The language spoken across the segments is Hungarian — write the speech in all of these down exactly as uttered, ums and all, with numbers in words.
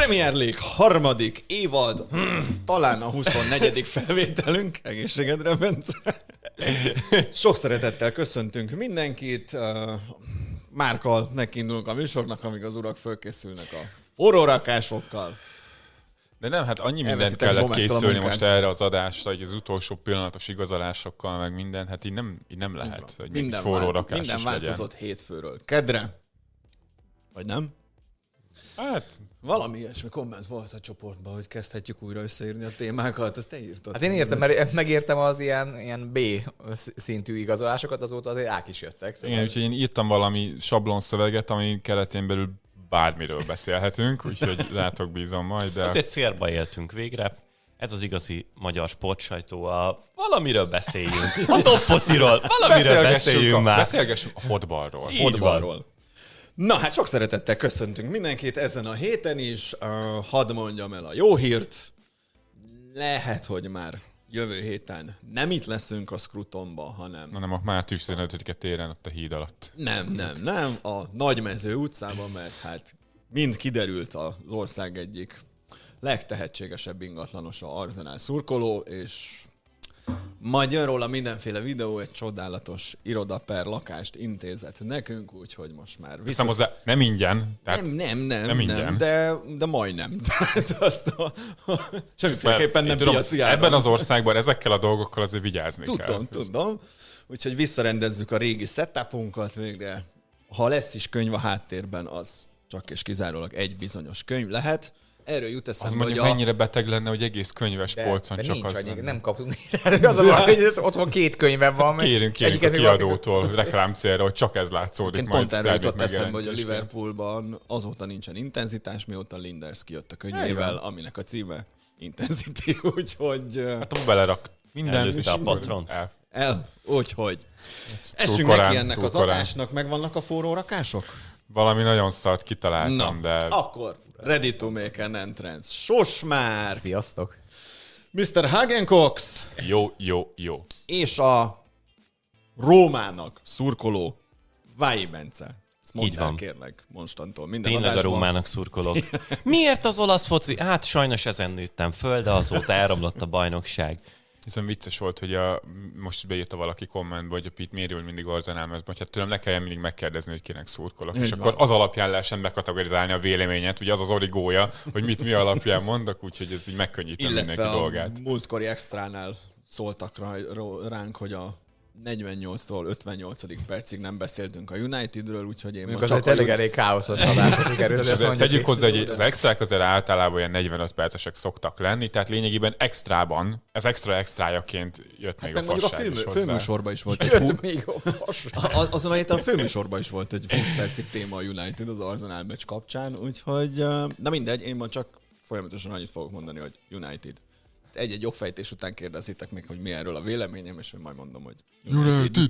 Premier League harmadik évad, hmm, talán a huszonnegyedik felvételünk. Egészségedre, Bence. Sok szeretettel köszöntünk mindenkit. Márkkal nekiindulunk a műsornak, amíg az urak fölkészülnek a forró rakásokkal. De nem, hát annyi mindent kellett készülni most erre az adásra, hogy az utolsó pillanatos igazolásokkal, meg minden, hát így nem, így nem lehet, hogy minden forró rakás minden is változott legyen. Hétfőről kedre. Vagy nem? Hát... Valami ilyesmi komment volt a csoportban, hogy kezdhetjük újra összeírni a témákat, ezt te írtad. Hát én értem, mert megértem az ilyen, ilyen B szintű igazolásokat, azóta azért ák is jöttek. Szóval igen, úgyhogy én írtam valami sablonszöveget, ami keretén belül bármiről beszélhetünk, úgyhogy látok, bízom majd, de... Azért célba éltünk végre. Ez az igazi magyar sportsajtó, a valamiről beszéljünk. A top fociról, valamiről beszéljünk a, már. Beszélgessünk a fotballról. Így fotballról. Na hát sok szeretettel köszöntünk mindenkit ezen a héten is. Uh, hadd mondjam el a jó hírt. Lehet, hogy már jövő héten nem itt leszünk a Scrutonba, hanem... Na nem, a március tizenötödike téren ott a híd alatt. Nem, nem, nem. A Nagymező utcában, mert hát mind kiderült az ország egyik legtehetségesebb ingatlanosa, Arsenal szurkoló, és majd jön róla mindenféle videó, egy csodálatos iroda per lakást intézett nekünk, úgyhogy most már vissza... Hiszem hozzá, nem ingyen. Nem, nem, nem, nem, nem de, de majdnem. Tehát azt a, a, semmiféleképpen nem tudom, piaci áron. Ebben az országban ezekkel a dolgokkal azért vigyázni tudom, kell. Tudom, tudom. Úgyhogy visszarendezzük a régi setupunkat végre. Ha lesz is könyv a háttérben, az csak és kizárólag egy bizonyos könyv lehet. Erről jut eszembe, az mondjuk hogy a... mennyire beteg lenne, hogy egész könyves de, polcon de csak nincs az annyi, lenne. nem kaptunk. Az a baj, hogy ott van két könyvem van. Hát kérünk, kérünk a kiadótól reklám célra, hogy csak ez látszódik. Én pont erről jutott eszembe, hogy a Liverpoolban azóta nincsen intenzitás, mióta Linders kijött a könyvével, aminek a címe Intensity, úgyhogy... Hát abba belerak minden. Előtte a patront. El. el úgyhogy essünk korán, neki ennek az korán. adásnak, megvannak a forró rakások? Valami nagyon szart kitaláltam, Na, de... akkor ready to make an entrance. Sos már! Sziasztok! miszter Hagencox! Jó, jó, jó. És a Rómának szurkoló Vályi Bence. Ezt mondd Így el, van. kérlek, mostantól minden Tényleg adásban. a Rómának szurkolok. Miért az olasz foci? Hát sajnos ezen nőttem föl, de azóta elromlott a bajnokság. Hiszen vicces volt, hogy a, most beírta valaki kommentbe, hogy a Pete miért ül mindig Arsenalmezben, hogy hát tőlem ne kelljen mindig megkérdezni, hogy kinek szurkolok. Így és van. akkor az alapján lehessen bekategorizálni a véleményet, ugye az az origója, hogy mit mi alapján mondok, úgyhogy ez így megkönnyítem mindenki Illetve a dolgát. múltkori extránál szóltak rá- ránk, hogy a negyvennyolctól ötvennyolcadik percig nem beszéltünk a Unitedről, úgyhogy én Mondjuk ma az csak egy a elég, elég káoszos adásra sikerült. És azért tegyük hozzá, hogy az extrák azért általában ilyen negyvenöt percesek szoktak lenni, tehát lényegében extrában, ez extra extrájaként jött Hát még meg a mondjuk a fasság is főmű, hozzá. főműsorban is volt egy Jött még a fas. A- azon a héten a főműsorban is volt egy húsz percig téma a United az Arsenal meccs kapcsán, úgyhogy uh, na mindegy, én ma csak folyamatosan annyit fogok mondani, hogy United. Egy-egy jogfejtés után kérdezitek meg, hogy mi erről a véleményem, és én majd mondom, hogy United.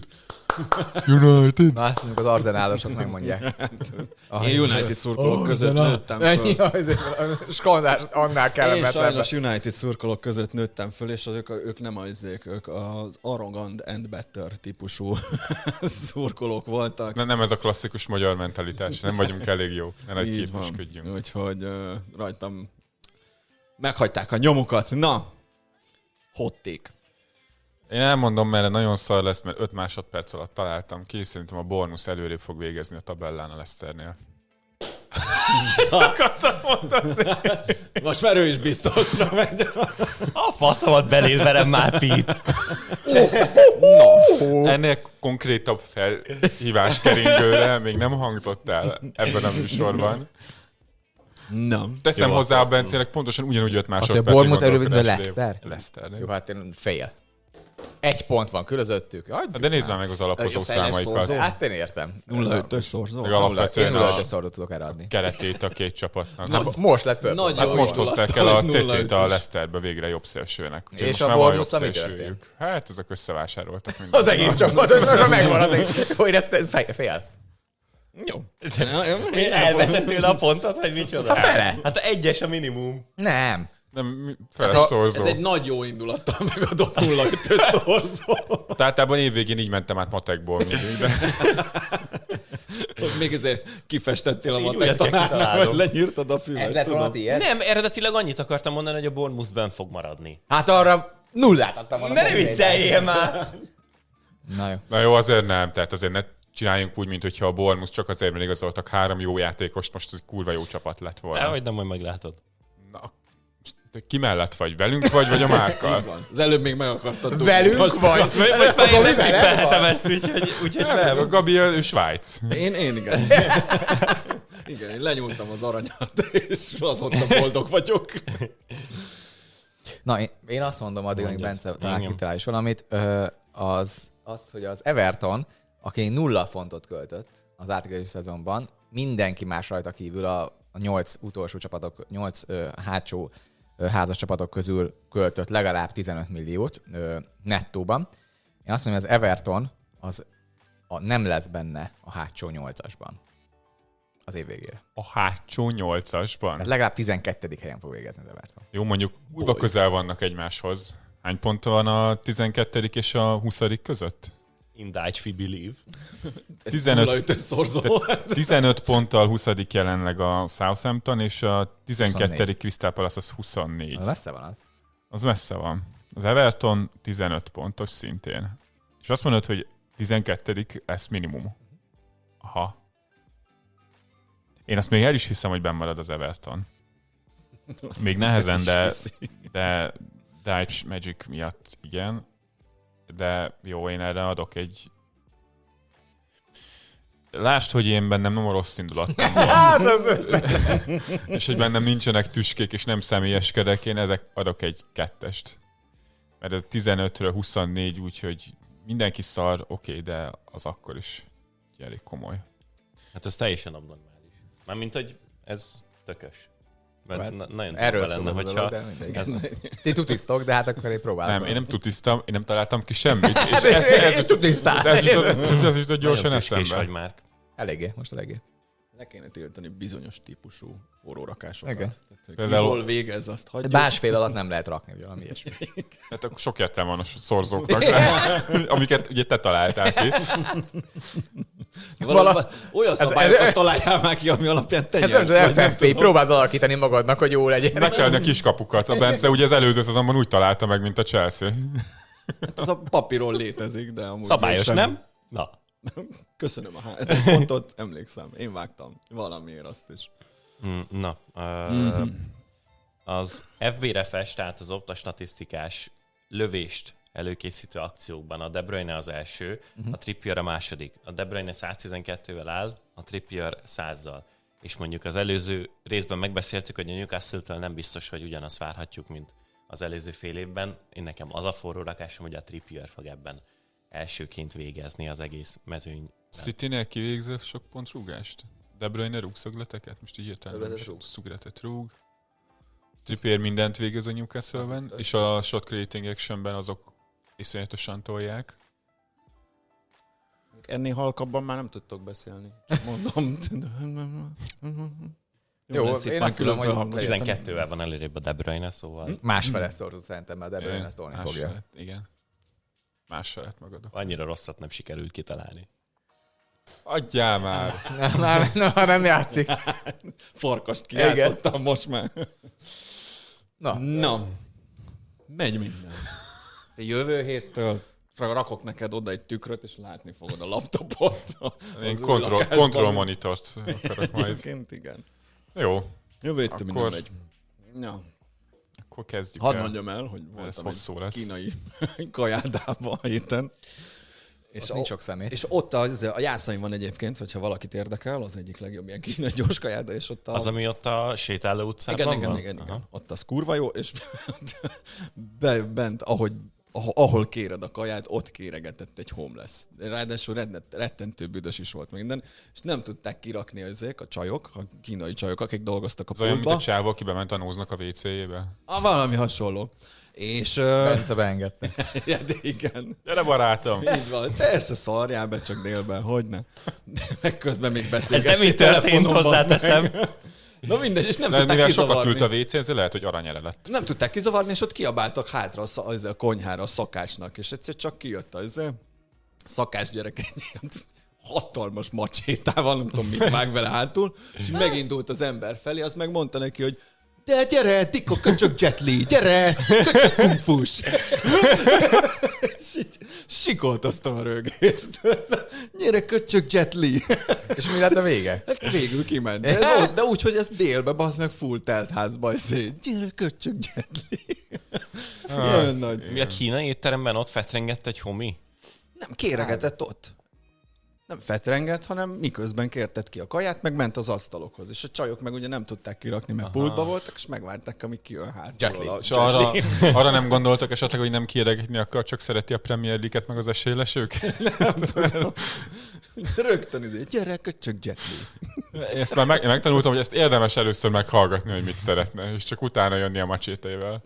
United! Na, ezt mondjuk az arzenálosok megmondják. Ah, Én United szurkolók között nőttem Ennyi, föl. azért a skandás annál Én kellemetlenebb. sajnos United szurkolók között nőttem föl, és ők, ők nem azzék, ők az arrogant and better típusú szurkolók voltak. Nem, nem ez a klasszikus magyar mentalitás, nem vagyunk elég jó, ne nagy Így van. képeskedjünk. Úgyhogy uh, rajtam meghagyták a nyomukat. Na, hot take. Én elmondom, mert nagyon szar lesz, mert öt másodperc alatt találtam ki, szerintem a Bournemouth előrébb fog végezni a tabellán a Leicesternél. Ezt akartam mondani. Most már ő is biztosra megy. A faszomat beléd verem már, Pete. Na, Ennél konkrétabb felhívás keringőre még nem hangzott el ebben a műsorban. nem. Teszem Jó, hozzá a akkor- Bencének, pontosan ugyanúgy öt Azt, hogy a másodpercig Bournemouth elővédő gondolkodás Leicester? lév. Leicester. Jó, hát én fél. Egy pont van közöttük. Jaj, De nézd már meg az alapozó A feles számaikat. szorzó. Ezt én értem. nulla ötös szorzó. Meg alapvetően Én nulla a ötös szordot tudok erre adni. keretét a két csapatnak. Hát Hát, most lett föl. Nagy hát jó most indulat, hozták el a hogy nulla tetét a ötös. Leicesterbe végre jobb szélsőnek. Úgyhogy És most a már van jobb Bournemouth-szal mi szélsőjük. történt? Hát ezek összevásároltak mindent. Az egész csapat, most megvan az egész. Hogy ezt fe- fél. Jó. Elveszett tőle a pontot, vagy micsoda? Hát fele. Hát egyes a minimum. Nem. Nem, mi- Ez, feles a, szorzó. ez egy nagy jó indulattal megadott nulla ötös szorzó. Tehát általában évvégén így mentem át matekból mindig, de Ott még ezért kifestettél a matek tanárnak, hogy lenyírtad a füvet. Ez lett volna tiéd? Nem, eredetileg annyit akartam mondani, hogy a Bournemouth benn fog maradni. Hát arra nullát adtam volna. Ne ne vicceljél már! Na jó. Na jó, azért nem, tehát azért ne csináljunk úgy, mint hogyha a Bournemouth csak azért, mert igazoltak három jó játékost, most ez kurva jó csapat lett volna. Dehogy nem, majd meglátod. Na, ki mellett vagy? Velünk vagy, vagy a Márkkal? Az előbb még meg akartad dugni. Velünk most vagy? Most már én nem kipehetem ezt, úgyhogy, úgyhogy nem. A Gabi, ő Svájc. Én, én igen. Igen, én lenyúltam az aranyat, és azóta boldog vagyok. Na, én, én azt mondom addig, hogy Bence talán kitalál is valamit, ö, az, az, hogy az Everton, aki nulla fontot költött az átkötési szezonban, mindenki más rajta kívül a, a nyolc utolsó csapatok, nyolc ö, hátsó ö, házas csapatok közül költött legalább tizenöt milliót ö, nettóban. Én azt mondom, hogy az Everton az a, nem lesz benne a hátsó nyolcasban az év végére. A hátsó nyolcasban? Tehát legalább tizenkettedik helyen fog végezni az Everton. Jó, mondjuk kurva közel vannak egymáshoz. Hány pont van a tizenkettedik és a huszadik között? In Dutch we believe. tizenöt, szorzó. tizenöt ponttal huszadik jelenleg a Southampton, és a tizenkettedik Crystal Palace az huszonnégy. Az messze van az. Az messze van. Az Everton tizenöt pontos szintén. És azt mondod, hogy tizenkettedik lesz minimum. Aha. Én azt még el is hiszem, hogy benn marad az Everton. Még nehezen, de, de Dutch Magic miatt igen. De jó, én erre adok egy... Lásd, hogy én bennem nem a rossz indulattam van. És hogy bennem nincsenek tüskék, és nem személyeskedek, én ezek adok egy kettest. Mert ez tizenötről huszonnégy, úgyhogy mindenki szar, oké, okay, de az akkor is elég komoly. Hát ez teljesen abnormális. Mármint, hogy ez tökös. Mert na- nagyon erről lenne, hogyha... Ez... Ti tutisztok, de hát akkor én próbálom. Nem, én nem tutiztam, én nem találtam ki semmit. És ez, ez, ez, tutisztál. ez, ez, ez, ez jutott gyorsan nagyon tüskés eszembe. vagy már. Eléggé, most eléggé. Le kéne tiltani bizonyos típusú forró rakásokat. Igen. Tehát, hogy Például- ki hol végez, azt hagyjuk. Másfél alatt nem lehet rakni, vagy valami ilyesmi. Hát akkor sok értelme van a szorzóknak, amiket ugye te találtál ki. Valami, olyan szabályokat találjál már ki, ami alapján te Ez nyersz, nem vagy az nem ef ef pé, tudom. próbáld alakítani magadnak, hogy jó legyen. Meg kellene kiskapukat. A Bence ugye az előző azonban úgy találta meg, mint a Chelsea. Hát ez a papíron létezik, de amúgy Szabályos, mégsem. nem? Na. Köszönöm a ház pontot, emlékszem. Én vágtam valamiért azt is. Mm, Na. Uh, az ef bé er ef es, tehát az Opta statisztikás lövést előkészítő akciókban a De Bruyne az első, uh-huh. a Trippier a második. A De Bruyne száztizenkettővel áll, a Trippier százzal. És mondjuk az előző részben megbeszéltük, hogy a Newcastle-től nem biztos, hogy ugyanazt várhatjuk, mint az előző fél évben. Én nekem az a forró rakásom, hogy a Trippier fog ebben elsőként végezni az egész mezőny. Citynél kivégző sok pont rúgást? De Bruyne rúg szögleteket? Most így értem. Szögletet rúg. Szögletet rúg. Trippier mindent végez a Newcastle-ben, és a shot creating actionben azok iszonyatosan tolják. Ennél halkabban már nem tudtok beszélni. Csak mondom. Jó, lesz itt én már azt tudom, külön hogy felhangolás. tizenkettővel van előrébb a De Bruyne, szóval Másfele szorzó szerintem, mert De Bruyne ezt tolni Más fogja. felett, igen. Más felett magadok. annyira rosszat nem sikerült kitalálni. Adjál már! Már na, nem játszik. Farkast kiáltottam most már. Na, Na, megy minden. Jövő héttől rakok neked oda egy tükröt, és látni fogod a laptopot. Én az új kontroll, lakásban. kontroll monitort akarok majd. Egyébként igen. Jó, Jövő héttől minden Akkor- megy. Na, akkor kezdjük hadd el. mondjam el, hogy Ez voltam hosszú egy lesz. kínai kajádában a héten. és nincs sok szemét. És ott a, a Jászain van egyébként, hogyha valakit érdekel, az egyik legjobb ilyen kínai gyors kajáda, és ott a... Az, ami ott a sétáló utcában igen, igen, van? igen, igen. Aha. Ott az kurva jó, és be, bent, ahogy, ahol, ahol kéred a kaját, ott kéregetett egy homeless. Ráadásul rettent, rettentő büdös is volt minden, és nem tudták kirakni ezek a csajok, a kínai csajok, akik dolgoztak a Az olyan, mint pultba. a csávó, aki bement a nóznak a vé cé-jébe. Ah, valami hasonló. És... Uh, Bence beengedte. ja, de igen. Gyere barátom! Így van. Persze szarjál be csak délben, hogyne. Meg közben még Ez beszélgessél nem így történt, telefonon, bazd hozzáteszem. meg. Na mindegy, és nem De tudták mivel sokat kizavarni. ült a vé cé, ezért lehet, hogy aranyele lett. Nem tudták kizavarni, és ott kiabáltak hátra a, sz- az a konyhára a szakácsnak, és egyszer csak kijött az szakács gyerek egy ilyen hatalmas macsétával, nem tudom, mit vág vele hátul, és megindult az ember felé, az meg mondta neki, hogy de gyere, Dikko, köcsög Jet Li, gyere, köcsög kungfus. És így sikoltoztam a rögést. Gyere, köcsög Jet Li. És mi lett a vége? Hát végül kiment. De, ez, de úgy, hogy ez délbe, bazd meg full telt házba, és szét. Gyere, köcsög Jet Li. Nagyon nagy. Mi a kínai étteremben ott fetrengett egy homi? Nem, kéregetett ott. Nem fetrengett, hanem miközben kértett ki a kaját, meg ment az asztalokhoz. És a csajok meg ugye nem tudták kirakni, mert pultba voltak, és megvárták, amíg kijön hátulról. És arra, arra nem gondoltak esetleg, hogy nem kéregetni akar, csak szereti a Premier League-et, meg az esélyesőket? Nem tudom. Rögtön izé, gyere, köcsög Jet Li. Ezt már meg, megtanultam, hogy ezt érdemes először meghallgatni, hogy mit szeretne, és csak utána jönni a macséteivel.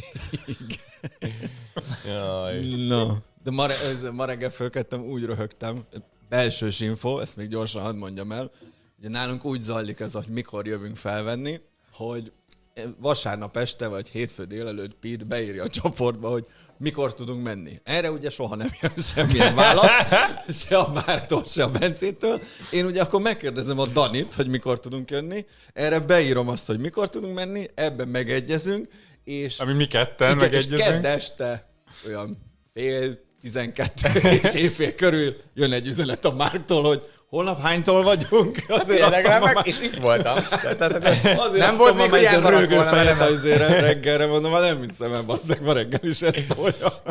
Jaj. No. De ma, re- ma reggel fölkeltem, úgy röhögtem. Belsős info, ezt még gyorsan hadd mondjam el. Ugye nálunk úgy zajlik ez, hogy mikor jövünk felvenni, hogy vasárnap este vagy hétfő délelőtt Pete beírja a csoportba, hogy mikor tudunk menni. Erre ugye soha nem jön semmilyen válasz, se a Bártól, se a Bencétől. Én ugye akkor megkérdezem a Danit, hogy mikor tudunk jönni, erre beírom azt, hogy mikor tudunk menni, ebben megegyezünk, és... Ami mi ketten igen, megegyezünk. És kedd este olyan fél tizenkettő és évfél körül jön egy üzenet a Márktól, hogy holnap hánytól vagyunk? Azért Hát, adtam meg, már... és itt voltam. Azért nem volt még, hogy elmaradt rögő volna fejet velem. azért reggelre, mondom, már nem hiszem el, basszeg, ma reggel is ezt tolja.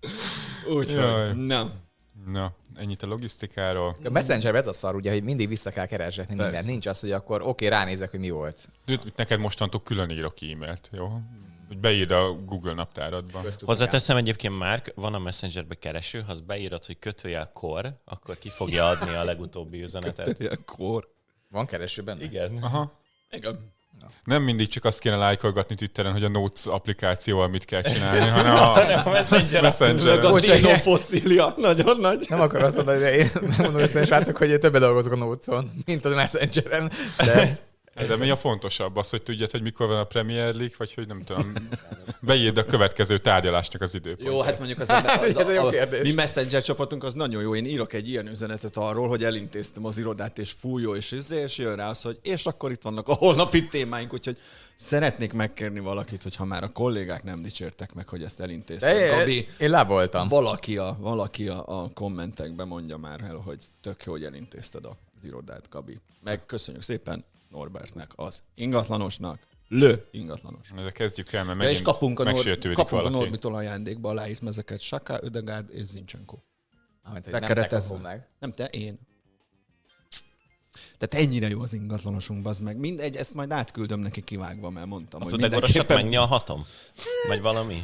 Úgyhogy, nem. Na, ennyit a logisztikáról. A Messengerben ez a szar, ugye, hogy mindig vissza kell keresgetni mindent. Persze. Nincs az, hogy akkor oké, okay, ránézek, hogy mi volt. Neked mostantól külön írok e-mailt, jó? Hogy beírd a Google naptáradba. Hozzáteszem egyébként, Márk, van a Messengerbe kereső, ha azt beírod, hogy kötőjel kor, akkor ki fogja adni a legutóbbi üzenetet. Ilyenkor. Van kereső benne? Igen. Aha. Igen. Nem mindig csak azt kéne lájkolgatni Twitteren, hogy a Notes applikációval mit kell csinálni, hanem a, a Messenger. Messenger. A Dino Fossilia, nagyon nagy. Nem akar azt mondani, de én nem mondom össze, srácok, hogy én többet dolgozok a Notes-on, mint a Messengeren. De ez... De mi a fontosabb? Az, hogy tudjad, hogy mikor van a Premier League, vagy hogy nem tudom, beírd a következő tárgyalásnak az időpontját. Jó, hát mondjuk az, az, az, Ez egy jó a, a, kérdés. mi Messenger csapatunk az nagyon jó. Én írok egy ilyen üzenetet arról, hogy elintéztem az irodát, és fújó, és izé, és jön rá az, hogy és akkor itt vannak a holnapi témáink, úgyhogy szeretnék megkérni valakit, hogy ha már a kollégák nem dicsértek meg, hogy ezt elintéztek. De Gabi, én, én lá voltam. valaki, a, valaki a, a kommentekben mondja már el, hogy tök jó, hogy elintézted az irodát, Gabi. Meg köszönjük szépen Norbertnek, az ingatlanosnak, lő ingatlanos. De kezdjük el, mert Ja, és megint kapunk a, Nor- megsértődik kapunk a valaki. Norbitól ajándékba aláírt mezeket, Saka, Ödegaard és Zinchenko. Amint, hogy nem te Bekeretezve. kapom meg. Nem te, én. Tehát ennyire jó az ingatlanosunk, bazd meg. Mindegy, ezt majd átküldöm neki kivágva, mert mondtam, Azt hogy mondta, gyorosat mindenképpen... megnyalhatom? Vagy valami?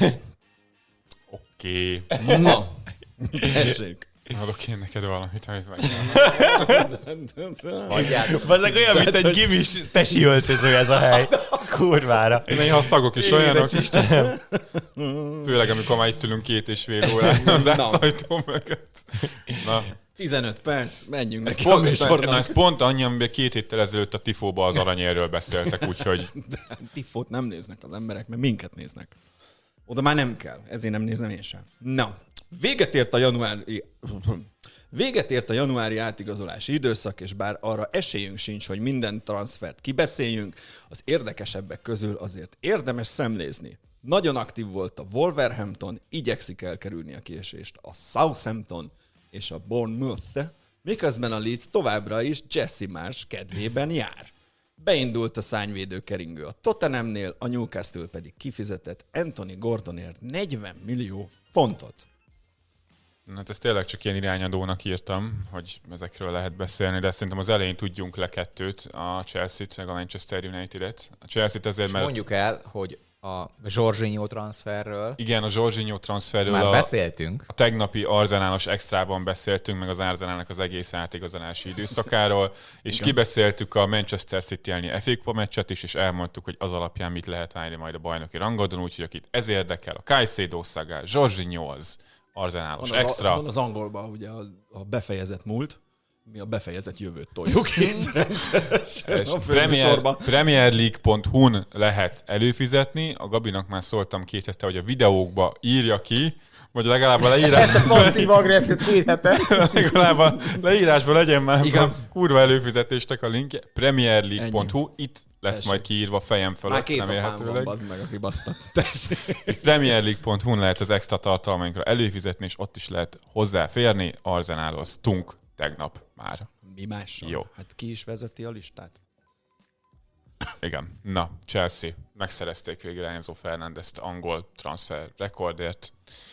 Oké. Na, tessék. Adok én neked valamit, amit meg. Hagyjátok. Ezek olyan, mint egy gimis tesi öltöző ez a hely. Kurvára. Néha a szagok is olyanok. Főleg, amikor már itt ülünk két és fél órát az átajtó mögött. Na, tizenöt perc, menjünk ez neki a pont, na, műsornak. ez pont annyi, amiben két héttel ezelőtt a Tifóba az aranyérről beszéltek, úgyhogy... Tifót nem néznek az emberek, mert minket néznek. Oda már nem kell, ezért nem nézem én sem. Na, véget ért a januári... Véget ért a januári átigazolási időszak, és bár arra esélyünk sincs, hogy minden transfert kibeszéljünk, az érdekesebbek közül azért érdemes szemlézni. Nagyon aktív volt a Wolverhampton, igyekszik elkerülni a kiesést a Southampton és a Bournemouth, miközben a Leeds továbbra is Jesse Marsh kedvében jár. Beindult a szányvédő keringő a Tottenhamnél, a Newcastle pedig kifizetett Anthony Gordonért negyven millió fontot. Hát ezt tényleg csak ilyen irányadónak írtam, hogy ezekről lehet beszélni, de szerintem az elején tudjunk le kettőt, a Chelsea-t, meg a Manchester United-et. A Chelsea-t ezért, És mert... mondjuk el, hogy a Jorginho transferről Igen, a Jorginho transferről már a, beszéltünk. a tegnapi arzenálos extrában beszéltünk, meg az Arzenálnak az egész átigazolási időszakáról, és Igen. kibeszéltük a Manchester City elleni ef á Kupa meccset is, és elmondtuk, hogy az alapján mit lehet várni majd a bajnoki rangadon, úgyhogy akit ez érdekel, a Caicedo Saga, Jorginho az arzenálos Van az, extra. van az angolban ugye a, a befejezett múlt, mi a befejezett jövőt toljuk itt rendszeresen És a Premier, főműsorban. Premier League pont hu-n lehet előfizetni. A Gabinak már szóltam két hete, hogy a videókba írja ki, vagy legalább a leírásban... Ezt a passzív-agresszív két hete. legalább a leírásban legyen már igen. a kurva előfizetéstek a linkje. premier league pont hu, itt lesz Tessék. majd kiírva fejem fölött. Már két apám van, bazd meg, aki basztat. premier league pont hu lehet az extra tartalmainkra előfizetni, és ott is lehet hozzáférni. Arsenalhoz tunk tegnap már. Mi mással? Jó. Hát ki is vezeti a listát? Igen. Na, Chelsea. Megszerezték végre Enzo Fernandezt angol transfer rekordért.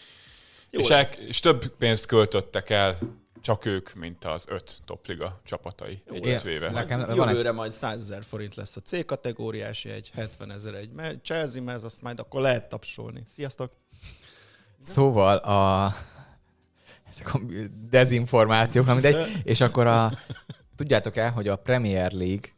És, el, és több pénzt költöttek el csak ők, mint az öt topliga csapatai egy öt éve. Nekem, jövőre egy... majd százezer forint lesz a C kategóriás egy hetvenezer egy Chelsea mez, azt majd akkor lehet tapsolni. Sziasztok! Szóval a... ezek a dezinformációk, nem mindegy. És akkor a... tudjátok el, hogy a Premier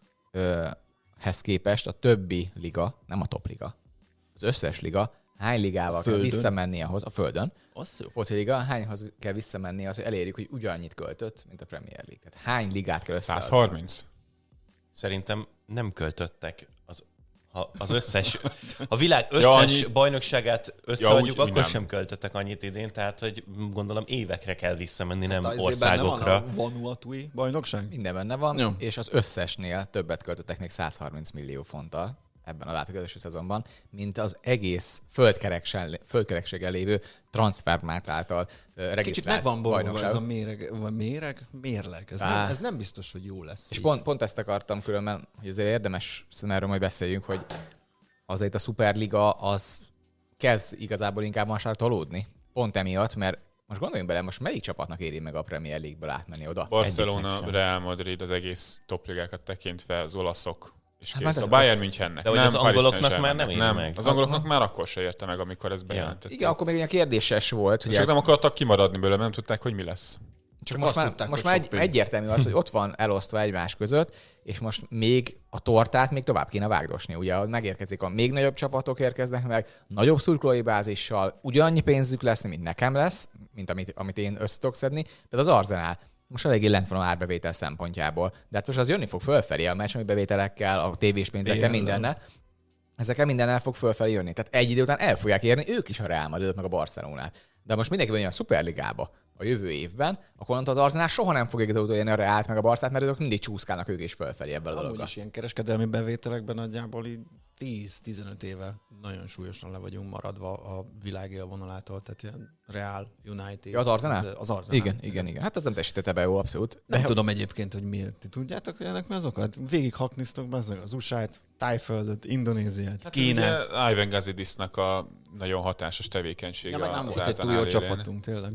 League-hez képest a többi liga, nem a topliga, az összes liga, hány ligával kell visszamenni ahhoz, a földön, a foci liga, hányhoz kell visszamenni az, hogy elérjük, hogy ugyanannyit költött, mint a Premier League. Tehát hány ligát kell összeadni? száz harminc. Szerintem nem költöttek az, ha az összes, a világ összes ja, bajnokságát összeadjuk, ja, úgy, akkor úgy sem költöttek annyit idén, tehát hogy gondolom évekre kell visszamenni, nem hát országokra. Benne van a Vanuatui bajnokság? Minden benne van, ja. És az összesnél többet költöttek még száz harminc millió fonttal ebben a látogatási szezonban, mint az egész földkerekséggel lévő transfermárkt által uh, regisztrált Kicsit meg van borulva ez a méreg, méreg, mérleg. Ez nem, ez nem biztos, hogy jó lesz. És pont, pont ezt akartam különben, hogy azért érdemes, szerintem erről majd beszéljünk, hogy azért a Superliga az kezd igazából inkább már tolódni. Pont emiatt, mert most gondoljunk bele, most melyik csapatnak éri meg a Premier League-ből átmenni oda? Barcelona, Real Madrid, az egész topligákat tekintve, az olaszok. És hát kész. A Bayern Münchennek. De hogy nem, az angoloknak már nem éri nem, meg. Az angoloknak ha, már akkor se érte meg, amikor ez bejelentett. Igen, akkor még ilyen kérdéses volt. Hogy és ez... nem akartak kimaradni belőle, nem tudták, hogy mi lesz. Csak most már, tudták, most már egy, egyértelmű az, hogy ott van elosztva egymás között, és most még a tortát még tovább kéne vágdosni. Ugye megérkezik a még nagyobb csapatok érkeznek meg, nagyobb szurkolói bázissal, ugyanannyi pénzük lesz, mint nekem lesz, mint amit, amit én össze tudok szedni. Például az Arsenal most eléggé lent van a árbevétel szempontjából. De hát most az jönni fog fölfelé a meccsai bevételekkel, a tévés pénzekkel, mindennel. Ezekkel mindennel fog fölfelé jönni. Tehát egy idő után el fogják érni ők is a Real Madridot meg a Barcelonát. De most mindenki jön a Superligába a jövő évben, akkor az Arsenal soha nem fogja igazolódó jönni a Reált meg a Barszát, mert ők mindig csúszkálnak ők is fölfelé ebből a dologgal. Amúgy is ilyen kereskedelmi bevételekben nagyjából így tíz-tizenöt éve nagyon súlyosan le vagyunk maradva a világ élvonalától, tehát ilyen Real, United. Ja, az Arsenal? Az, az Arsenal. Igen, igen, igen. Hát ez nem teljesítette be jó, abszolút. Nem De tudom egyébként, hogy miért. Ti tudjátok, hogy ennek mi az okat? Végig haknisztok be az u es á-t, Tájföldet, Indonéziát, hát Kínát. Ivan Gazidisnak a nagyon hatásos tevékenysége. Ja, meg nem volt egy túl jó csapatunk, tényleg.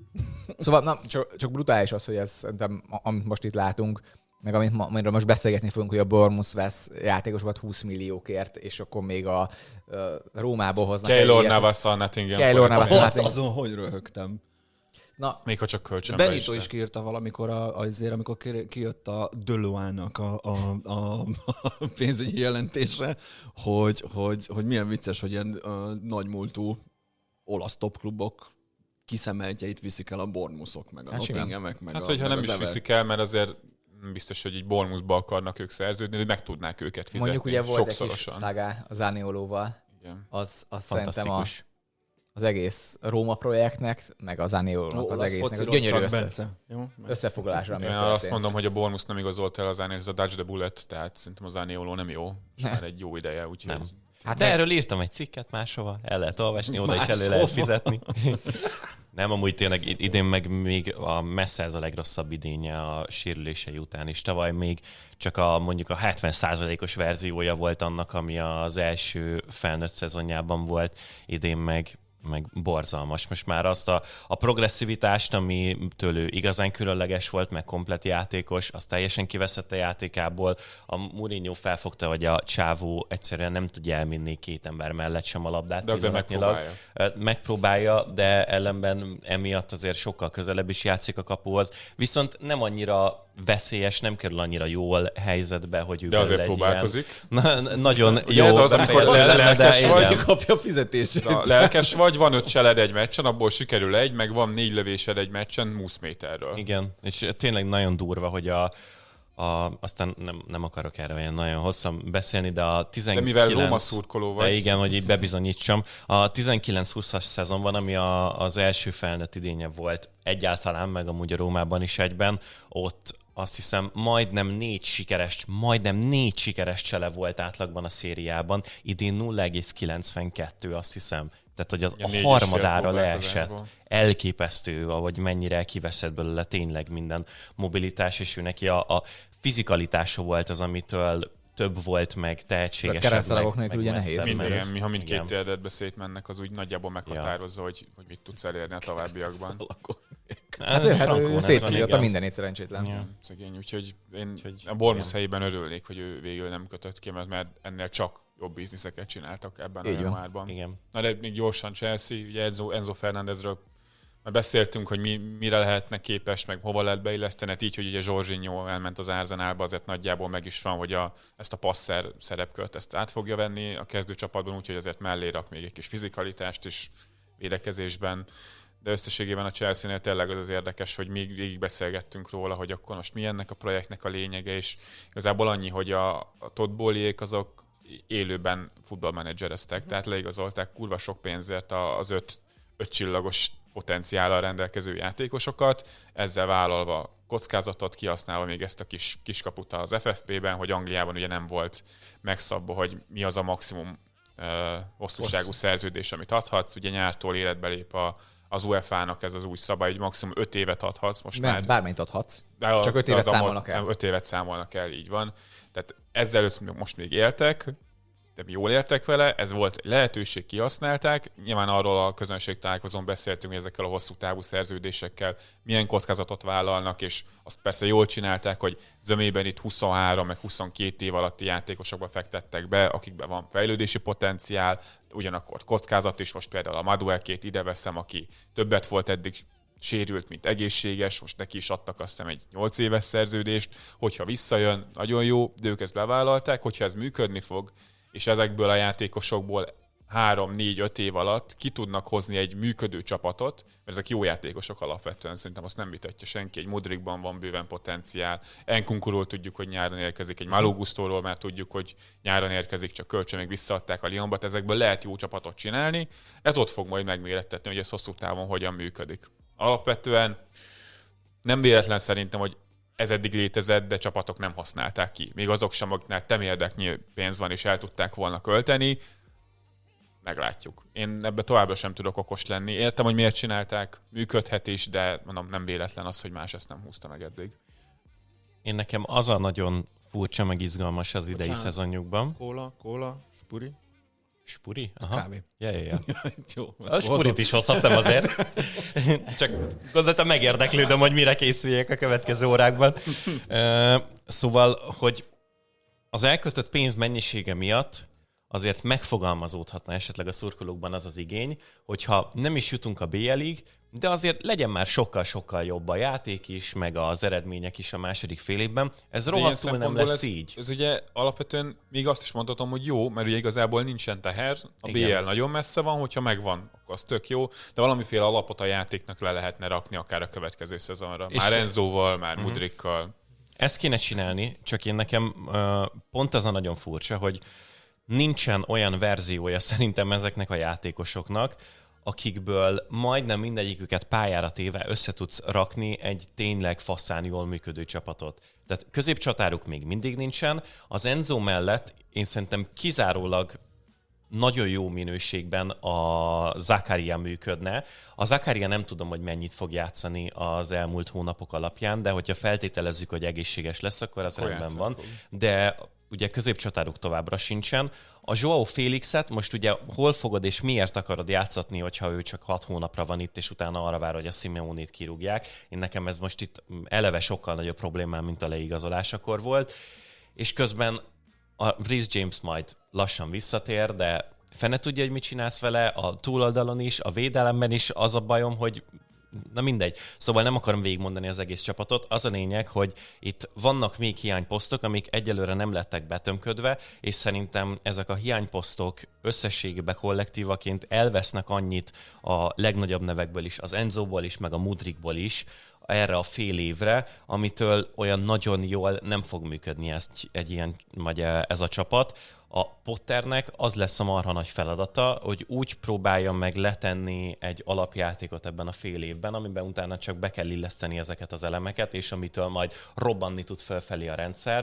Szóval na, csak, csak brutális az, hogy ez szerintem, amit most itt látunk, meg amit ma, amiről most beszélgetni fogunk, hogy a Bournemouth vesz játékosokat húsz milliókért, és akkor még a, a Rómából hoznak. Keylor Navas a Nottingham Keylor Navas az, azon hogy röhögtem. Na, még ha csak kölcsönbe is. Benito is kiírta valamikor, a, azért, amikor kijött a Deloának a, a, a, a pénzügyi jelentése, hogy, hogy, hogy milyen vicces, hogy ilyen uh, nagymúltú olasz topklubok kiszemeltjeit viszik el a Bournemouthok, meg a hát Nottinghamek, meg hát, a hogyha meg nem is viszik el, mert azért biztos, hogy így Bournemouthba akarnak ők szerződni, de meg tudnák őket fizetni. Mondjuk ugye volt egy kis szágá az Zaniolóval. Igen. Az, az szerintem a, az egész Róma projektnek, meg az Zaniolónak az egésznek a gyönyörű össze, összefoglalásra. Én azt mondom, hogy a Bournemouth nem igazolt el az Zanioló, ez a Dutch the Bullet, tehát szerintem az Zanioló nem jó, és már egy jó ideje, úgyhogy... Nem. Hát de erről írtam egy cikket máshova, el lehet olvasni, oda is elő lehet fizetni. Nem, amúgy tényleg idén meg még a messze ez a legrosszabb idénye a sérülései után is. Tavaly még csak a mondjuk a hetven százalékos verziója volt annak, ami az első felnőtt szezonjában volt, idén meg meg borzalmas. Most már azt a, a progresszivitást, ami tőlő igazán különleges volt, meg komplett játékos, azt teljesen kiveszett a játékából. A Mourinho felfogta, hogy a csávó egyszerűen nem tudja elvinni két ember mellett sem a labdát. De azért megpróbálja. Megpróbálja, de ellenben emiatt azért sokkal közelebb is játszik a kapuhoz. Viszont nem annyira veszélyes, nem kerül annyira jól helyzetbe, hogy ő de azért próbálkozik. Na, nagyon jó. Ez az, amikor lelkes vagy, kapja a fizetését. Lelkes vagy, van öt cseled egy meccsen, abból sikerül egy, meg van négy lövésed egy meccsen húsz méterről. Igen, és tényleg nagyon durva, hogy a, A, aztán nem, nem akarok erre olyan nagyon hosszan beszélni, de a tizenkilenc... De mivel Róma szurkoló vagy. De igen, hogy így bebizonyítsam. A tizenkilenc húszas szezonban, ami a, az első felnőtt idénye volt egyáltalán, meg amúgy a Rómában is egyben, ott azt hiszem majdnem négy sikeres, majdnem négy sikeres csele volt átlagban a szériában, idén nulla egész kilencvenkettő, azt hiszem. Tehát, hogy az a harmadára leesett. Elképesztő, ahogy mennyire kiveszett belőle tényleg minden mobilitás, és ő neki a, a fizikalitása volt az, amitől több volt, meg tehetségesebb. A keresztalagok nélkül ugye nehéz. Igen, mi, ha mindkét térdedbe szétmennek, az úgy nagyjából meghatározza, ja. hogy, hogy mit tudsz elérni a továbbiakban. Hát ő hát szétszíjott a mindenét szerencsétlen. Ja. Szegény, úgyhogy én úgyhogy, a Bournemouth helyében örülnék, hogy ő végül nem kötött ki, mert ennél csak jobb bizniszeket csináltak ebben így a januárban. Igen. Na de még gyorsan Chelsea, ugye Enzo, Enzo Fernándezről már beszéltünk, hogy mi, mire lehetne képes, meg hova lehet beilleszteni, hát így, hogy ugye Jorginho elment az Arsenalba, azért nagyjából meg is van, hogy a, ezt a passzer szerepkört ezt át fogja venni a kezdőcsapatban, úgyhogy azért mellé rak még egy kis fizikalitást is védekezésben. De összességében a Chelsea-nél tényleg az az érdekes, hogy még végig beszélgettünk róla, hogy akkor most mi ennek a projektnek a lényege, és igazából annyi, hogy a, a Todd Bowleyék azok élőben futballmenedzsereztek, tehát leigazolták kurva sok pénzért az öt, öt csillagos potenciállal rendelkező játékosokat, ezzel vállalva kockázatot, kihasználva még ezt a kis kiskaput az ef ef pé-ben, hogy Angliában ugye nem volt megszabva, hogy mi az a maximum uh, hosszúságú szerződés, amit adhatsz. Ugye nyártól életbe lép a, az u ef á-nak ez az új szabály, hogy maximum öt évet adhatsz. Most nem, már, bármennyit adhatsz, de csak öt évet számolnak el. öt évet számolnak el, így van. Tehát ezzel most még éltek, de jól éltek vele, ez volt egy lehetőség, kihasználták. Nyilván arról a közönség találkozón beszéltünk, hogy ezekkel a hosszú távú szerződésekkel milyen kockázatot vállalnak, és azt persze jól csinálták, hogy zömében itt huszonhárom meg huszonkét év alatti játékosokba fektettek be, akikben van fejlődési potenciál, ugyanakkor kockázat is, most például a Maduekét ide veszem, aki többet volt eddig sérült, mint egészséges, most neki is adtak azt hiszem egy nyolc éves szerződést, hogyha visszajön, nagyon jó, de ők ezt bevállalták, hogyha ez működni fog, és ezekből a játékosokból három, négy, öt év alatt ki tudnak hozni egy működő csapatot, mert ezek jó játékosok alapvetően, szerintem azt nem vitatja senki, egy Mudrikban van bőven potenciál, Nkunkuról tudjuk, hogy nyáron érkezik, egy Malo Gustoról már tudjuk, hogy nyáron érkezik, csak kölcsön még visszaadták a Lyonba, ezekből lehet jó csapatot csinálni, ez ott fog majd megmérettetni, hogy ez hosszú távon hogyan működik. Alapvetően nem véletlen szerintem, hogy ez eddig létezett, de csapatok nem használták ki. Még azok sem, akiknál temérdeknyi pénz van, és el tudták volna költeni, meglátjuk. Én ebbe továbbra sem tudok okos lenni. Értem, hogy miért csinálták, működhet is, de mondom, nem véletlen az, hogy más ezt nem húzta meg eddig. Én nekem az a nagyon furcsa, meg izgalmas az idei Bocsánat. szezonjukban. Kóla, kóla, spuri. Spuri? Aha. Kávé. Ja, ja, ja. Jó, a spurit is hozhattam azért. Csak gondoltam, megérdeklődöm, hogy mire készüljek a következő órákban. Szóval, hogy az elköltött pénz mennyisége miatt azért megfogalmazódhatna esetleg a szurkolókban az az igény, hogyha nem is jutunk a bé el-ig, de azért legyen már sokkal-sokkal jobb a játék is, meg az eredmények is a második fél évben. Ez rohadtul nem lesz ez, így. Ez ugye alapvetően még azt is mondhatom, hogy jó, mert ugye igazából nincsen teher, a Igen. bé el nagyon messze van, hogyha megvan, akkor az tök jó, de valamiféle alapot a játéknak le lehetne rakni akár a következő szezonra. És már Enzóval, már uh-huh. Mudrikkal. Ezt kéne csinálni, csak én nekem uh, pont az a nagyon furcsa, hogy nincsen olyan verziója szerintem ezeknek a játékosoknak, akikből majdnem mindegyiküket pályára téve össze tudsz rakni egy tényleg faszán jól működő csapatot. Tehát középcsatáruk még mindig nincsen. Az Enzo mellett én szerintem kizárólag nagyon jó minőségben a Zakaria működne. A Zakaria nem tudom, hogy mennyit fog játszani az elmúlt hónapok alapján, de hogyha feltételezzük, hogy egészséges lesz, akkor az akkor rendben van. Fog. De ugye középcsatáruk továbbra sincsen. A Joao Félixet most ugye hol fogod és miért akarod játszatni, hogyha ő csak hat hónapra van itt, és utána arra vár, hogy a Simeonét kirúgják. Én nekem ez most itt eleve sokkal nagyobb problémám, mint a leigazolásakor volt. És közben a Reece James majd lassan visszatér, de fene tudja, hogy mit csinálsz vele, a túloldalon is, a védelemben is az a bajom, hogy na mindegy. Szóval nem akarom végigmondani az egész csapatot. Az a lényeg, hogy itt vannak még hiányposztok, amik egyelőre nem lettek betömködve, és szerintem ezek a hiányposztok összességében kollektívaként elvesznek annyit a legnagyobb nevekből is, az Enzóból is, meg a Mudrikból is, erre a fél évre, amitől olyan nagyon jól nem fog működni ez, egy ilyen, vagy ez a csapat. A Potternek az lesz a marha nagy feladata, hogy úgy próbálja meg letenni egy alapjátékot ebben a fél évben, amiben utána csak be kell illeszteni ezeket az elemeket, és amitől majd robbanni tud felfelé a rendszer,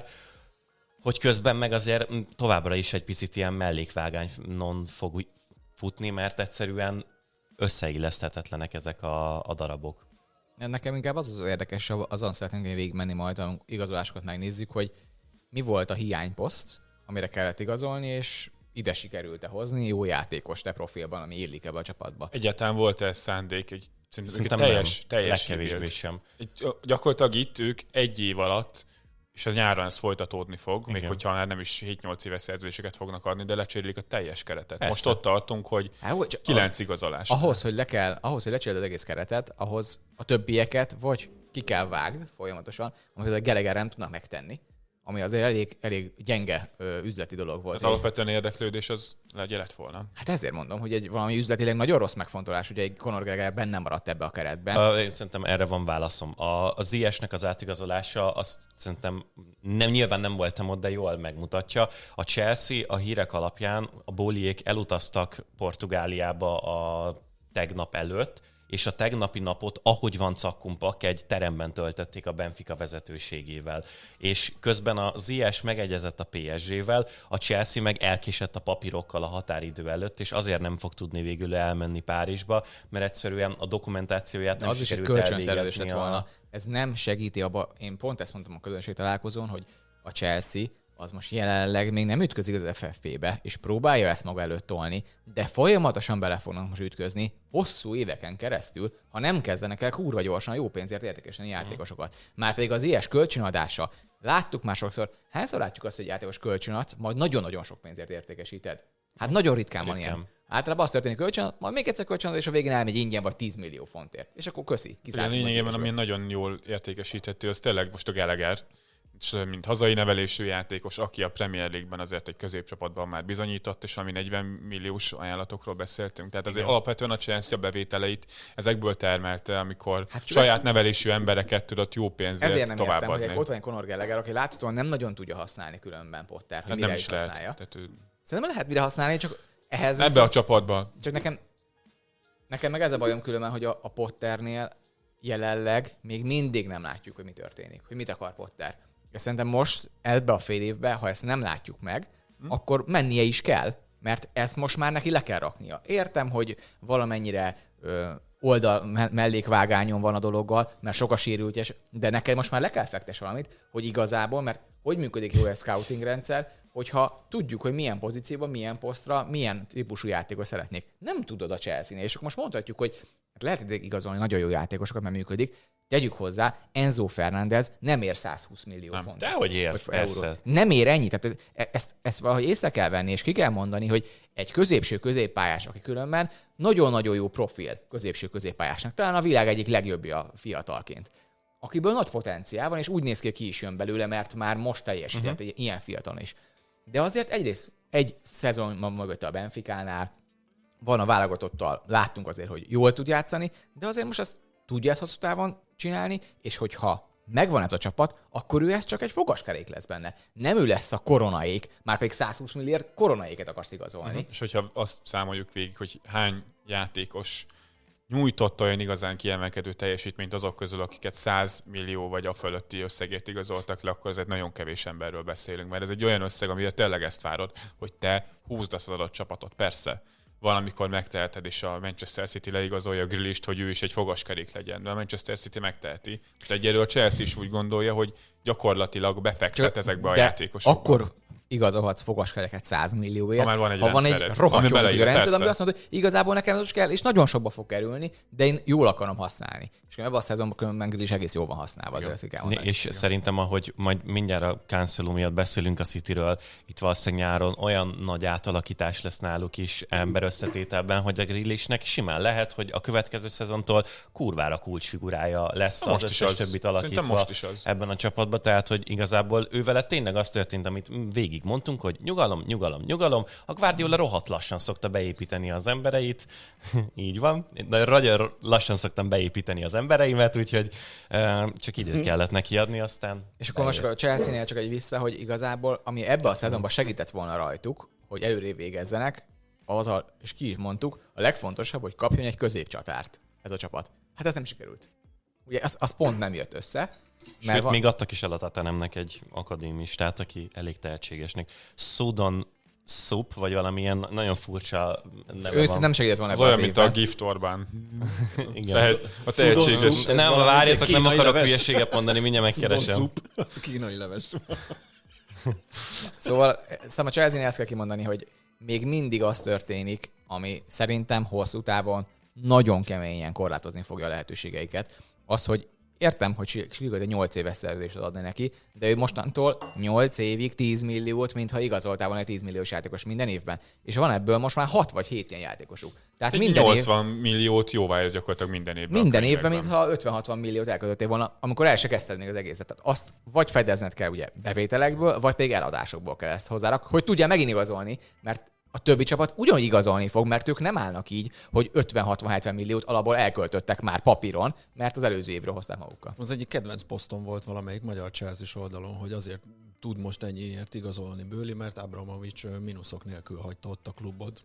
hogy közben meg azért továbbra is egy picit ilyen mellékvágányon fog futni, mert egyszerűen összeilleszthetetlenek ezek a, a darabok. Nekem inkább az az érdekes, azon szeretnénk végigmenni majd, a igazolásokat megnézzük, hogy mi volt a hiányposzt, amire kellett igazolni, és ide sikerült-e hozni jó játékos te profilban, ami illik ebbe a csapatba. Egyáltalán volt ez szándék, egy, szerintem egy teljes, nem, teljes legkevésbé sem. Egy, gyakorlatilag itt ők egy év alatt, és az nyáron ez folytatódni fog, igen. Még hogyha már nem is hét-nyolc éves szerződéseket fognak adni, de lecserélik a teljes keretet. Persze. Most ott tartunk, hogy kilenc igazolás. Ahhoz, hogy le kell, ahhoz, hogy lecseréld az egész keretet, ahhoz a többieket vagy ki kell vágd folyamatosan, amit a Gallagher nem tudnak megtenni, ami azért elég, elég gyenge ö, üzleti dolog volt. Tehát alapvetően érdeklődés az legyen lett volna. Hát ezért mondom, hogy egy valami üzletileg nagyon rossz megfontolás, hogy egy Conor Gallagher benne maradt ebbe a keretben. Uh, én szerintem erre van válaszom. A, az i es-nek az átigazolása azt szerintem nem, nyilván nem voltam ott, de jól megmutatja. A Chelsea a hírek alapján a Bóliék elutaztak Portugáliába a tegnap előtt, és a tegnapi napot, ahogy van cakkumpak, egy teremben töltötték a Benfica vezetőségével. És közben az i es megegyezett a pé es gé-vel, a Chelsea meg elkésett a papírokkal a határidő előtt, és azért nem fog tudni végül elmenni Párizsba, mert egyszerűen a dokumentációját nem az sikerült is egy kölcsönszerződés lett volna. A... Ez nem segíti abba, én pont ezt mondtam a közönség találkozón, hogy a Chelsea az most jelenleg még nem ütközik az ef ef pé-be, és próbálja ezt maga előtt tolni, de folyamatosan bele fognak most ütközni hosszú éveken keresztül, ha nem kezdenek el kurva gyorsan jó pénzért értékesíteni játékosokat. Márpedig az i es kölcsönadása, láttuk már sokszor, hányszor látjuk azt, hogy játékos kölcsönadsz, majd nagyon-nagyon sok pénzért értékesíted. Hát nagyon ritkán, ritkán. van ilyen. Általában az történik kölcsön, majd még egyszer kölcsönad, és a végén elmegy ingyen vagy tíz millió fontért. És akkor köszi. Igen, lényegében, ami nagyon jól értékesíthető, az tényleg most a Gallagher, mint hazai nevelésű játékos, aki a Premier League-ben azért egy középcsapatban már bizonyított, és ami negyven milliós ajánlatokról beszéltünk. Tehát azért igen. Alapvetően a Chelsea a bevételeit ezekből termelte, amikor hát saját ez... nevelésű embereket tudott jó pénzért ezért nem továbbadni. Ezért nem értem, hogy ott van Conor Gallagher, aki láthatóan nem nagyon tudja használni különben Potter, hogy hát mire nem is, is használja. Lehet. Tehát ő... Szerintem lehet mire használni, csak ehhez... Ebbe a csapatban. Csak nekem, nekem meg ez a bajom különben, hogy a, a Potternél jelenleg még mindig nem látjuk, hogy mi történik, hogy mit akar Potter. És szerintem most ebbe a fél évbe, ha ezt nem látjuk meg, hm. akkor mennie is kell, mert ezt most már neki le kell raknia. Értem, hogy valamennyire ö, oldal mellékvágányon van a dologgal, mert sok a sérült, de neked most már le kell fektes valamit, hogy igazából, mert hogy működik jó egy scouting rendszer, hogyha tudjuk, hogy milyen pozícióban, milyen posztra, milyen típusú játékos szeretnék. Nem tudod a Chelsea-nél, és akkor most mondhatjuk, hogy lehet igazolni nagyon jó játékosokat, mert működik. Tegyük hozzá, Enzo Fernández nem ér százhúsz millió nem, fontot. Dehogy ér, persze. Nem ér ennyi. Tehát ezt, ezt valahogy észre kell venni, és ki kell mondani, hogy egy középső középpályás, aki különben nagyon-nagyon jó profil középső középpályásnak, talán a világ egyik legjobbja fiatalként, akiből nagy potenciál van, és úgy néz ki, ki is jön belőle, mert már most teljesített uh-huh. egy ilyen fiatalon is. De azért egyrészt egy szezon van mögötte a Benficánál, van a válogatottal, láttunk azért, hogy jól tud játszani, de azért most ezt tudja ezt hosszú távon csinálni, és hogyha megvan ez a csapat, akkor ő ez csak egy fogaskerék lesz benne. Nem ő lesz a koronaék, már pedig százhúsz milliárd koronaéket akarsz igazolni. Uh-huh. És hogyha azt számoljuk végig, hogy hány játékos nyújtott olyan igazán kiemelkedő teljesítményt azok közül, akiket száz millió vagy a fölötti összegért igazoltak le, akkor azért nagyon kevés emberről beszélünk, mert ez egy olyan összeg, amire tényleg ezt várod, hogy te húzd azt az adott csapatot. Persze, valamikor megteheted, és a Manchester City leigazolja a Grealist, hogy ő is egy fogaskerék legyen, de a Manchester City megteheti. Most egyelőre a Chelsea is úgy gondolja, hogy gyakorlatilag befektet Csak ezekbe a játékosokba. Akkor igazolhatsz fogaskereket száz millióért. Ha már van egy ha van egy rohadt jó rendszer, ami azt mondja, hogy igazából nekem az kell, és nagyon sokba fog kerülni, de én jól akarom használni. És ebben a szezonban különben Grealish egész jól van használva. Azért kell mondani. És igen. Szerintem, ahogy majd mindjárt a Cancelo miatt beszélünk a Cityről, itt valószínűleg nyáron olyan nagy átalakítás lesz náluk is ember összetételben, hogy a Grealishnek simán lehet, hogy a következő szezontól kurvára kulcsfigurája lesz Na az összes az. többit alakítva most is az. ebben a csapatban. Tehát, hogy igazából ő vele tényleg az történt, amit végig végig mondtunk, hogy nyugalom, nyugalom, nyugalom. A Guardiola rohadt lassan szokta beépíteni az embereit. Így van. De nagyon lassan szoktam beépíteni az embereimet, úgyhogy uh, csak időt kellett neki adni, aztán... És akkor most a Chelsea-nél csak egy vissza, hogy igazából, ami ebben a szezonban segített volna rajtuk, hogy előrébb végezzenek, az a, és ki is mondtuk, a legfontosabb, hogy kapjon egy középcsatárt ez a csapat. Hát ez nem sikerült. Ugye az, az pont nem jött össze. Sőt, van... még adtak is el a Tatanemnek egy akadémistát, aki elég tehetségesnek. Sudan Soup, vagy valamilyen nagyon furcsa neve ő van. nem segített volna az ebben olyan, az mint évben. a Gift Orbán. Igen. A tehetséges. Nem, várjatok, nem akarok hülyeséget mondani, mindjárt megkeresem. Soup, az kínai leves. Szóval, szóval a Chelsea-nél ezt kell kimondani, hogy még mindig az történik, ami szerintem hosszú távon nagyon keményen korlátozni fogja a lehetőségeiket. Az, hogy értem, hogy sikerült egy nyolc éves szerződést adni neki, de ő mostantól nyolc évig tíz milliót, mintha igazoltál volna egy tíz milliós játékos minden évben. És van ebből most már hat vagy hét ilyen játékosuk. Tehát egy minden nyolcvan év, milliót jóvá ez gyakorlatilag minden évben. minden évben, mintha ötven-hatvan milliót elköltöttél volna, amikor el se kezdted még az egészet. Tehát azt vagy fedezned kell ugye bevételekből, vagy pedig eladásokból kell ezt hozzárak, hogy tudja megint igazolni, mert a többi csapat ugyanúgy igazolni fog, mert ők nem állnak így, hogy ötven-hatvan-hetven milliót alapból elköltöttek már papíron, mert az előző évről hozták magukkal. Az egyik kedvenc poszton volt valamelyik magyar Chelsea oldalon, hogy azért tud most ennyiért igazolni Bőli, mert Abramovics mínuszok nélkül hagyta ott a klubot.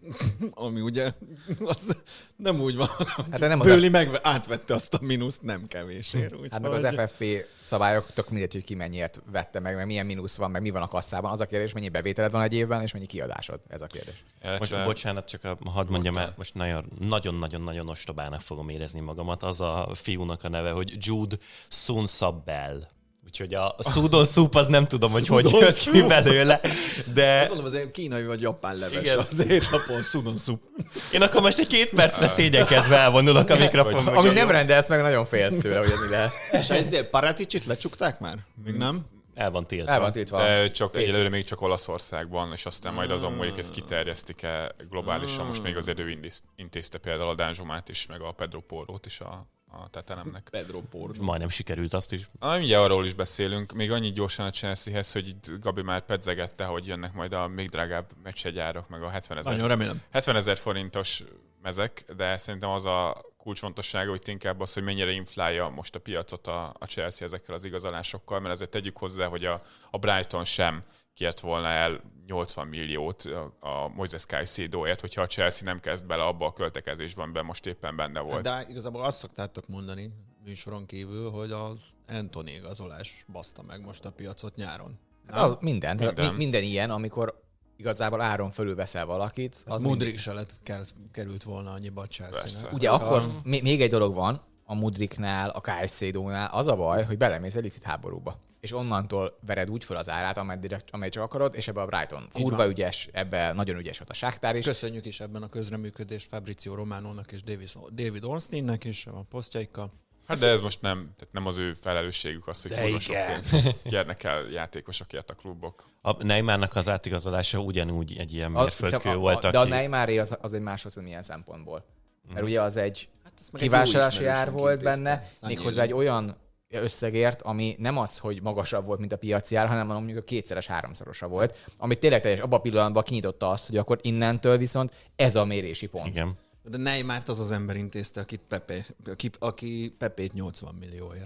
Ami ugye az nem úgy van. Hát nem az Bőli meg átvette azt a mínuszt nem kevésért. Hát meg az ef ef pé szabályok tök mindegy, hogy ki mennyiért vette meg, meg milyen mínusz van, meg mi van a kasszában. Az a kérdés, mennyi bevételed van egy évben, és mennyi kiadásod. Ez a kérdés. Most bocsánat, csak a, hadd mondjam el, most nagyon-nagyon-nagyon ostobának fogom érezni magamat. Az a fiúnak a neve, hogy Jude Sunsabbell. Úgyhogy a Sudon Soup az nem tudom, hogy hogy jött ki belőle, de... Azt mondom, az egy kínai vagy japán leves. Igen. Az étlapon Sudon Soup. Én akkor most egy két percre szégyenkezve elvonulok a mikrofonba. Ami nem rendelsz meg, nagyon félsz tőle, hogy ez mi lehet. És ezért Paraticsit lecsukták már? Még nem? El van tiltva. El van tiltva. De csak egyelőre még csak Olaszországban, és aztán majd azon múlik, ezt kiterjesztik-e globálisan. Most még azért ő intézte például a Danzsomát is, meg a Pedro Porrót is a, a Tatanemnek. Pedro Porro. Majdnem sikerült azt is. Ah, mindjárt arról is beszélünk. Még annyit gyorsan a Chelseahez, hogy itt Gabi már pedzegette, hogy jönnek majd a még drágább meccsegyárak, meg a hetvenezer. Nagyon remélem. hetvenezer forintos mezek, de szerintem az a kulcsfontossága, hogy inkább az, hogy mennyire inflálja most a piacot a, a Chelsea ezekkel az igazolásokkal, mert ezért tegyük hozzá, hogy a, a Brighton sem kért volna el nyolcvan milliót a, a Moises Caicedoért, hogyha a Chelsea nem kezd bele abba a költekezésben, amiben most éppen benne volt. De igazából azt szoktátok mondani műsoron kívül, hogy az Anthony igazolás baszta meg most a piacot nyáron. Hát az, minden, minden. Minden. minden ilyen, amikor igazából áron fölül veszel valakit. Az Mudrik se lett, kell, került volna annyiba a Chelsea-nek. Persze. Ugye Ha- akkor még, még egy dolog van, a Mudriknál, a Caicedo-nál, az a baj, hogy belemész egy licit háborúba. És onnantól vered úgy föl az árát, ameddig, amely csak akarod, és ebbe a Brighton kurva van. ügyes, ebbe nagyon ügyes ott a Shakhtar is. Köszönjük is ebben a közreműködést Fabrizio Románónak és Davis, David Ornsteinnek is a posztjaikkal. Hát de ez most nem, tehát nem az ő felelősségük az, hogy De kurva sok igen. pénzt kérnek el játékosokért a klubok. A Neymarnak az átigazolása ugyanúgy egy ilyen A, mérföldkő a, volt, a, de a aki... Neymaré az, az egy máshoz, milyen szempontból. Mert ugye az egy Hát ezt meg egy jó kivásárlási ár ismerősünk volt intézte, benne, Szanyéli. méghozzá egy olyan összegért, ami nem az, hogy magasabb volt, mint a piaci ár, hanem mondjuk a kétszeres, háromszorosa volt, amit tényleg teljes abban a pillanatban kinyitotta azt, hogy akkor innentől viszont ez a mérési pont. Igen. De Neymart az az ember intézte, akit Pepe, aki, aki Pepét nyolcvan millióért.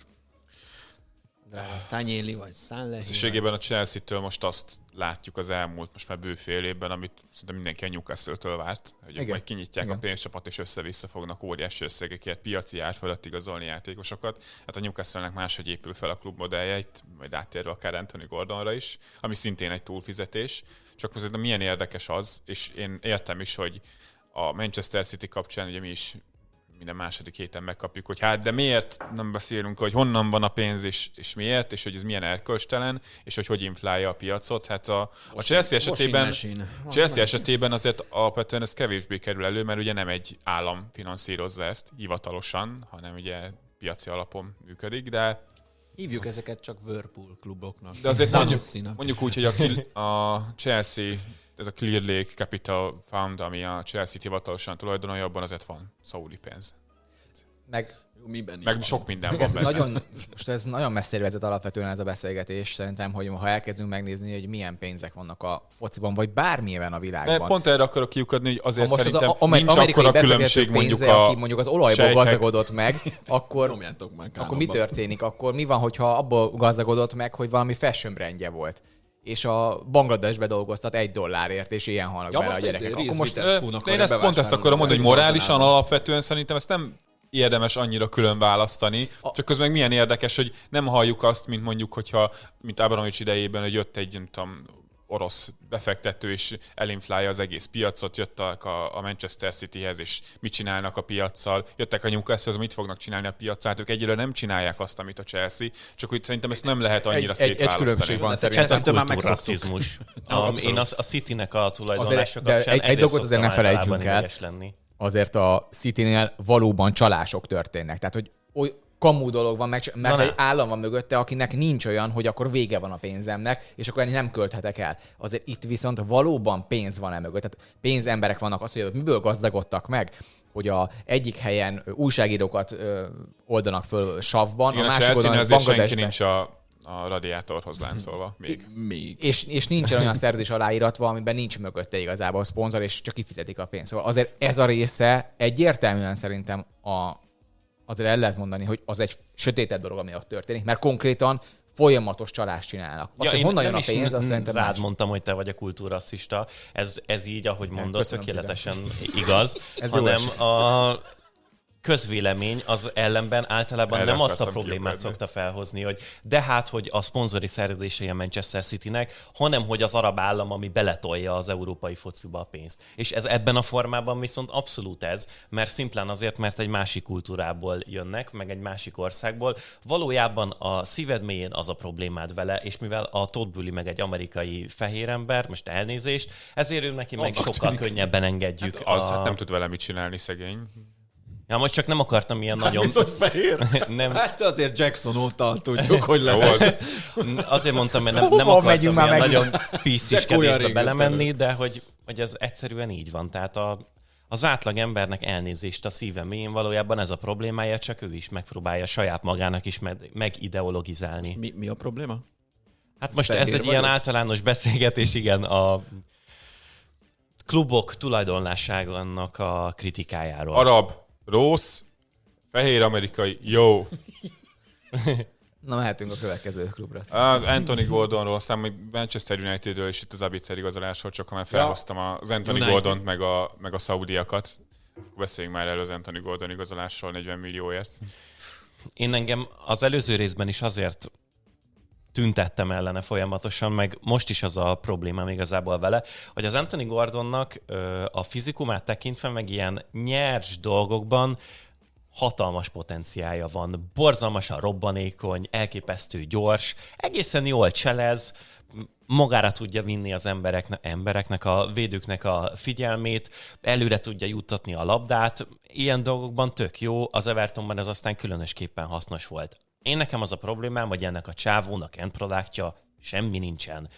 Drága Szanyéli vagy Szánlehi. Összességében a Chelsea-től most azt látjuk az elmúlt, most már bő fél évben, amit szerintem mindenki a Newcastle-től várt, hogy Igen. ők majd kinyitják Igen. a pénzcsapat, és össze-vissza fognak óriási összegekért piaci ár fölött igazolni játékosokat. Hát a Newcastle-nek máshogy épül fel a klubmodellje, itt majd áttérve akár Anthony Gordonra is, ami szintén egy túlfizetés. Csak azért milyen érdekes az, és én értem is, hogy a Manchester City kapcsán ugye mi is minden második héten megkapjuk, hogy hát de miért nem beszélünk, hogy honnan van a pénz, és, és miért, és hogy ez milyen erkölcstelen, és hogy hogy inflálja a piacot. Hát a, a Chelsea esetében, Chelsea esetében azért alapvetően ez kevésbé kerül elő, mert ugye nem egy állam finanszírozza ezt hivatalosan, hanem ugye piaci alapon működik, de Hívjuk ezeket csak Whirlpool kluboknak. De azért mondjuk, Zanussi-nak. mondjuk úgy, hogy a, Kil- a Chelsea, ez a Clear Lake Capital Fund, ami a Chelsea-t hivatalosan tulajdonolja, abban azért van szaudi pénz. meg Miben meg sok minden meg van ez benne. nagyon, most ez nagyon messzire vezet alapvetően ez a beszélgetés, szerintem, hogy ha elkezdünk megnézni, hogy milyen pénzek vannak a fociban, vagy bármilyen a világban. De pont erre akarok kiukadni, hogy azért most szerintem az a, nincs akkora különbség mondjuk pénze, a aki mondjuk az olajból sejtek... gazdagodott meg, akkor, már akkor mi történik? Akkor mi van, hogyha abból gazdagodott meg, hogy valami fashion brandje volt? És a Bangladesbe dolgoztat egy dollárért, és ilyen halnak ja, bele a gyerekek. Akkor most Ö, én ezt pont ezt akarom mondani, hogy morálisan alapvetően szerintem ezt nem érdemes annyira külön választani, a... csak közben meg milyen érdekes, hogy nem halljuk azt, mint mondjuk, hogyha, mint Abramovics idejében, hogy jött egy, nem tudom, orosz befektető, és elinflálja az egész piacot, jöttek a, a Manchester Cityhez, és mit csinálnak a piaccal, jöttek a Newcastlehez, mit fognak csinálni a piaccal, hát ők egyre nem csinálják azt, amit a Chelsea, csak úgy szerintem ezt nem lehet annyira egy, egy, egy különbség van szerintem. Ez a kultúrrasszizmus. Én a, a Citynek a tulajdonlása kapcsán egy, egy dolgot azért nem felejtsünk el, azért a Citynél valóban csalások történnek. Tehát, hogy oly kamú dolog van, meg, mert egy állam van mögötte, akinek nincs olyan, hogy akkor vége van a pénzemnek, és akkor nem költhetek el. Azért itt viszont valóban pénz van e mögött. Tehát pénzemberek vannak, azt, hogy miből gazdagodtak meg, hogy a egyik helyen újságírókat ö, oldanak föl savban, igen, a másik oldalon Bangladesben nincs a, a radiátorhoz láncolva. Még. még. És, és nincsen olyan szerződés aláíratva, amiben nincs mögötte igazából a szponzor, és csak kifizetik a pénzt. Szóval azért ez a része egyértelműen szerintem a, azért el lehet mondani, hogy az egy sötétebb dolog, ami ott történik, mert konkrétan folyamatos csalást csinálnak. Azt, ja, hogy honnan jön a pénz, azt szerintem rád más. mondtam, hogy te vagy a kultúrrasszista. Ez, ez így, ahogy mondod, tökéletesen igaz, hanem a közvélemény az ellenben általában erre nem azt a problémát kiukadni. Szokta felhozni, hogy de hát, hogy a szponzori szerződései a Manchester Citynek, hanem hogy az arab állam, ami beletolja az európai fociba a pénzt. És ez ebben a formában viszont abszolút ez, mert szimplán azért, mert egy másik kultúrából jönnek, meg egy másik országból. Valójában a szíved mélyén az a problémád vele, és mivel a Todd Boehly meg egy amerikai fehér ember, most elnézést, ezért ő neki meg sokkal tűnik. Könnyebben engedjük. Hát az a... hát nem tud vele mit csinálni, szegény. Ja, most csak nem akartam ilyen nagyon... Mint hogy fehér? Nem. Hát azért Jackson óta tudjuk, hogy lesz. Azért mondtam, mert nem, nem akartam ilyen meg nagyon písziskedésbe belemenni, terül. de hogy, hogy ez egyszerűen így van. Tehát a, az átlag embernek elnézést a szíve mélyén valójában ez a problémája, csak ő is megpróbálja saját magának is meg, megideologizálni. Mi, mi a probléma? Hát most fehér ez egy vagyok? Ilyen általános beszélgetés, igen, a klubok tulajdonlásának a kritikájáról. Arab. Rossz, fehér amerikai, jó. Na, mehetünk a következő klubra. Az Anthony Gordonról, aztán még Manchester Unitedről, és itt az Abitzer igazolásról, csak ha már felhoztam az Anthony United. Gordont, meg a, meg a szaudiakat. Beszéljünk már el az Anthony Gordon igazolásról negyven millióért. Én engem az előző részben is azért tüntettem ellene folyamatosan, meg most is az a problémám igazából vele, hogy az Anthony Gordonnak ö, a fizikumát tekintve, meg ilyen nyers dolgokban hatalmas potenciálja van. Borzalmasan robbanékony, elképesztő gyors, egészen jól cselez, magára tudja vinni az embereknek, embereknek, a védőknek a figyelmét, előre tudja juttatni a labdát, ilyen dolgokban tök jó, az Evertonban ez aztán különösképpen hasznos volt. Én nekem az a problémám, hogy ennek a csávónak end produktja semmi nincsen.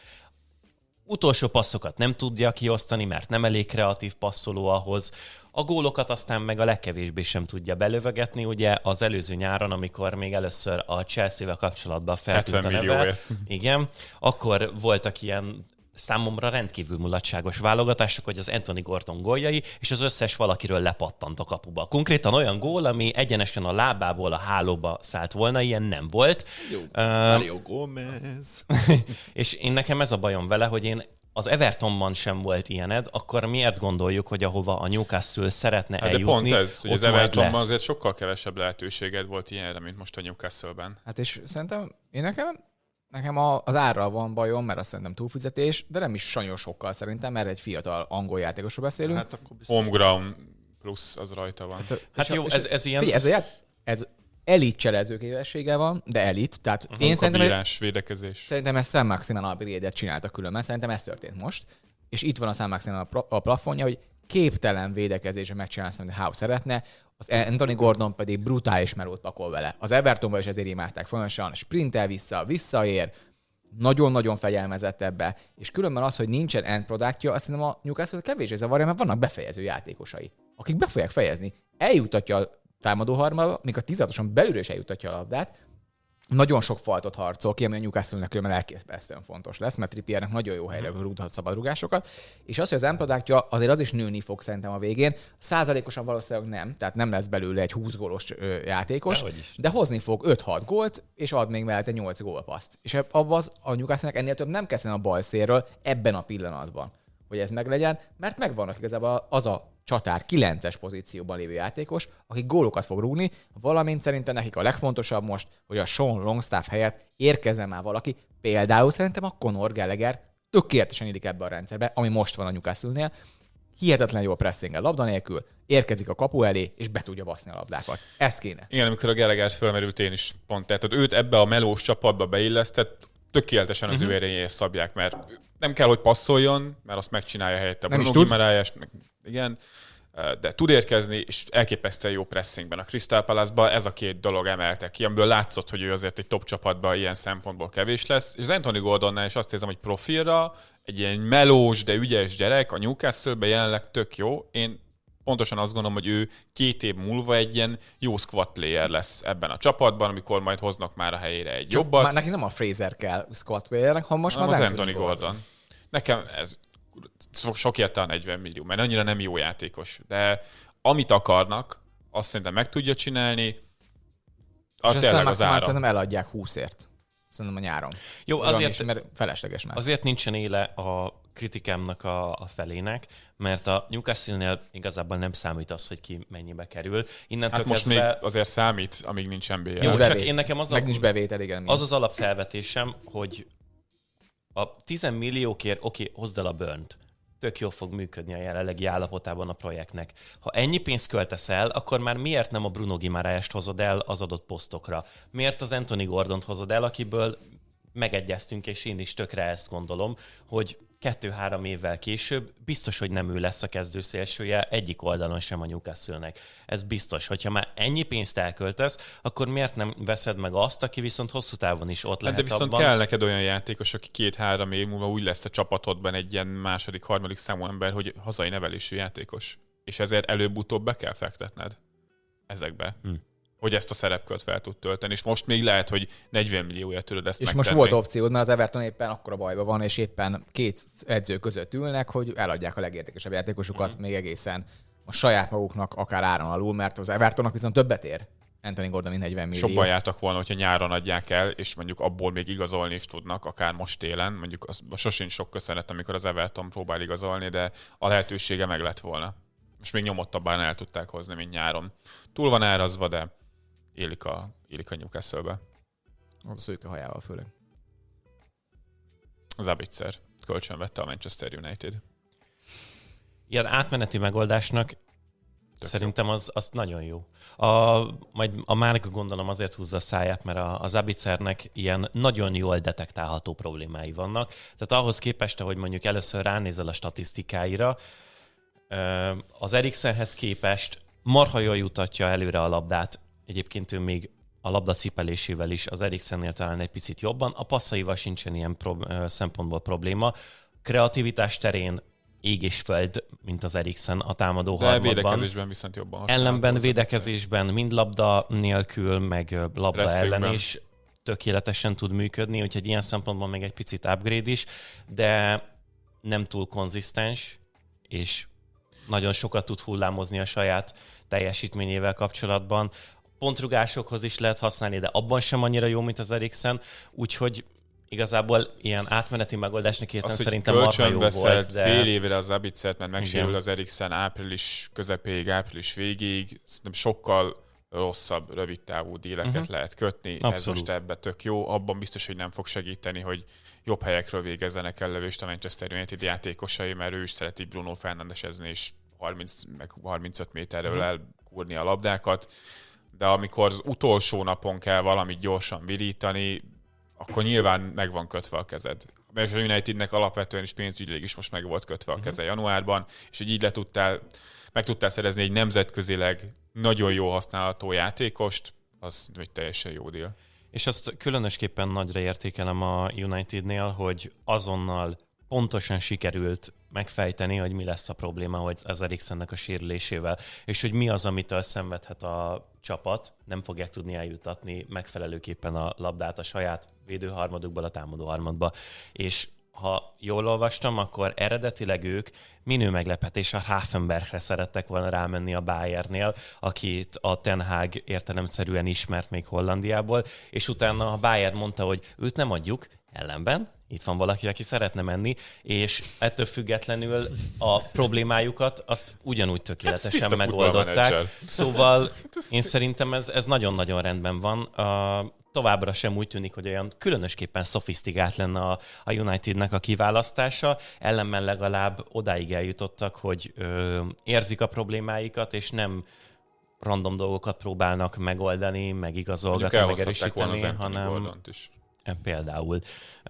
Utolsó passzokat nem tudja kiosztani, mert nem elég kreatív passzoló ahhoz. A gólokat aztán meg a legkevésbé sem tudja belövögetni. Ugye az előző nyáron, amikor még először a Chelsea-vel kapcsolatban feltűnt a neve. Igen, akkor voltak ilyen számomra rendkívül mulatságos válogatások, hogy az Anthony Gordon góljai, és az összes valakiről lepattant a kapuba. Konkrétan olyan gól, ami egyenesen a lábából a hálóba szállt volna, ilyen nem volt. Jó, Mario uh, Gomez. És én nekem ez a bajom vele, hogy én az Evertonban sem volt ilyened, akkor miért gondoljuk, hogy ahova a Newcastle szeretne hát eljutni, de pont ez, hogy az Evertonban azért sokkal kevesebb lehetőséged volt ilyenre, mint most a Newcastle-ben. Hát és szerintem én nekem Nekem az árral van bajom, mert azt szerintem túlfizetés, de nem is nagyon sokkal szerintem, mert egy fiatal angol játékosról beszélünk. Hát akkor Homeground plusz az rajta van. Hát, hát jó, ez, ez ilyen... Figyelj, ez, a, ez elit cselező képessége van, de elit. Tehát uh-huh. én szerintem... Bírás, védekezés. Szerintem ezt Sam Maximan Albirédet csinálta különben. Szerintem ez történt most. És itt van a Sam Maximan a plafonja, hogy képtelen védekezésre megcsinálni, amit Howe szeretne, az Anthony Gordon pedig brutális melót pakol vele. Az Evertonban is ezért imádták folyamatosan, sprintel vissza, visszaér, nagyon-nagyon fegyelmezett ebbe, és különben az, hogy nincsen end produktja, azt hiszem a Newcastle kevésbé zavarja, mert vannak befejező játékosai, akik be fogják fejezni. Eljutatja támadó harmadba, míg a tizenhatoson belülről is eljutatja a labdát. Nagyon sok faltot harcol ki, ami a Newcastle-nek különben elképesztően fontos lesz, mert Trippiernek nagyon jó helyre rúghat szabadrugásokat. És az, hogy az end-produktja azért az is nőni fog szerintem a végén. Százalékosan valószínűleg nem, tehát nem lesz belőle egy húsz gólos játékos, de hozni fog öt-hat gólt, és ad még mellette nyolc gólpaszt. És abban az, a Newcastle-nek ennél több nem kezdene a bal szélről ebben a pillanatban, hogy ez meglegyen, mert megvannak igazából az a csatár kilences pozícióban lévő játékos, aki gólokat fog rúgni, valamint szerintem nekik a legfontosabb most, hogy a Sean Longstaff helyett érkezzen már valaki, például szerintem a Conor Gallagher tökéletesen illik ebbe a rendszerbe, ami most van a Newcastle-nél, hihetetlen jól pressingel labda nélkül, érkezik a kapu elé, és be tudja baszni a labdákat. Ez kéne. Igen, amikor a Gallagher fölmerült, én is pont, tehát őt ebbe a melós csapatba beillesztett, tökéletesen az uh-huh. ő erejéhez szabják, mert nem kell, hogy passzoljon, mert azt megcsinálja helyette a Bruno Guimaraes, igen, de tud érkezni, és elképesztően jó pressingben. A Crystal Palace-ban ez a két dolog emelte ki, amiből látszott, hogy ő azért egy top csapatban ilyen szempontból kevés lesz. És az Anthony Gordonnál is azt érzem, hogy profilra egy ilyen melós, de ügyes gyerek a Newcastle-ben jelenleg tök jó. Én pontosan azt gondolom, hogy ő két év múlva egy ilyen jó squad player lesz ebben a csapatban, amikor majd hoznak már a helyére egy jobbat. Már neki nem a Fraser kell squad playernek, hanem most már az, az Anthony Gordon. Gordon. Nekem ez sok érte a negyven millió, mert annyira nem jó játékos. De amit akarnak, azt szerintem meg tudja csinálni. A és tényleg az ára. Szerintem eladják húszért. Szerintem a nyáron. Jó, azért, is, mert felesleges már. Azért nincsen éle a kritikámnak a, a felének, mert a Newcastle-nél igazából nem számít az, hogy ki mennyibe kerül. Innentől hát most kezdve... még azért számít, amíg nincs en bé á. Jó, csak én nekem az meg a... nincs bevétel, igen. Az az alapfelvetésem, hogy a tíz milliókért, oké, okay, hozd el a Burnt. Tök jól fog működni a jelenlegi állapotában a projektnek. Ha ennyi pénzt költesz el, akkor már miért nem a Bruno Guimaraest hozod el az adott posztokra? Miért az Anthony Gordont hozod el, akiből megegyeztünk, és én is tökre ezt gondolom, hogy kettő-három évvel később biztos, hogy nem ő lesz a kezdőszélsője egyik oldalon sem a Newcastle-nek. Ez biztos. Hogyha már ennyi pénzt elköltesz, akkor miért nem veszed meg azt, aki viszont hosszú távon is ott lehet de viszont abban. kell neked olyan játékos, aki két-három év múlva úgy lesz a csapatodban egy ilyen második, harmadik számú ember, hogy hazai nevelésű játékos. És ezért előbb-utóbb be kell fektetned ezekbe. Hm. Hogy ezt a szerepkört fel tud tölteni, és most még lehet, hogy negyven millióért tudod ezt és megtenni. És most volt opciód, mert az Everton éppen akkora bajban van, és éppen két edző között ülnek, hogy eladják a legértékesebb játékosukat mm. még egészen a saját maguknak akár áron alul, mert az Evertonnak viszont többet ér Anthony Gordon, mint negyven millió. Sokban jártak volna, hogyha nyáron adják el, és mondjuk abból még igazolni is tudnak, akár most télen. Mondjuk az, sosincs sok köszönet, amikor az Everton próbál igazolni, de a lehetősége meg lett volna. Most még nyomottabban el tudták hozni, mint nyáron. Túl van árazva, de élik a, élik a Newcastle-be. Az a szőke hajával főleg. Az Abitzer kölcsön vette a Manchester United. Ilyen átmeneti megoldásnak tök szerintem az, az nagyon jó. A, majd a Márk gondolom azért húzza a száját, mert a, az Abitzernek ilyen nagyon jól detektálható problémái vannak. Tehát ahhoz képest, hogy mondjuk először ránézel a statisztikáira, az Eriksenhez képest marha jól jutatja előre a labdát. Egyébként ő még a labda cipelésével is az Eriksennél talán egy picit jobban. A passzaival sincsen ilyen pro- szempontból probléma. Kreativitás terén ég és föld, mint az Eriksen a támadó de harmadban. védekezésben viszont jobban használható. Ellenben védekezésben mind labda nélkül, meg labda Pressingben. ellen is tökéletesen tud működni, úgyhogy ilyen szempontból még egy picit upgrade is, de nem túl konzisztens, és nagyon sokat tud hullámozni a saját teljesítményével kapcsolatban. Pontrugásokhoz is lehet használni, de abban sem annyira jó, mint az Eriksen, úgyhogy igazából ilyen átmeneti megoldásnak értem szerintem marha jó volt. De... fél évre az Abitzert, mert megsérül az Eriksen április közepéig, április végéig, szerintem sokkal rosszabb, rövidtávú díleket uh-huh. lehet kötni. Abszolút. Ez most ebben tök jó. Abban biztos, hogy nem fog segíteni, hogy jobb helyekről végezzenek el lövést a Manchester United játékosai, mert ő is szereti Bruno Fernandesezni, és harminc meg harmincöt méterről uh-huh. elkúrni a labdákat. De amikor az utolsó napon kell valamit gyorsan virítani, akkor nyilván meg van kötve a kezed. Mert a Unitednek alapvetően is pénzügyileg is most meg volt kötve a keze januárban, és hogy így le tudtál, meg tudtál szerezni egy nemzetközileg nagyon jó használható játékost, az egy teljesen jó deal. És azt különösképpen nagyra értékelem a Unitednél, hogy azonnal pontosan sikerült megfejteni, hogy mi lesz a probléma hogy az Eriksennek a sérülésével, és hogy mi az, amitől szenvedhet a csapat nem fogják tudni eljutatni megfelelőképpen a labdát a saját védőharmadukból a támadó harmadba. És ha jól olvastam, akkor eredetileg ők minő meglepetés a Hafenbergre szerettek volna rámenni a Bayernnél, akit a Ten Hag értelemszerűen ismert még Hollandiából, és utána a Bayern mondta, hogy őt nem adjuk, ellenben itt van valaki, aki szeretne menni, és ettől függetlenül a problémájukat azt ugyanúgy tökéletesen megoldották. Szóval én szerintem ez, ez nagyon-nagyon rendben van. A, továbbra sem úgy tűnik, hogy olyan különösképpen szofisztikált lenne a, a Unitednek a kiválasztása, ellenben legalább odáig eljutottak, hogy ö, érzik a problémáikat, és nem random dolgokat próbálnak megoldani, megigazolgatni, megerősíteni, hanem... Is. Például.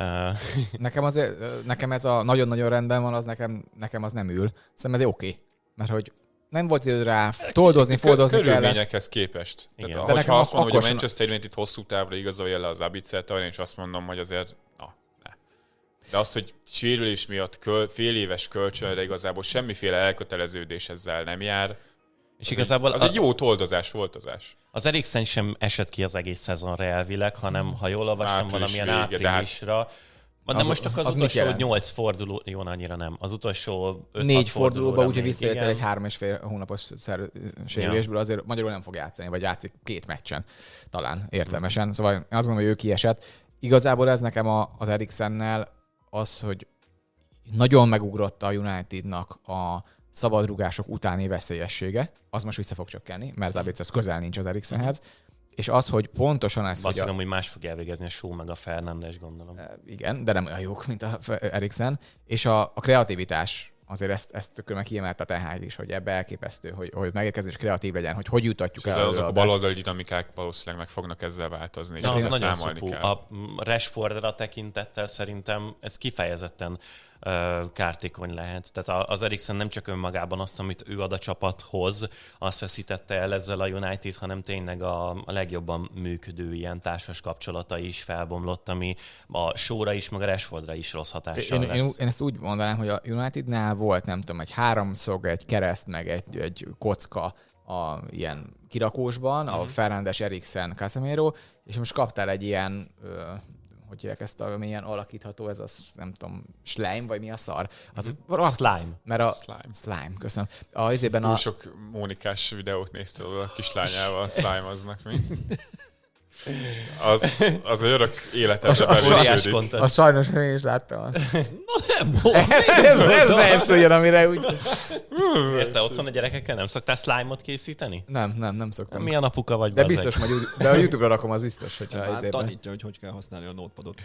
Nekem, azért, nekem ez a nagyon-nagyon rendben van, az nekem, nekem az nem ül. Szerintem ez oké. Okay. Mert hogy nem volt idő rá toldozni, foldozni kellett. Körülményekhez képest. Tehát, de hogyha azt mondom, hogy a Manchester United hosszú távra igazolja le az Sabitzer-t, én is azt mondom, hogy azért na, ne. De az, hogy sérülés miatt köl, fél éves kölcsönre igazából semmiféle elköteleződés ezzel nem jár. És az igazából egy, az a, egy jó toldozás, voltozás. Az Eriksen sem esett ki az egész szezonra elvileg, hanem ha jól olvastam, valamilyen áprilisra. De, de most akkor az, az utolsó nyolc forduló, jó, annyira nem. Az utolsó négy fordulóban úgy visszajöttél egy három és fél hónapos sérülésből, ja. Azért magyarul nem fog játszani, vagy játszik két meccsen talán értelmesen. Hmm. Szóval azt gondolom, hogy ő kiesett. Igazából ez nekem a, az Eriksennel az, hogy nagyon megugrott a Unitednak a szabadrugások utáni veszélyessége, az most vissza fog csökkenni, mert Sabitzer közel nincs az Eriksenhez, és az, hogy pontosan ez... Azt mondom, hogy más fog elvégezni a Shaw meg a Fernandes, gondolom. Igen, de nem olyan jók, mint a Eriksen, és a, a kreativitás, azért ezt, ezt tökölben kiemelt a Ten Hag is, hogy ebbe elképesztő, hogy, hogy megérkezés kreatív legyen, hogy hogy jutatjuk el. Azok a baloldali dinamikák valószínűleg meg fognak ezzel változni, és az nagyon számolni kell. A Rashfordra tekintettel szerintem ez kifejezetten kártékony lehet. Tehát az Eriksen nem csak önmagában azt, amit ő ad a csapathoz, azt veszítette el ezzel a United, hanem tényleg a, a legjobban működő ilyen társas kapcsolata is felbomlott, ami a Shawra is, meg a Rashfordra is rossz hatással én, lesz. Én, én ezt úgy mondanám, hogy a Unitednál volt, nem tudom, egy háromszög, egy kereszt, meg egy, egy kocka a ilyen kirakósban, mm-hmm. a Fernandes, Eriksen, Casemiro, és most kaptál egy ilyen... Ö, hogy hívják ezt a milyen alakítható, ez a, nem tudom, slime, vagy mi a szar? Az, mm-hmm. a slime. Mert a slime. Slime, köszönöm. A, Túl a... sok Mónikás videót néztél a kislányával, slime-aznak mi? Az, az egy örök életemre belősödik. A sajnos én is láttam azt. Na nem, ez, ez az első jön, amire úgy... Érte, otthon a gyerekekkel nem szoktál slime-ot készíteni? Nem, nem, nem szoktam. Milyen apuka vagy? De biztos, majd, de a YouTube-ra rakom, az biztos, hogyha hát ezért tanítja, hogy hogy kell használni a notepadot.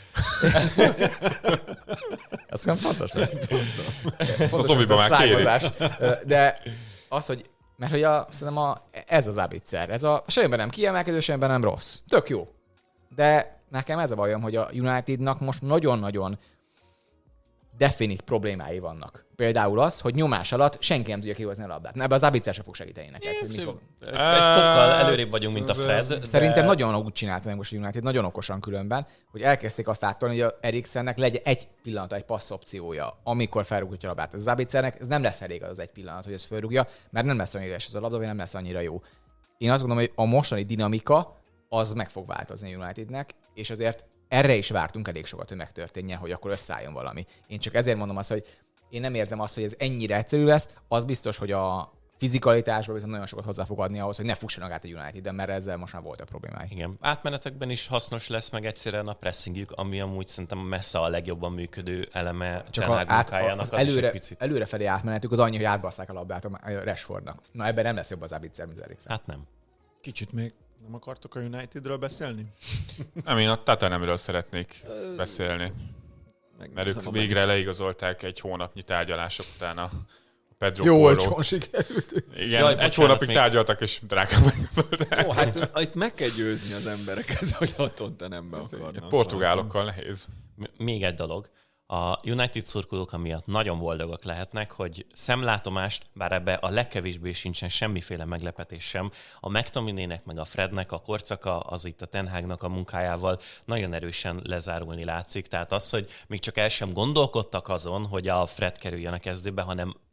Ez olyan fontos lesz. A zombiban már kéri. De az, hogy mert hogy a, szerintem a, ez az Sabitzer, ez a semmiben nem kiemelkedő, semmiben nem rossz. Tök jó. De nekem ez a bajom, hogy a Unitednak most nagyon-nagyon definit problémái vannak. Például az, hogy nyomás alatt senki nem tudja kihozni a labdát. Ebben az Sabitzer sem fog segíteni neked. Hogy mi fog... Egy fokkal előrébb vagyunk, mint a Fred. Szerintem de... nagyon úgy csinálta meg most a United, nagyon okosan különben, hogy elkezdték azt átolni, hogy a Eriksennek legyen egy pillanat, egy passz opciója, amikor felrúgja a labdát. A Sabitzernek ez nem lesz elég az egy pillanat, hogy ez felrúgja, mert nem lesz annyira ez a labda, vagy nem lesz annyira jó. Én azt gondolom, hogy a mostani dinamika az meg fog változni a Unitednek, és azért erre is vártunk elég sokat, hogy megtörténjen, hogy akkor összeálljon valami. Én csak ezért mondom azt, hogy én nem érzem azt, hogy ez ennyire egyszerű lesz. Az biztos, hogy a fizikalitásban viszont nagyon sokat hozzá fog adni ahhoz, hogy ne fussanak át a United-en, mert ezzel most már volt a problémája. Igen. Átmenetekben is hasznos lesz meg egyszerűen a pressingjük, ami amúgy szerintem messze a legjobban működő eleme csak a át, az az előre, előrefelé átmenetük az annyi, hogy átbasszák a labdát a Rashfordnak. Na ebben nem lesz jobb az Sabitzer, mint az Eriksen. Hát nem. Kicsit még nem akartok a Unitedről beszélni? Nem, én a Tottenhamről szeretnék beszélni. Mert ők végre leigazolták egy hónapnyi tárgyalások után a Pedro Jó olcsón sikerült. Igen, Jaj, egy bocsánat, hónapig még... tárgyaltak, és drágán megigazolták. Jó, hát itt meg kell győzni az embereket, hogy a Tottenhamben akarnak. Portugálokkal nehéz. Még egy dolog. A United szurkolók amiatt nagyon boldogak lehetnek, hogy szemlátomást, bár ebbe a legkevésbé sincsen semmiféle meglepetés sem, a McTominaynek meg a Frednek a korszaka, az itt a Ten Hagnak a munkájával nagyon erősen lezárulni látszik. Tehát az, hogy még csak el sem gondolkodtak azon, hogy a Fred kerüljön a kezdőbe, hanem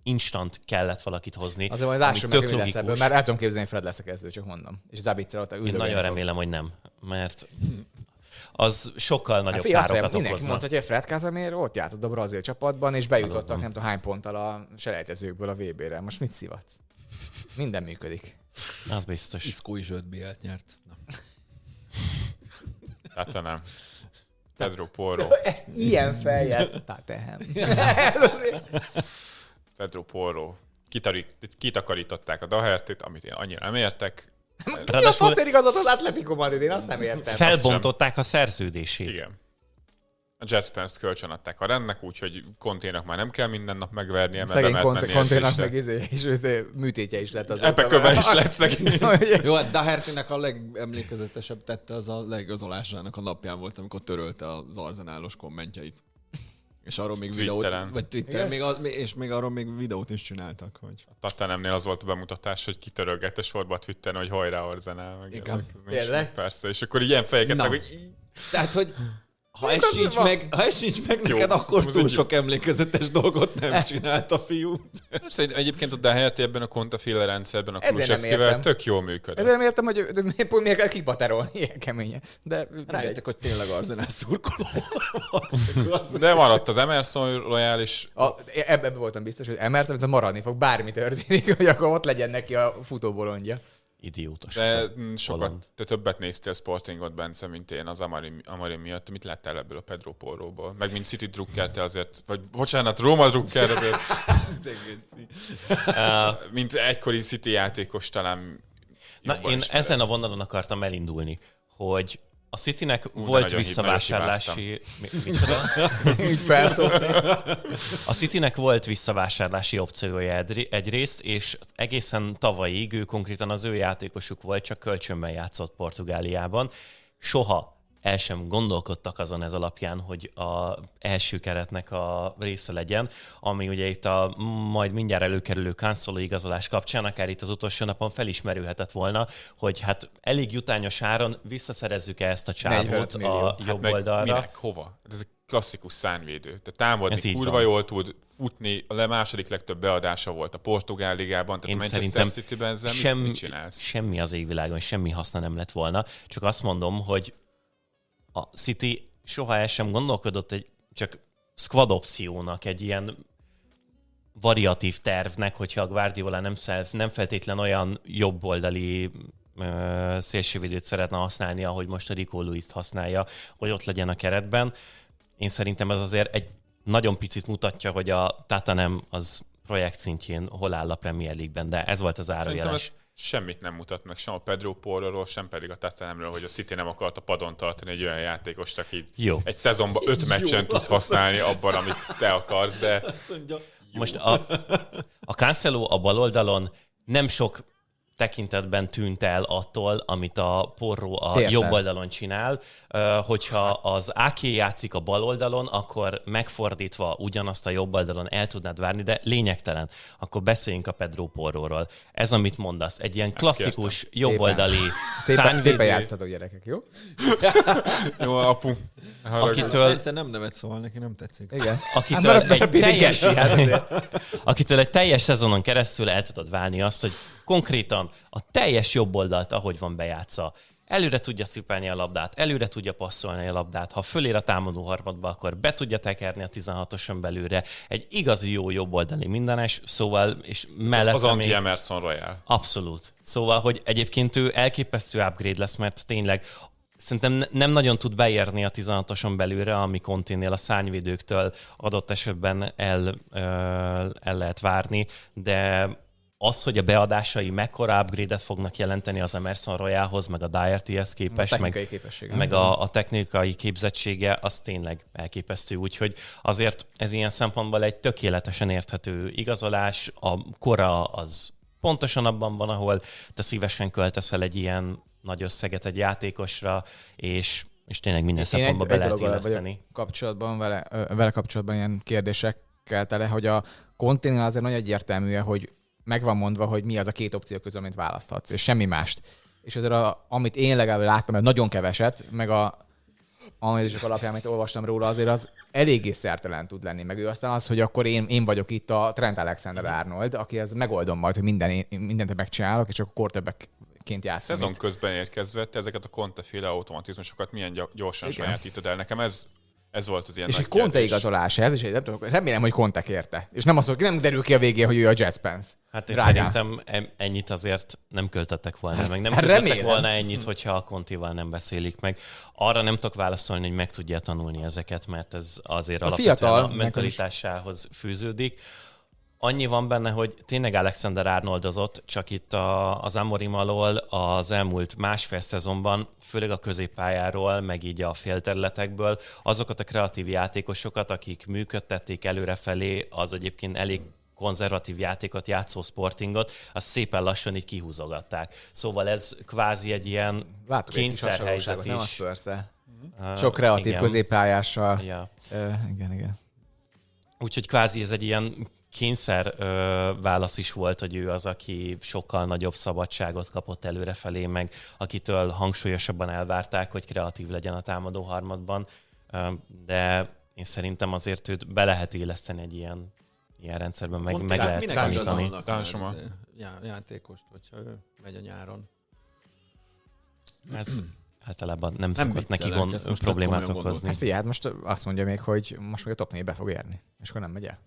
instant kellett valakit hozni. Azért majd lássuk meg, mi lesz ebből, mert el tudom képzelni, Fred lesz a kezdő, csak mondom. És Zabitzer ott Én nagyon remélem, hogy nem, mert az sokkal nagyobb hát, károkat okozna. Mindenki mondta, hogy a Fred Casemiro ott játszott a brazil csapatban, és bejutottak Adom. nem tudom hány ponttal a selejtezőkből a vé bére. Most mit szivatsz? Minden működik. Az biztos. Iszkó is öt bé el-t nyert. Na. Tehát nem. Pedro Porro. Ezt ilyen feljel. Tehát Pedro Porro. Kitakarították a Dahertit, amit én annyira nem értek. Mi a faszért igazolt az Atletico Madrid? Én azt nem értem. Felbontották a szerződését. Igen. A Jet Spence-t kölcsön adták a rendnek, úgyhogy Konténak már nem kell minden nap megvernie. Szegény Konténak meg izé, és izé, műtétje is lett az. Epeköve is lett szegény. Jó, hát Dahertynek a legemlékezetesebb tette az a legigazolásának a napján volt, amikor törölte az arzenálos kommentjeit. És arról még videót, vagy Twitteren, még az, és még arról még videót is csináltak. Hogy... A Tottenhamnél az volt a bemutatás, hogy kitörölgette sorba a Twitteren, hogy hajrá Arsenal. Meg igen. Ezek, persze, és akkor így ilyen fejeket meg, hogy... Tehát, hogy ha ez sincs meg, ha ez sincs meg jó, neked, akkor túl sok emlékezetes dolgot nem csinált a fiú. Szerintem egyébként a Daherty ebben a Conte-féle rendszerben a Kulusevskivel tök jól működött. Ezért nem értem, hogy miért kell kipaterolni ilyen keményen. De rájöttek, hogy tényleg Arsenal szurkoló. De maradt az Emerson Royal is. Ebben voltam biztos, hogy Emerson maradni fog, bármi történik, hogy akkor ott legyen neki a futóbolondja. Idiótos. De sokat, te többet néztél Sportingot, Bence, mint én az Amari, Amari miatt. Mit láttál ebből a Pedro Porróból? Meg mint City drukker, te azért, vagy bocsánat, Roma drukker azért. uh, mint egykori City játékos talán. Na, én ismerem. Ezen a vonalon akartam elindulni, hogy a Citynek Ú, volt visszavásárlási... Úgy felszólni. A Citynek volt visszavásárlási opciója egyrészt, és egészen tavalyig ő konkrétan az ő játékosuk volt, csak kölcsönben játszott Portugáliában. Soha el sem gondolkodtak azon ez alapján, hogy az első keretnek a része legyen, ami ugye itt a majd mindjárt előkerülő Cancelo igazolás kapcsán, akár itt az utolsó napon felismerülhetett volna, hogy hát elég jutányos áron visszaszerezzük-e ezt a csávót a jobb hát oldalra. Minek? Hova? Ez egy klasszikus szárnyvédő. Tehát támadni kurva van. Jól tud futni, a második legtöbb beadása volt a Portugál ligában, tehát én a Manchester Cityben ezzel semmi, mit csinálsz? Semmi az égvilágon, semmi haszna nem lett volna. Csak azt mondom, hogy a City soha el sem gondolkodott egy csak squad opciónak, egy ilyen variatív tervnek, hogyha a Guardiola nem, szelf, nem feltétlen olyan jobboldali uh, szélsővédőt szeretne használni, ahogy most a Rico Lewis-t használja, hogy ott legyen a keretben. Én szerintem ez azért egy nagyon picit mutatja, hogy a Tottenham az projekt szintjén hol áll a Premier League-ben, de ez volt az árajelés. Semmit nem mutat meg, sem a Pedro Porróról, sem pedig a Tottenhamről, hogy a City nem akart a padon tartani egy olyan játékost, aki jó. Egy szezonban öt meccsen tudsz használni abban, amit te akarsz, de... Most a, a Cancelo a bal oldalon nem sok tekintetben tűnt el attól, amit a Porro a Értem. jobb oldalon csinál. Hogyha az Ake játszik a bal oldalon, akkor megfordítva ugyanazt a jobb oldalon el tudnád várni, de lényegtelen. Akkor beszéljünk a Pedro Porróról. Ez, amit mondasz, egy ilyen klasszikus jobboldali szépen, szépen játszatok, gyerekek, jó? Jó, apu. Akitől... Egyszer nem nevet, szóval neki nem tetszik. Igen. Akitől, egy teljes, akitől egy teljes szezonon keresztül el tudod válni azt, hogy konkrétan a teljes jobb oldalt, ahogy van bejátszva, előre tudja cipelni a labdát, előre tudja passzolni a labdát, ha fölér a támadó harmadba, akkor be tudja tekerni a tizenhatoson belőle. Egy igazi jó jobboldali mindenes, szóval, és mellett... Az anti Emerson Royal. Abszolút. Szóval, hogy egyébként ő elképesztő upgrade lesz, mert tényleg szerintem nem nagyon tud beérni a tizenhatoson belőle, ami Conténél a szárnyvédőktől adott esetben el, el lehet várni, de az, hogy a beadásai mekkora upgrade-et fognak jelenteni az Emerson Royalhoz, meg a Dahertyhez képest, a meg, meg a, a technikai képzettsége, az tényleg elképesztő. Úgyhogy azért ez ilyen szempontból egy tökéletesen érthető igazolás. A kora az pontosan abban van, ahol te szívesen költesz el egy ilyen nagy összeget egy játékosra, és, és tényleg minden szempontból be lehet illeszteni. Kapcsolatban vele, vele kapcsolatban ilyen kérdésekkel tele, hogy a Conténél azért nagyon egyértelmű, hogy meg van mondva, hogy mi az a két opció közül, amit választhatsz, és semmi mást. És azért, a, amit én legalább láttam, mert nagyon keveset, meg a analízisok alapján, amit olvastam róla, azért az eléggé szertelen tud lenni. Meg ő aztán az, hogy akkor én, én vagyok itt a Trent Alexander-Arnold, aki ez megoldom majd, hogy minden, mindent megcsinálok, és akkor quarterbackként játszom. Szezon közben érkezve, te ezeket a Conte-féle automatizmusokat milyen gyorsan Igen. sajátítod el. Nekem ez, ez volt az ilyen És nagy egy Conte kérdés. igazolása ez, és nem tudom, remélem, hogy Conte kérte. És nem az, hogy nem derül ki a végén, hogy ő a Jets Pence. Hát én Drágám. szerintem em- ennyit azért nem költöttek volna, meg nem Hát közöttek remélem. volna ennyit, hogyha a Contival nem beszélik meg. Arra nem tudok válaszolni, hogy meg tudja tanulni ezeket, mert ez azért A alapvetően fiatal, a meg mentalitásához fűződik. Annyi van benne, hogy tényleg Alexander Arnoldozott, csak itt a, az Amorim alól az elmúlt másfél szezonban, főleg a középpályáról, meg így a félterületekből, azokat a kreatív játékosokat, akik működtették előrefelé, az egyébként elég konzervatív játékot, játszó Sportingot, azt szépen lassan így kihúzogatták. Szóval ez kvázi egy ilyen Látok egy kis kényszerhelyzet hasonlóságot, nem a is. Spurs-e. Uh, Sok kreatív igen. középpályással. Ja. Uh, igen, igen. Úgyhogy kvázi ez egy ilyen kényszer ö, válasz is volt, hogy ő az, aki sokkal nagyobb szabadságot kapott előrefelé, meg akitől hangsúlyosabban elvárták, hogy kreatív legyen a támadó harmadban. Ö, de én szerintem azért őt be lehet éleszteni egy ilyen, ilyen rendszerben, meg, meg lehet minek tanítani. igazolnak Társoma. már já- játékost, hogyha ő megy a nyáron. Ez általában nem, Nem szokott neki viccelek, gond, ezt most problémát komolyan okozni. gondoltam. Hát figyelj, hát most azt mondja még, hogy most még a top négybe fog érni. És akkor nem megy el.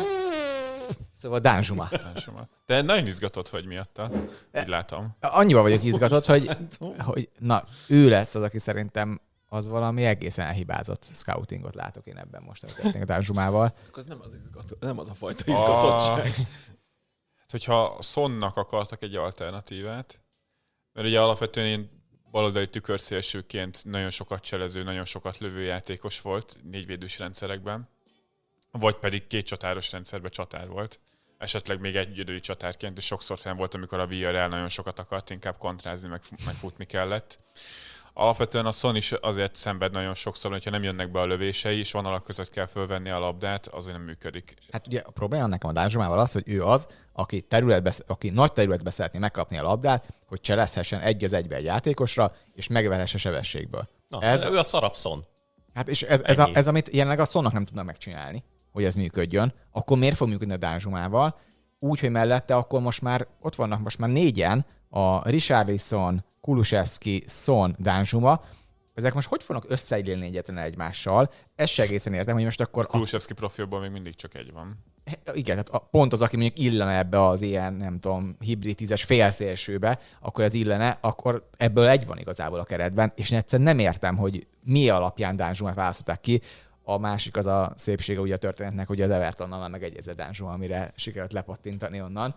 Szóval Dan Zsuma. De nagyon izgatott vagy miatta. Így látom. Annyival vagyok izgatott, hogy, hogy na, ő lesz az, aki szerintem az valami egészen elhibázott scoutingot látok én ebben most, amit történik a Dan Zsumával. Akkor az nem az, izgató, nem az a fajta izgatottság. Hát, hogyha Sonnak akartak egy alternatívát, mert ugye alapvetően én baloldali tükörszélsőként nagyon sokat cselező, nagyon sokat lövő játékos volt négyvédős rendszerekben, vagy pedig két csatáros rendszerben csatár volt. Esetleg még egy idői csatárként, és sokszor fenn volt, amikor a Villarreal nagyon sokat akart, inkább kontrázni, meg, meg futni kellett. Alapvetően a Son is azért szenved nagyon sokszor, hogyha nem jönnek be a lövései, és van alak között kell fölvenni a labdát, azért nem működik. Hát ugye a probléma nekem a Dan Zsumával az, hogy ő az, aki, területbe, aki nagy területbe szeretné megkapni a labdát, hogy cselezhessen egy az egybe egy játékosra, és megverhesse sebességből. Na, Ez- ez, ő a szarabszon. Hát és ez, ez, a, Ennyi. ez, amit jelenleg a Sonnak nem tudnak megcsinálni, hogy ez működjön, akkor miért fog működni a Dan Zsumával? Úgy, hogy mellette akkor most már ott vannak most már négyen, a Richarlison, Kulusevski, Son, Dan Zsuma. Ezek most hogy fognak összeillélni egyetlen egymással? Ezt se egészen értem, hogy most akkor... A, Kulusevski profilból még mindig csak egy van. igen, tehát a, pont az, aki mondjuk illene ebbe az ilyen, nem tudom, hibrid tízes félszélsőbe, akkor ez illene, akkor ebből egy van igazából a keretben, és egyszerűen nem értem, hogy mi alapján Dan Zsumát választották ki. A másik az a szépsége ugye a történetnek, hogy az Evertonnal már megegyezett Dan Zsuma, amire sikerült lepattintani onnan.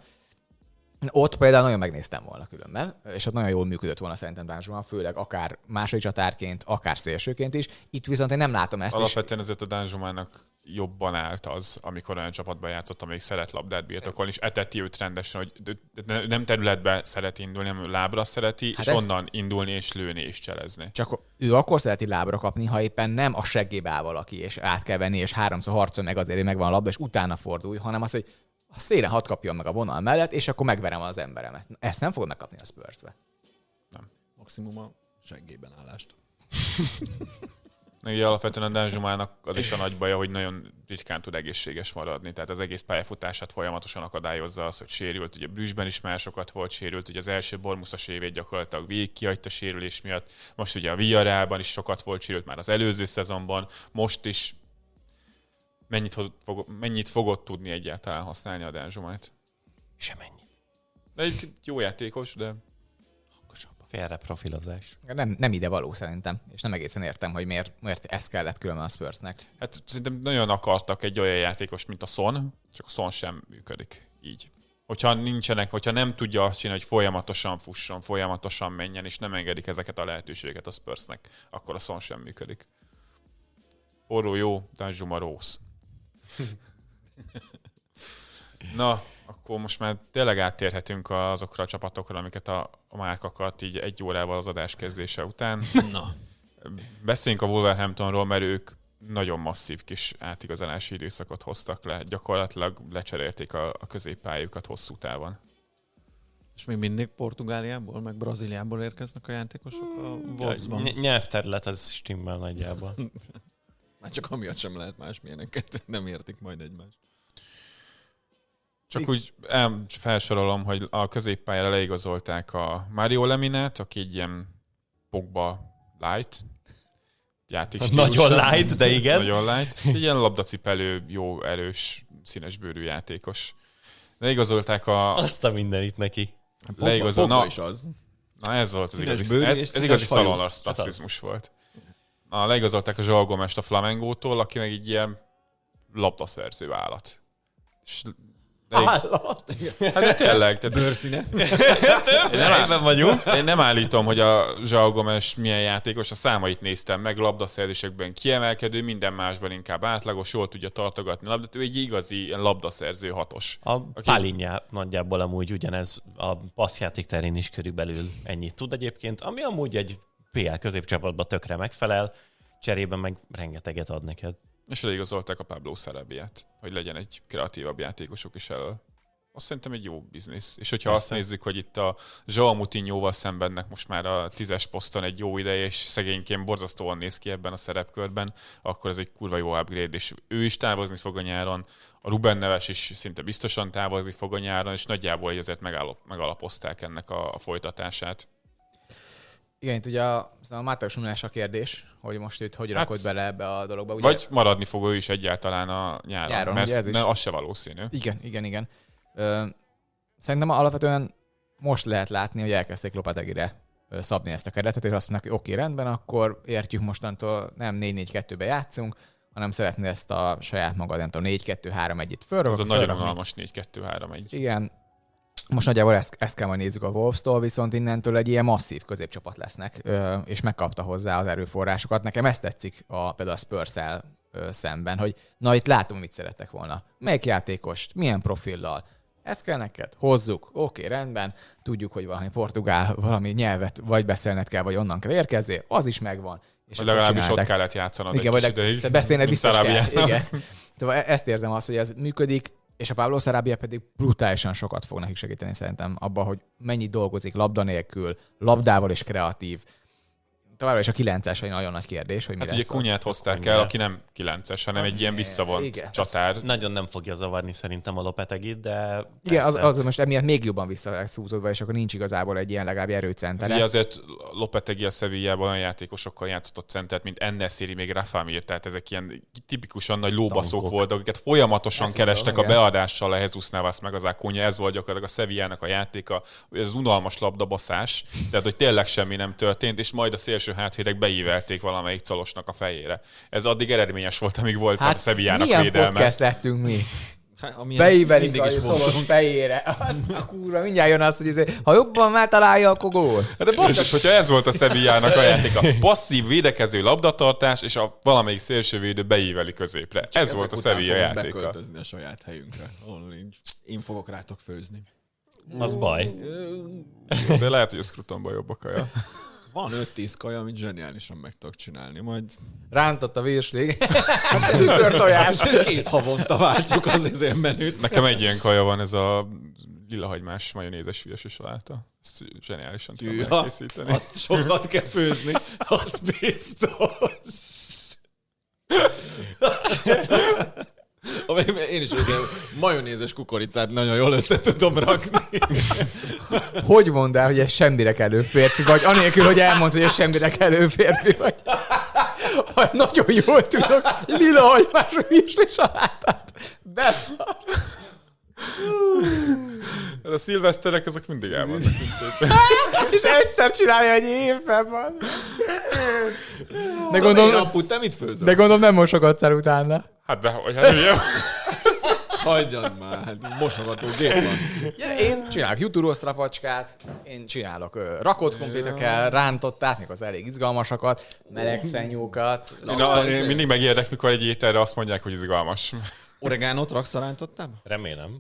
Ott például nagyon megnéztem volna különben, és ott nagyon jól működött volna szerintem Dan Zsuma, főleg akár második csatárként, akár szélsőként is. Itt viszont én nem látom ezt. Alapvetően ezért a Dan Zsumának jobban állt az, amikor olyan csapatban játszott, amelyik szeret labdát birtokolni, és eteti őt rendesen, hogy nem területbe szeret indulni, hanem lábra szereti, Hát és ez... onnan indulni, és lőni, és cselezni. Csak ő akkor szereti lábra kapni, ha éppen nem a seggébe áll valaki, és át kell venni, és háromszor harcol meg azért, hogy megvan a labda, és utána fordulj, hanem az, hogy a szélen hadd kapjon meg a vonal mellett, és akkor megverem az emberemet. Ezt nem fogod megkapni a Spurs-be. Maximum a seggében állást. Ugye alapvetően a Dan Zsumának az is a nagy baja, hogy nagyon ritkán tud egészséges maradni. Tehát az egész pályafutását folyamatosan akadályozza az, hogy sérült. Ugye Brüsszben is már sokat volt sérült, ugye az első bormuszos évét gyakorlatilag végig kihagyta sérülés miatt. Most ugye a Villarrealban is sokat volt sérült már az előző szezonban, most is. Mennyit, fog, mennyit fogod tudni egyáltalán használni a Dan Zsumát? Semennyi. De egy jó játékos, de... Félre profilozás. Nem, nem ide való szerintem, és nem egészen értem, hogy miért, miért ez kellett különben a Spursnek. Hát szerintem nagyon akartak egy olyan játékos, mint a Son, csak a Son sem működik így. Hogyha nincsenek, hogyha nem tudja azt csinálni, hogy folyamatosan fusson, folyamatosan menjen, és nem engedik ezeket a lehetőségeket a Spursnek, akkor a Son sem működik. Porró jó, Dan Zsuma rossz. Na, akkor most már tényleg áttérhetünk azokra a csapatokra, amiket a, a márkakat így egy órával az adás kezdése után. Na. Beszéljünk a Wolverhamptonról, mert ők nagyon masszív kis átigazolási időszakot hoztak le. Gyakorlatilag lecserélték a, a középpályukat hosszú távon. És még mindig Portugáliából, meg Brazíliából érkeznek a játékosok a Wolvesban. Ny- nyelvterület az stimmel nagyjából. Már csak amiatt sem lehet másmilyeneket, nem értik majd egymást. Csak úgy el, felsorolom, hogy a középpályára leigazolták a Mario Leminát, aki egy ilyen Pogba light játékstílusa. Nagyon light, de igen. Nagyon light. Egy ilyen labdacipelő, jó, erős, színesbőrű játékos. Leigazolták a... Azt a mindenit neki. Leigazol... Pogba Na, is az. na ez volt az Színes igazi, bőrű ez, és ez színes igazi fajú. szalon rasszizmus volt. Na, leigazolták a João Gomest a Flamengótól, aki meg egy ilyen labdaszerző állat. És leig... Állat? Hát de tényleg. Tehát Bőrszíne? én, nem áll... vagyunk. én nem állítom, hogy a João Gomes milyen játékos, a számait néztem meg, labdaszerzésekben kiemelkedő, minden másban inkább átlagos, jól tudja tartogatni labdát. Ő egy igazi ilyen labdaszerző hatos. A aki... Pálinja nagyjából amúgy ugyanez a passzjáték terén is körülbelül ennyit tud egyébként, ami amúgy egy pé el középcsapatban tökre megfelel, cserében meg rengeteget ad neked. És leigazolták a Pablo Sarabiát, hogy legyen egy kreatívabb játékosok is elől. Azt szerintem egy jó biznisz. És hogyha Persze. azt nézzük, hogy itt a João Moutinhoval szembennek most már a tízes poszton egy jó ideje, és szegényként borzasztóan néz ki ebben a szerepkörben, akkor ez egy kurva jó upgrade, és ő is távozni fog a nyáron, a Ruben Neves is szinte biztosan távozni fog a nyáron, és nagyjából ezért megalapozták ennek a, a folytatását. Igen, itt ugye a, a Máteus Nunes a kérdés, hogy most itt hogy rakod hát, bele ebbe a dologba. Ugye, vagy maradni fog ő is egyáltalán a nyáron, nyáron mert, ez mert az se valószínű. Igen, igen, igen. Ö, szerintem alapvetően most lehet látni, hogy elkezdték Lopetegire szabni ezt a keretet, és azt mondják, hogy oké, okay, rendben, akkor értjük mostantól nem négy négy kettőbe játszunk, hanem szeretné ezt a saját magad, nem tudom, négy kettő három egyet fölrakni. Ez a nagyon unalmas négy kettő három egy. Igen. Most nagyjából ezt, ezt kell majd nézzük a Wolves-tól, viszont innentől egy ilyen masszív középcsapat lesznek, és megkapta hozzá az erőforrásokat. Nekem ezt tetszik a, például a Spurs-el szemben, hogy na itt látom, mit szerettek volna. Melyik játékost, milyen profillal. Ezt kell neked? Hozzuk. Oké, okay, rendben. Tudjuk, hogy valami portugál, valami nyelvet vagy beszélned kell, vagy onnan kell érkezzél. Az is megvan. És vagy legalábbis ott kellett játszanod igen, egy vagy kis ideig. Te beszélned biztos kell. Igen. Tehát ezt érzem azt, hogy ez működik, és a Pablo Sarabia pedig brutálisan sokat fog nekik segíteni szerintem abban, hogy mennyit dolgozik labda nélkül, labdával és kreatív. Továbbra is a kilences egy nagyon nagy kérdés, hogy mi hát lesz. ugye Kunyát hozták el, aki nem kilences, hanem egy ilyen visszavont igen. csatár. Ez nagyon nem fogja zavarni szerintem a Lopetegit, de... Igen, az, az most emiatt még jobban vissza lett szúzódva, és akkor nincs igazából egy ilyen legalább erőcentere. Ugye azért Lopetegi a Sevillában olyan játékosokkal játszott centert, mint En-Nesyri, még Rafamir, tehát ezek ilyen tipikusan nagy lóbaszók Tankok. voltak, akiket folyamatosan Ezt kerestek mondom, a beadással a Jesus Navas meg az Acuña, ez volt gyakorlatilag a Sevillának a játéka, ez az unalmas labdabaszás, tehát hogy tényleg semmi nem történt, és majd a szélső hátvédek beívelték valamelyik colosnak a fejére. Ez addig eredményes volt, amíg volt hát a Sevillának védelme. Milyen podcast lettünk mi? Hát, beívelik a colos fejére. Az a kurva, mindjárt jön az, hogy ezért, ha jobban megtalálja, akkor gól. De basszus, hogyha ez volt a Sevillának a játéka. Passzív védekező labdatartás, és a valamelyik szélsővédő beíveli középre. Csak ez volt a Sevilla játéka. Beköltözni a saját helyünkre. Én fogok rátok főzni. Az baj. Azért lehet, hogy a Scrutonban jobb a kaja. Van öt-tíz kaja, amit zseniálisan meg tudok csinálni. Majd... Rántott a virslig. Tűzör tojás. Két havonta váltjuk az azért menüt. Nekem egy ilyen kaja van, ez a lilahagymás majonézes hülyesi saláta. Ezt zseniálisan tudom Tűha, elkészíteni. Azt sokat kell főzni, az biztos. Én is ugye majonézes kukoricát nagyon jól össze tudom rakni. Hogy mondd el, hogy ez semmire kellő férfi vagy, anélkül, hogy elmondd, hogy ez semmire kellő férfi vagy. Ha nagyon jól tudok, lila hagymás virsli salátát. Beszar. Ez a szilveszterek, ezek mindig elvannak. És egyszer csinálja egy évben van. De gondolom, apu, te mit főzöl? De gondolom nem mosogatsz utána. Hát de hogy, hát ugye? Hagyjad már, hát mosogató gép van. Ja, én csinálok juturos strapacskát, én csinálok uh, rakott komplétekkel, rántottát, még az elég izgalmasakat, melegszenyókat. Én mindig megérdek, mikor egy ételre azt mondják, hogy izgalmas. Oregánót raksz a rántottában? Remélem.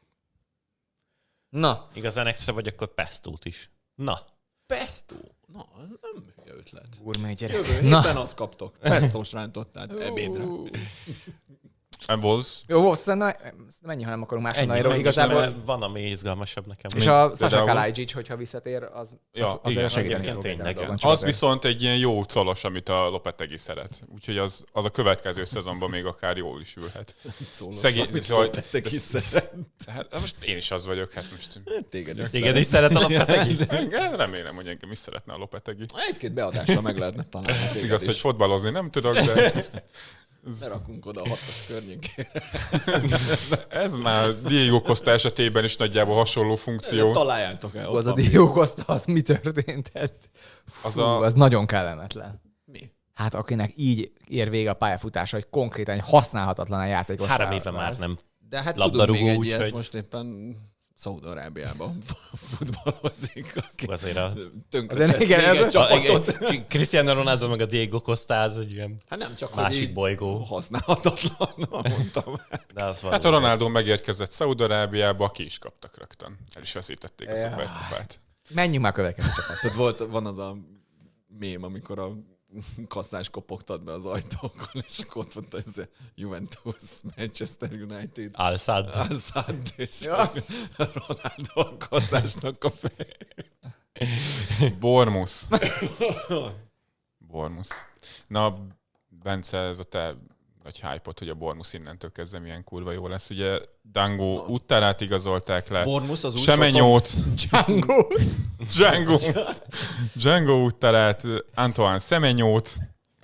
Na. Igazán extra vagy, akkor pestót is. Na. Pesto? Na, nem hülye ötlet. Gourmet gyerek. Jövő héten azt kaptok. Pestós rántottát ebédre. Wolves. Jó, Wolves, szerintem mennyi, ha nem akarunk másodnál. Igazából is, van, ami izgalmasabb nekem. És a Sasha Kalajdzic, hogyha visszatér, az, ja, az azért segíteni fog. Az azért. Viszont egy ilyen jó colos, amit a Lopetegui szeret. Úgyhogy az, az a következő szezonban még akár jól is ülhet. Szegény, szóval... Lopetegui szeret. Hát most én is az vagyok, hát most... Téged is, Téged is szeret a Lopetegui? Remélem, hogy engem is szeretne a Lopetegui. Egy-két beadással meg lehetne találni. Igaz, hogy fotbalozni nem tudok, de... Ne rakunk oda a hatos környékére. Ez már Diego Costa esetében is nagyjából hasonló funkció. Találjátok el. Az a Diego Costa, az mi történt? Fú, az, a... az nagyon kellemetlen. Mi? Hát akinek így ér vége a pályafutása, hogy konkrétan egy használhatatlan a játékos. Három éve már nem. De hát tudod még egy ilyet, hogy... most éppen Szaúd-Arábiában futballozik, aki azért a... tönkre tesz még egy csapatot. Cristiano Ronaldo meg a Diego Costa az egy ilyen hát nem csak másik bolygó. Használhatatlan, mondtam. De az hát a Ronaldo megérkezett Szaúd-Arábiába, ki is kaptak rögtön. El is veszítették a szuperkupát. Menjünk már következő csapat. Volt, van az a mém, amikor a kasszás kopogtat be az ajtókon, és akkor ott volt ez a Juventus, Manchester United. Al-Sadd. Al-Sadd, és ja. Ronaldo a kasszásnak a fej. Bournemouth. Bournemouth. Na, Bence, ez a te nagy hype-ot, hogy a Bournemouth innentől kezdve milyen kurva jó lesz. Ugye Dango Uttarát igazolták le. Bournemouth az új Semenyót. Django. Django. Django Uttarát, Antoine Semenyót.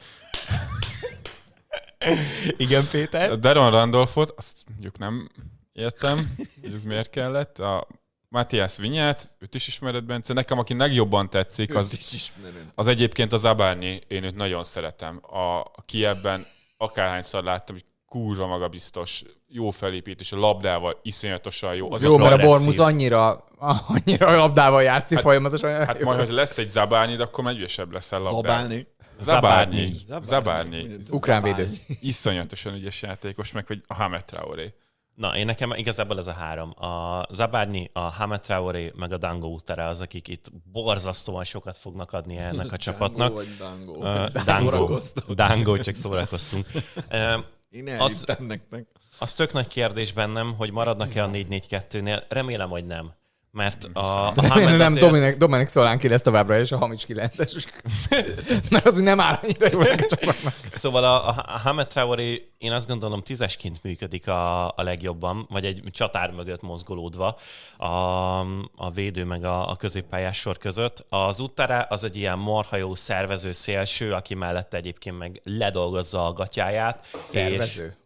Igen, Péter. A Deron Randolphot, azt mondjuk nem értem, hogy ez miért kellett. A Matthias Vinyát, őt is ismered, Bence. Nekem, aki legjobban tetszik, az, az egyébként az Abárnyi. Én őt nagyon szeretem. A, a Kievben akárhányszor láttam, hogy kurva magabiztos, jó felépítés, a labdával iszonyatosan jó. Az jó, mert a Bournemouth annyira, annyira labdával játszik hát, folyamatosan. Hát majd, ha lesz egy Zabárnyid, akkor már ügyesebb leszel labdával. Zabárnyi. Zabárnyi. Zabárnyi. Ukránvédő. Iszonyatosan ügyes játékos, meg hogy a Hamed Traoré. Na, én nekem igazából ez a három. A Zabárnyi, a Hamed Traoré, meg a Dango Uttara az, akik itt borzasztóan sokat fognak adni ennek a csapatnak. Vagy Dango? Uh, Dango. Dango, csak szórakoztunk. Uh, én elhittem nektek. Az tök nagy kérdés bennem, hogy maradnak-e a négy négy kettőnél. Remélem, hogy nem. Mert a, a Hamed nem, azért... Dominik, Dominik Szolánki lesz továbbra is a hamis kilences. Mert az úgy nem áll annyira jól a csapatnak. Szóval a, a Hamed Traoré, én azt gondolom tízesként működik a, a legjobban, vagy egy csatár mögött mozgolódva a, a védő meg a, a középpályás sor között. Az Uttara az egy ilyen marha szervező szélső, aki mellette egyébként meg ledolgozza a gatyáját. Szervező? És...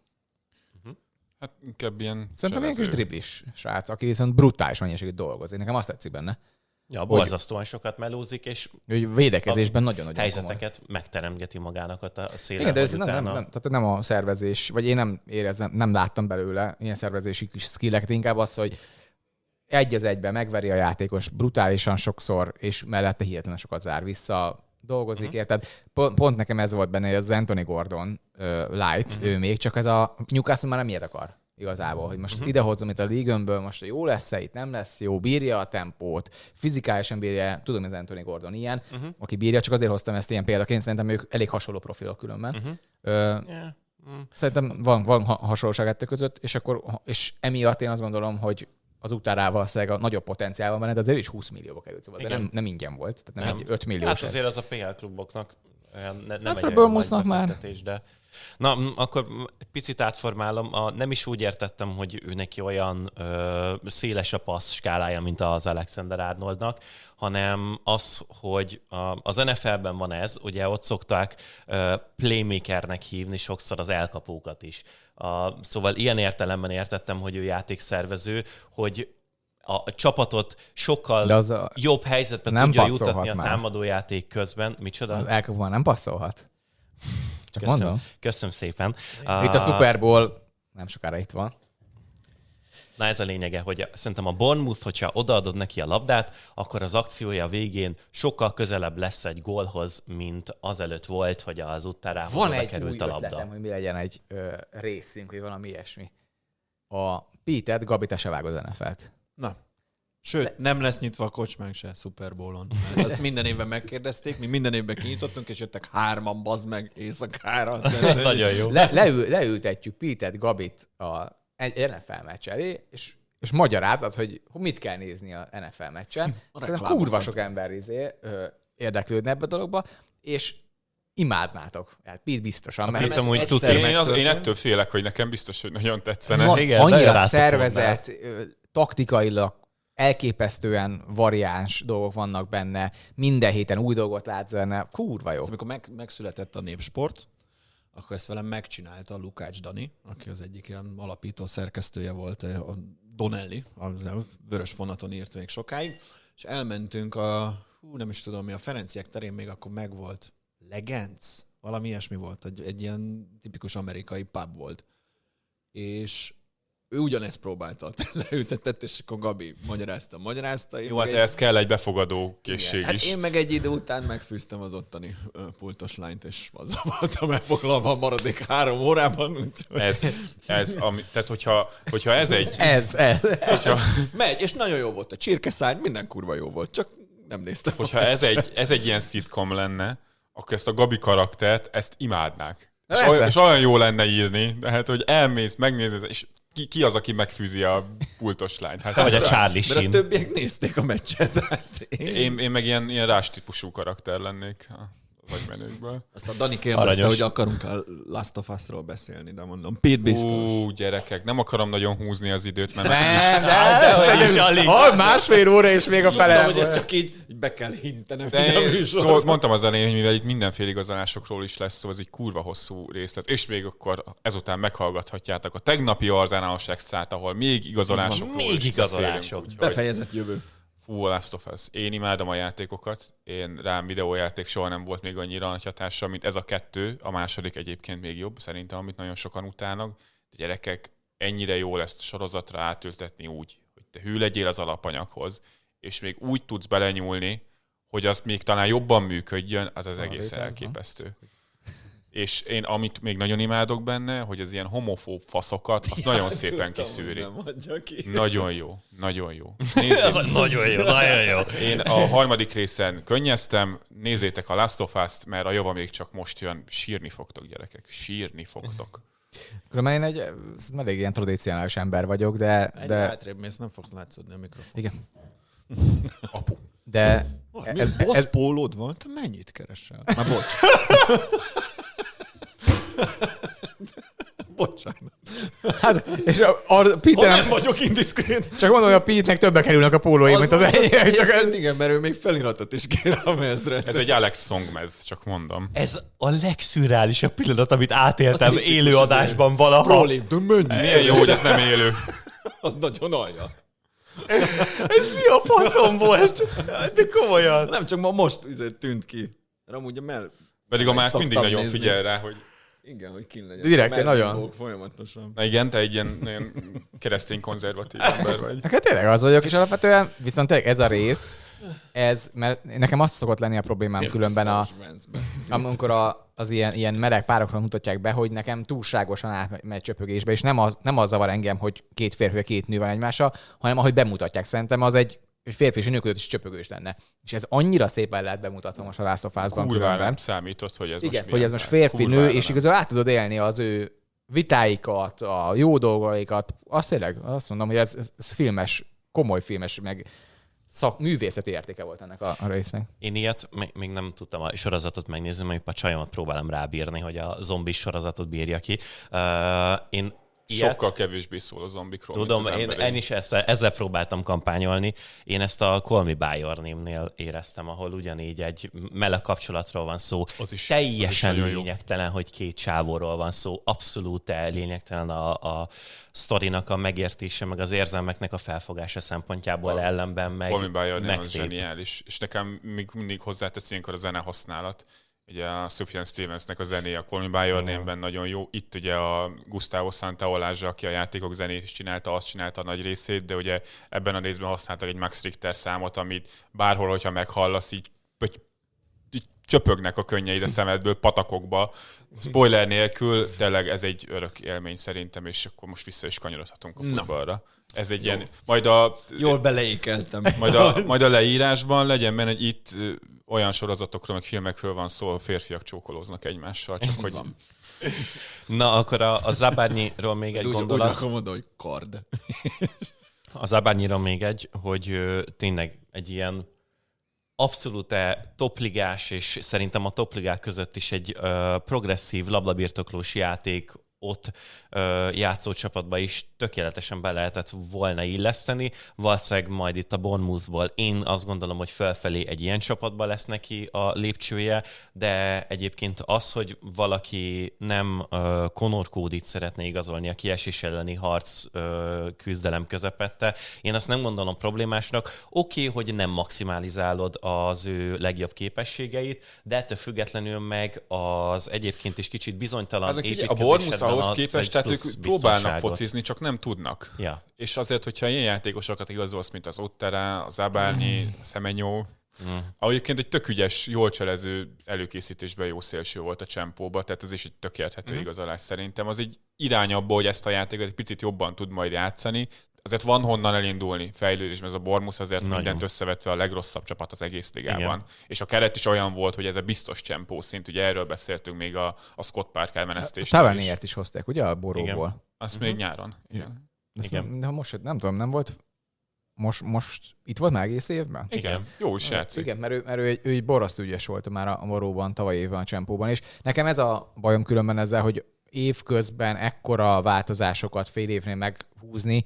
Hát inkább ilyen szerintem ilyen kis driblis srác, aki viszont brutális mennyiségű dolgozik. Nekem azt tetszik benne. Ja, borzasztóan sokat melózik, és hogy védekezésben nagyon-nagyon helyzeteket komoly. Megteremgeti magának a szélen. Igen, de ez nem, nem, nem, tehát nem a szervezés, vagy én nem érezem, nem láttam belőle ilyen szervezési kis skilleket, inkább az, hogy egy az egyben megveri a játékos brutálisan sokszor, és mellette hihetetlen sokat zár vissza, dolgozik, uh-huh. érted? Pont, pont nekem ez volt benne, hogy az Anthony Gordon uh, light, uh-huh. ő még, csak ez a Newcastle már nem ilyet akar igazából, hogy most uh-huh. idehozom itt a League-ből, most jó lesz-e, itt nem lesz jó, bírja a tempót, fizikálisan bírja, tudom, hogy az Anthony Gordon ilyen, uh-huh. aki bírja, csak azért hoztam ezt ilyen példaként, szerintem ők elég hasonló profilok különben. Uh-huh. Uh, yeah. uh-huh. Szerintem van, van hasonlóság ettől között, és, akkor, és emiatt én azt gondolom, hogy az Uttarával valószínűleg a nagyobb potenciálban van, de azért is húsz millióba került, szóval, de nem, nem ingyen volt, tehát nem, nem. egy öt milliós. Hát azért az a pé el kluboknak ne, nem hát egy olyan nagy már. De... Na, akkor picit átformálom. A, nem is úgy értettem, hogy ő neki olyan ö, széles a passz skálája, mint az Alexander Arnoldnak, hanem az, hogy a, az en ef el-ben van ez, ugye ott szokták ö, playmakernek hívni sokszor az elkapókat is. A, szóval ilyen értelemben értettem, hogy ő játékszervező, hogy a csapatot sokkal az a... jobb helyzetbe nem tudja jutatni a támadójáték közben. Micsoda? Az elkapóban nem passzolhat. Csak köszönöm, mondom. Köszönöm szépen. Itt a Super Bowl nem sokára itt van. Na ez a lényege, hogy szerintem a Bournemouth, hogyha odaadod neki a labdát, akkor az akciója végén sokkal közelebb lesz egy gólhoz, mint azelőtt volt, hogy az Uttarához oda került a labda. Van egy új ötletem, hogy mi legyen egy ö, részünk, vagy valami ilyesmi. A Pete-et, Gabi, te se vágod az en ef el-t. Na. Sőt, nem lesz nyitva a kocsmánk se Super Bowl-on. Ezt minden évben megkérdezték, mi minden évben kinyitottunk, és jöttek hárman, bazd meg, éjszakára. Ez nagyon jó. Le, leül, leültetjük Pitet, Gabit a egy en ef el meccs elé, és, és magyarázat, hogy mit kell nézni a en ef el meccsen. Szerintem kurva sok ember izé, ö, érdeklődne ebbe a dologba, és imádnátok. Hát Pete biztosan. Mert Mert amúgy én, én, az, én ettől félek, hogy nekem biztos, hogy nagyon tetszene. Na, igen, annyira szervezett, ö, taktikailag elképesztően variáns dolgok vannak benne, minden héten új dolgot látsz benne, kurva jó. Ezt, amikor meg, megszületett a Népsport, akkor ezt velem megcsinálta Lukács Dani, aki az egyik ilyen alapító szerkesztője volt, a Donnelly, az a Vörös Fonaton írt még sokáig, és elmentünk a, hú, nem is tudom mi, a Ferenciek terén még akkor megvolt Legenc, valami ilyesmi volt, egy, egy ilyen tipikus amerikai pub volt. És ő ugyanezt próbálta, leültetett, és akkor Gabi magyarázta, magyarázta. Jó, hát egy... ez kell egy befogadó készség igen, is. Hát én meg egy idő után megfűztem az ottani uh, pultos lányt, és azzal voltam elfoglalva a maradék három órában. Úgyhogy... Ez, ez ami, tehát hogyha, hogyha ez egy... Ez, ez. Hogyha, megy, és nagyon jó volt a csirkeszárny, minden kurva jó volt, csak nem néztem. Hogyha ez egy, ez egy ilyen szitkom lenne, akkor ezt a Gabi karaktert, ezt imádnák. És olyan, és olyan jó lenne írni, de hát, hogy elmész, megnézed, és Ki, ki az, aki megfűzi a pultos lányt? Hát, vagy a Charlie Sheen. Sheen. De a többiek nézték a meccset. Hát én... Én, én meg ilyen, ilyen rás típusú karakter lennék a nagymenőkből. Azt a Dani kérdezte, hogy akarunk a Last of Us-ról beszélni, de mondom, Pete biztos. Ú, gyerekek, nem akarom nagyon húzni az időt, mert Nem, de, de, de másfél óra és még a fele. Mondtam, hogy ezt csak így, így be kell hintenem. Szóval mondtam az elején, hogy mivel itt mindenféle igazolásokról is lesz szó, ez egy kurva hosszú rész lesz. És még akkor ezután meghallgathatjátok a tegnapi Arzenálos Extrát, ahol még igazolásokról még is igazolások. beszélünk. Befejezett jövő. Fú, a Last of Us. Én imádom a játékokat. Én rám videójáték soha nem volt még annyira nagy hatással, mint ez a kettő. A második egyébként még jobb, szerintem, amit nagyon sokan utálnak. De gyerekek, ennyire jó lesz sorozatra átültetni úgy, hogy te hű legyél az alapanyaghoz, és még úgy tudsz belenyúlni, hogy azt még talán jobban működjön, az az egész elképesztő. És én, amit még nagyon imádok benne, hogy az ilyen homofób faszokat, azt ja, nagyon szépen kiszűri. Ki. Nagyon jó, nagyon jó. Nézzétek, nagyon jó, nagyon jó. Én a harmadik részen könnyeztem, nézzétek a Last of Us-t, mert a java még csak most jön, sírni fogtok, gyerekek, sírni fogtok. Különben én egy elég ilyen tradicionális ember vagyok, de... Egy de... hátrébb mész, nem fogsz látszódni a mikrofon. Igen. Apu. De... Oh, ez, ez, ez pólód van? Te mennyit keresel? Már bocs. Bocsánat. Hát, és a, a Peter nem, nem vagyok indiszkrét. Csak mondom, hogy a Pete-nek többe kerülnek a pólói, az mint az enyém. Csak ez... Igen, mert ő még feliratot is kér a mezre. Ez egy Alex Songmez, csak mondom. Ez a legszürreálisabb pillanat, amit átéltem élő adásban valaha. Proli, de menj. Milyen jó, hogy ez nem élő. Az nagyon alja. Ez mi a faszom volt? De komolyan. Nem, csak ma most tűnt ki. Amúgy a mell... Pedig a Márk mindig nagyon nézni. Figyel rá, hogy... Igen, hogy kin legyen. Direkt, nagyon. Folyamatosan. Na igen, te egy ilyen, ilyen keresztény konzervatív ember vagy. Hát tényleg az vagyok, és alapvetően viszont tényleg ez a rész, ez, mert nekem azt szokott lenni a problémám Miért különben, a, amikor a, az ilyen, ilyen meleg párokra mutatják be, hogy nekem túlságosan átmegy csöpögésbe, és nem az, nem az zavar engem, hogy két férfi, két nő van egymással, hanem ahogy bemutatják. Szerintem az egy egy férfi és nő között is csöpögős lenne. És ez annyira szépen lehet bemutatva most a Last of Us-ban. Kurvára nem számított, hogy ez igen, most hogy ez most férfi, nő, és igazából át tudod élni az ő vitáikat, a jó dolgaikat. Azt tényleg, azt mondom, hogy ez, ez, ez filmes, komoly filmes, meg szak, művészeti értéke volt ennek a, a résznek. Én ilyet még, még nem tudtam a sorozatot megnézni, mert a csajomat próbálom rábírni, hogy a zombis sorozatot bírja ki. Uh, én Ilyet. Sokkal kevésbé szól a zombikról, tudom, mint az én, én is ezzel, ezzel próbáltam kampányolni. Én ezt a Call Me By Your Name-nél éreztem, ahol ugyanígy egy meleg kapcsolatról van szó. Az is, teljesen az is lényegtelen, hogy két csávóról van szó. Abszolút lényegtelen a, a sztorinak a megértése, meg az érzelmeknek a felfogása szempontjából, a, ellenben meg Call Me By Your Name az megtép. zseniális. És nekem még mindig hozzátesz ilyenkor a zene használat. Ugye a Sufjan Stevensnek a zenéje a Call Me By Your Name-ben nagyon jó. Itt ugye a Gustavo Santaolalla, aki a játékok zenét is csinálta, azt csinálta a nagy részét, de ugye ebben a részben használtak egy Max Richter számot, amit bárhol, hogyha meghallasz, így, így csöpögnek a könnyeid a szemedből, patakokba. Spoiler nélkül, tényleg ez egy örök élmény szerintem, és akkor most vissza is kanyarodhatunk a futballra. Ez egy Jó. ilyen, majd a... Jól beleékeltem. Majd a, majd a leírásban legyen benne, hogy itt olyan sorozatokról, meg filmekről van szó, a férfiak csókolóznak egymással, csak hogy... Na, akkor a, a Zabárnyiról még egy úgy, gondolat. Úgy rakom oda, hogy kard. A Zabárnyiról még egy, hogy ö, tényleg egy ilyen abszolút topligás, és szerintem a topligák között is egy ö, progresszív, labdabirtoklós játék ott ö, játszó csapatba is tökéletesen be lehetett volna illeszteni. Valószínűleg majd itt a Bournemouthból én azt gondolom, hogy felfelé egy ilyen csapatba lesz neki a lépcsője, de egyébként az, hogy valaki nem ö, Conor Codit szeretné igazolni a kiesés elleni harc ö, küzdelem közepette, én azt nem gondolom problémásnak. Oké, okay, hogy nem maximalizálod az ő legjobb képességeit, de ettől függetlenül meg az egyébként is kicsit bizonytalan építkezésedben ahhoz képest, tehát ők próbálnak focizni, csak nem tudnak. Ja. És azért, hogyha ilyen játékosokat igazolsz, mint az Ottera, az Zabárnyi, mm. Semenyó, mm. ahogyként egy tök ügyes, jól cselező előkészítésben jó szélső volt a Csempóba, tehát ez is egy tök érthető mm. igazolás szerintem. Az egy irány abba, hogy ezt a játékot egy picit jobban tud majd játszani. Azért van honnan elindulni fejlődésben, ez a Bournemouth azért Nagyon. mindent összevetve a legrosszabb csapat az egész ligában. Igen. És a keret is olyan volt, hogy ez a biztos Csempó szint, ugye erről beszéltünk még a, a Scott Park elmenesztésnél. A Taverniert is hozták, ugye a Boróból? Azt uh-huh. még nyáron. Igen. Igen. De most nem tudom, nem volt most, most itt volt már egész évben? Igen, igen. Jó is játszik. Igen, mert ő, mert ő, egy, ő egy borrasztó ügyes volt már a Boróban, tavaly évben a Csempóban is. Nekem ez a bajom különben ezzel, hogy évközben ekkora változásokat fél évnél meghúzni,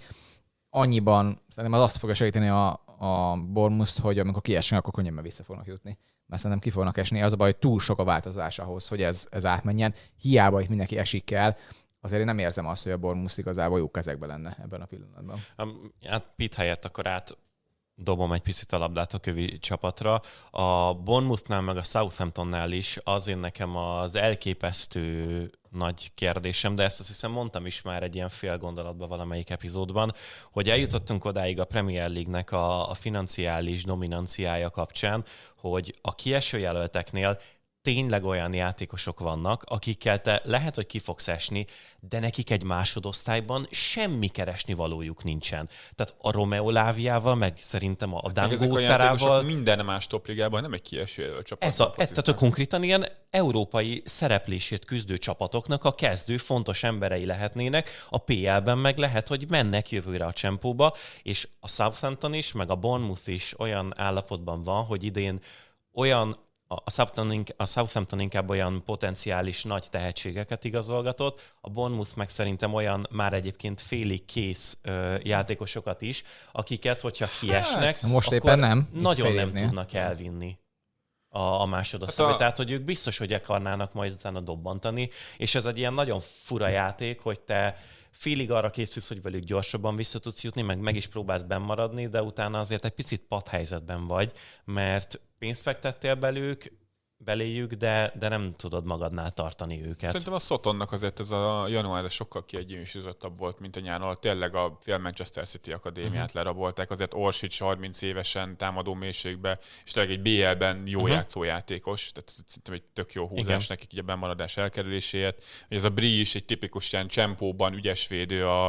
annyiban szerintem az azt fogja segíteni a, a Bournemouth, hogy amikor kiesnek, akkor könnyebben vissza fognak jutni. Mert szerintem ki fognak esni. Az a baj, hogy túl sok a változás ahhoz, hogy ez, ez átmenjen. Hiába itt mindenki esik el, azért én nem érzem azt, hogy a Bournemouth igazából jó kezekben lenne ebben a pillanatban. Hát Pitt helyett akkor át dobom egy picit a labdát a kövi csapatra. A Bournemouthnál meg a Southamptonnál is azért nekem az elképesztő nagy kérdésem, de ezt azt hiszem mondtam is már egy ilyen fél gondolatban valamelyik epizódban, hogy eljutottunk odáig a Premier League-nek a, a financiális dominanciája kapcsán, hogy a kieső jelölteknél tényleg olyan játékosok vannak, akikkel te lehet, hogy ki fogsz esni, de nekik egy másodosztályban semmi keresni valójuk nincsen. Tehát a Romeo Láviával, meg szerintem a Dangóterával... minden más topligában nem egy kieső csapat. Ez a, ez, tehát konkrétan ilyen európai szereplésért küzdő csapatoknak a kezdő fontos emberei lehetnének, a pé el-ben meg lehet, hogy mennek jövőre a Csempóba, és a Southampton is, meg a Bournemouth is olyan állapotban van, hogy idén olyan A Southampton, a Southampton inkább olyan potenciális nagy tehetségeket igazolgatott, a Bournemouth meg szerintem olyan már egyébként félig kész ö, játékosokat is, akiket, hogyha kiesnek, hát, most éppen nem. nagyon nem tudnak elvinni a, a másodosztályba. Hát a... Tehát, hogy ők biztos, hogy akarnának majd utána dobbantani, és ez egy ilyen nagyon fura játék, hogy te félig arra készülsz, hogy velük gyorsabban vissza tudsz jutni, meg meg is próbálsz bennmaradni, de utána azért egy picit padhelyzetben vagy, mert pénzt fektettél belők, beléjük, de, de nem tudod magadnál tartani őket. Szerintem a Sotonnak azért ez a január sokkal kiegyensúlyozottabb volt, mint a nyáron. Tényleg a fél Manchester City akadémiát uh-huh. lerabolták, azért Orsic harminc évesen támadó mélységbe, és tényleg egy bé el-ben jó uh-huh. játszójátékos, tehát szerintem egy tök jó húzás Igen. nekik így a bennmaradás elkerüléséért. Ez a Brie is egy tipikus ilyen Csempóban ügyes védő a...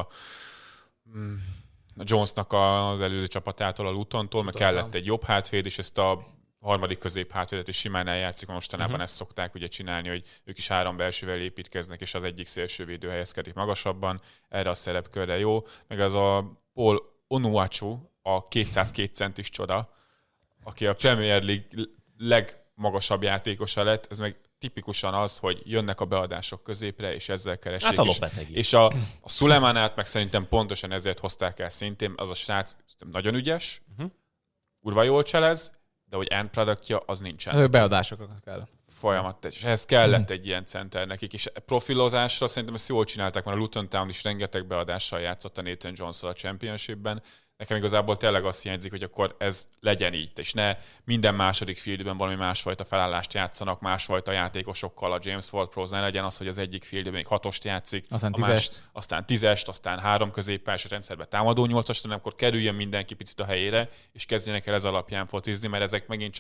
a Jonesnak az előző csapatától, a Lutontól, meg kellett egy jobb hátvéd, és ezt a harmadik közép hátvédet is simán eljátszik, mostanában uh-huh. ezt szokták ugye csinálni, hogy ők is három belsővel építkeznek, és az egyik szélsővédő helyezkedik magasabban, erre a szerepkörre jó. Meg az a Paul Onuachu, a kétszázkettő centis csoda, aki a Premier League legmagasabb játékosa lett, ez meg tipikusan az, hogy jönnek a beadások középre, és ezzel keresik. Hát a és, és a, a Sulemanát meg szerintem pontosan ezért hozták el szintén, az a srác nagyon ügyes, uh-huh. kurva jól cselez, de hogy end produktja, az nincsen. Ő beadásokra kell. Folyamat, és ehhez kellett egy ilyen center nekik, és profilozásra szerintem ezt jól csinálták, mert a Luton Town is rengeteg beadással játszott a Nathan Jones-szal a Championshipben. Nekem igazából tényleg azt hiányzik, hogy akkor ez legyen így, és ne minden második fieldben valami másfajta felállást játszanak, másfajta játékosokkal a James Ward-Prowse, ne legyen az, hogy az egyik fieldben még hatost játszik, aztán tízest, más, aztán tízest, aztán három középpályás rendszerben támadó nyolcast, hanem akkor kerüljön mindenki picit a helyére, és kezdjenek el ez alapján focizni, mert ezek megint csak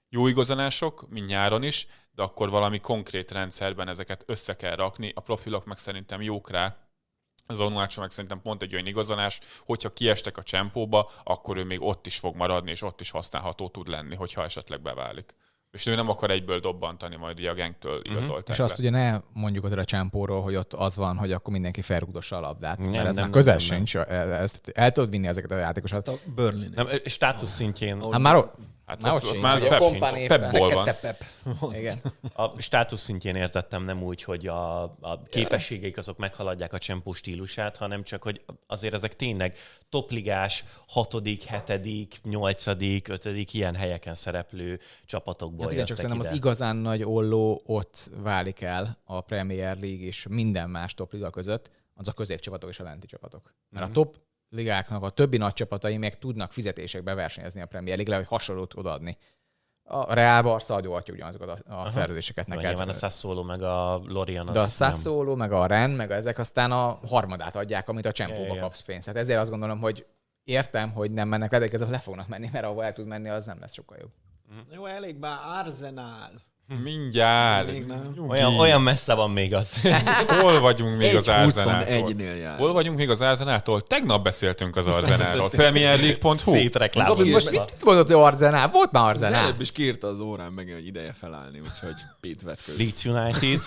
jó igazolások, mint nyáron is, de akkor valami konkrét rendszerben ezeket össze kell rakni. A profilok meg szerintem jók rá. Az Onuachu meg szerintem pont egy olyan igazolás, hogyha kiestek a csempóba, akkor ő még ott is fog maradni, és ott is használható tud lenni, hogyha esetleg beválik. És ő nem akar egyből dobbantani, majd ugye a Genktől igazolták. És azt ugye ne mondjuk ott a csempóról, hogy ott az van, hogy akkor mindenki felrugdossa a labdát, Nem, mert ez nem, már közel nem, nem. sincs. Ezt el tudod vinni ezeket a játékosokat. A Burnley. Nem, státusz szintjén, Hát már ott, Hát már ott, ott ott sincs. már Ugye Pep, Kompany éppen. Pepból van. Pep. Igen. a státusz szintjén értettem nem úgy, hogy a, a képességeik azok meghaladják a csempó stílusát, hanem csak, hogy azért ezek tényleg topligás, hatodik, hetedik, nyolcadik, ötödik ilyen helyeken szereplő csapatokból Hát igen, csak jöttek szerintem ide. az igazán nagy olló ott válik el a Premier League és minden más topliga között, az a középcsapatok és a lenti csapatok. Mert Mhm. a top ligáknak a többi nagy csapatai meg tudnak fizetésekbe versenyezni a Premier League-le, hogy hasonlót odaadni. A Real Barca adóhatja ugyanazokat a, a szerződéseket Neked. neked. Nyilván a Sassuolo meg a Lorient az De a nem. Sassuolo, meg a Ren, meg ezek aztán a harmadát adják, amit a csempóba Ja, ja, ja. kapsz pénzt. Hát ezért azt gondolom, hogy értem, hogy nem mennek le, de ezzel le fognak menni, mert ahol el tud menni, az nem lesz sokkal jobb. Jó, elég már Arsenal. Mindjárt. Még nem. Nyugi. Olyan, olyan messze van még az. Hol vagyunk még az Arsenáltól? huszonegynél jár. Hol vagyunk még az Arsenáltól? Tegnap beszéltünk az Arsenálról. Premier League pont hu. Gabi, Szétreklámozva. most mit mondott, hogy Arsenal? Volt már Az Arsenal. előbb is kiírta az órán meg, hogy ideje felállni, úgyhogy Pete vett közben. Leeds United.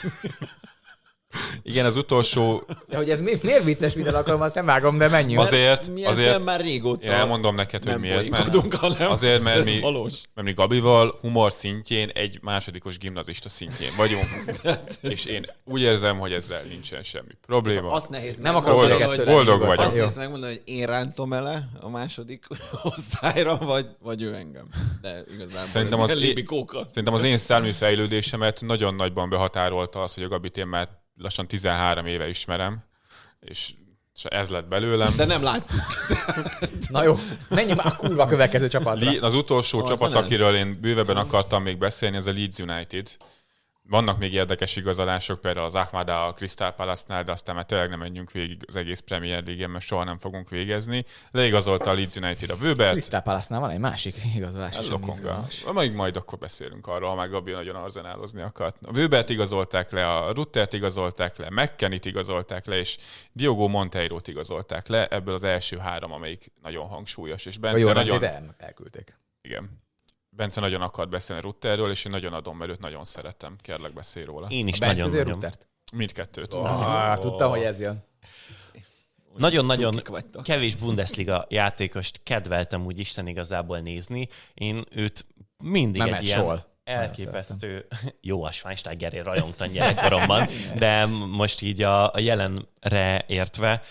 Igen, az utolsó De hogy ez mi, miért vicces minden alkalom, azt nem vágom, de menjünk. azért, Mi ezzel azért már régóta én elmondom neked, hogy nem miért. Mert poénkodunk, hanem azért, mert ez mi, valós. mert mi Gabival humor szintjén egy másodikos gimnazista szintjén vagyunk. És én úgy érzem, hogy ezzel nincsen semmi probléma. Azt nehéz Nem megmondani, akarok Boldog- idegesíteni. boldog nyugodtan. vagyok. Azt Jó. nehéz megmondani, hogy én rántom ele a második osztályra, vagy, vagy ő engem. De igazából Szerintem ez az ilyen é- libikóka. Szerintem az én szellemi fejlődésemet nagyon nagyban behatárolta az, hogy a Gabit én már lassan tizenhárom éve ismerem, és, és ez lett belőlem. De nem látszik. Na jó, menjünk már a kurva következő csapatra. Le- az utolsó Az csapat, nem. akiről én bővebben akartam még beszélni, ez a Leeds United. Vannak még érdekes igazolások, például az Ahmada a Crystal Palace-nál, de aztán már tényleg nem menjünk végig az egész Premier League-en, mert soha nem fogunk végezni. Leigazolta a Leeds United a Wöbert, Crystal Palace-nál van egy másik igazolás is, ami Lokonga. izgalmas. Majd, majd akkor beszélünk arról, ha már Gabi nagyon arzenálozni akart. A Wöbert igazolták le, a Ruttert igazolták le, McKennie-t igazolták le, és Diogo Monteiro-t igazolták le, ebből az első három, amelyik nagyon hangsúlyos. És A Bence jó nagyon... rendét el, elküldték. Igen. Bence nagyon akart beszélni Rutterről, és én nagyon adom, mert őt nagyon szeretem. Kérlek, beszélj róla. Én is A Bence nagyon, vagy a nagyon, Ruttert? Mindkettőt. Ah, tudtam, hogy ez jön. nagyon-nagyon Cukik vagytok. kevés Bundesliga játékost kedveltem úgy Isten igazából nézni. Én őt mindig Mehmet egy ilyen Scholl. elképesztő... Jó, a Schweinsteigerért rajongtam gyerekkoromban, de most így a, a jelenre értve